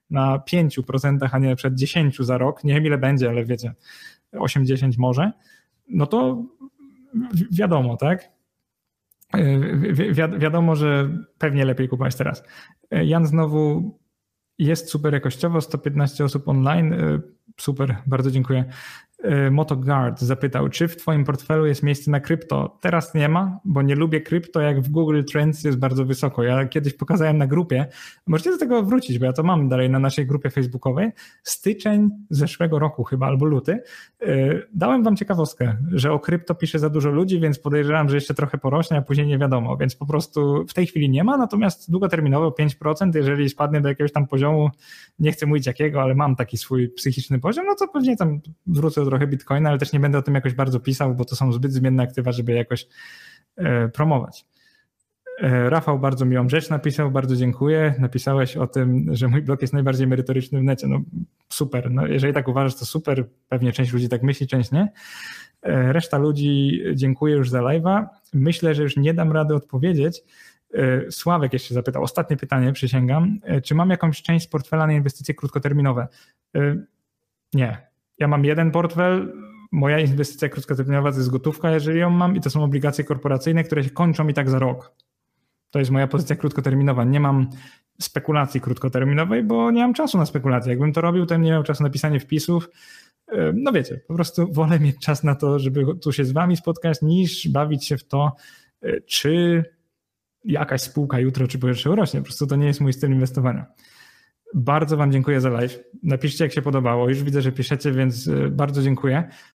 na pięć procent, a nie przed dziesięć za rok, nie wiem ile będzie, ale wiecie, osiem dziesięć może, no to wi- wiadomo, tak? Wi- wi- wiadomo, że pewnie lepiej kupować teraz. Jan znowu jest super jakościowo, sto piętnaście osób online, super, bardzo dziękuję. MotoGuard zapytał, czy w twoim portfelu jest miejsce na krypto? Teraz nie ma, bo nie lubię krypto, jak w Google Trends jest bardzo wysoko. Ja kiedyś pokazałem na grupie, możecie do tego wrócić, bo ja to mam dalej na naszej grupie facebookowej, styczeń zeszłego roku chyba, albo luty. Dałem wam ciekawostkę, że o krypto pisze za dużo ludzi, więc podejrzewam, że jeszcze trochę porośnie, a później nie wiadomo, więc po prostu w tej chwili nie ma, natomiast długoterminowo pięć procent, jeżeli spadnie do jakiegoś tam poziomu, nie chcę mówić jakiego, ale mam taki swój psychiczny poziom, no to pewnie tam wrócę do trochę Bitcoina, ale też nie będę o tym jakoś bardzo pisał, bo to są zbyt zmienne aktywa, żeby jakoś e, promować. E, Rafał bardzo miłą rzecz napisał, bardzo dziękuję. Napisałeś o tym, że mój blog jest najbardziej merytoryczny w necie. No super, no, jeżeli tak uważasz, to super. Pewnie część ludzi tak myśli, część nie. E, reszta ludzi dziękuję już za live'a. Myślę, że już nie dam rady odpowiedzieć. E, Sławek jeszcze zapytał, ostatnie pytanie, przysięgam. E, czy mam jakąś część z portfela na inwestycje krótkoterminowe? E, nie. Ja mam jeden portfel, moja inwestycja krótkoterminowa to jest gotówka, jeżeli ją mam, i to są obligacje korporacyjne, które się kończą i tak za rok. To jest moja pozycja krótkoterminowa. Nie mam spekulacji krótkoterminowej, bo nie mam czasu na spekulacje. Jakbym to robił, to bym nie miał czasu na pisanie wpisów. No wiecie, po prostu wolę mieć czas na to, żeby tu się z wami spotkać, niż bawić się w to, czy jakaś spółka jutro czy pojutrze urośnie. Po prostu to nie jest mój styl inwestowania. Bardzo wam dziękuję za live. Napiszcie, jak się podobało. Już widzę, że piszecie, więc bardzo dziękuję.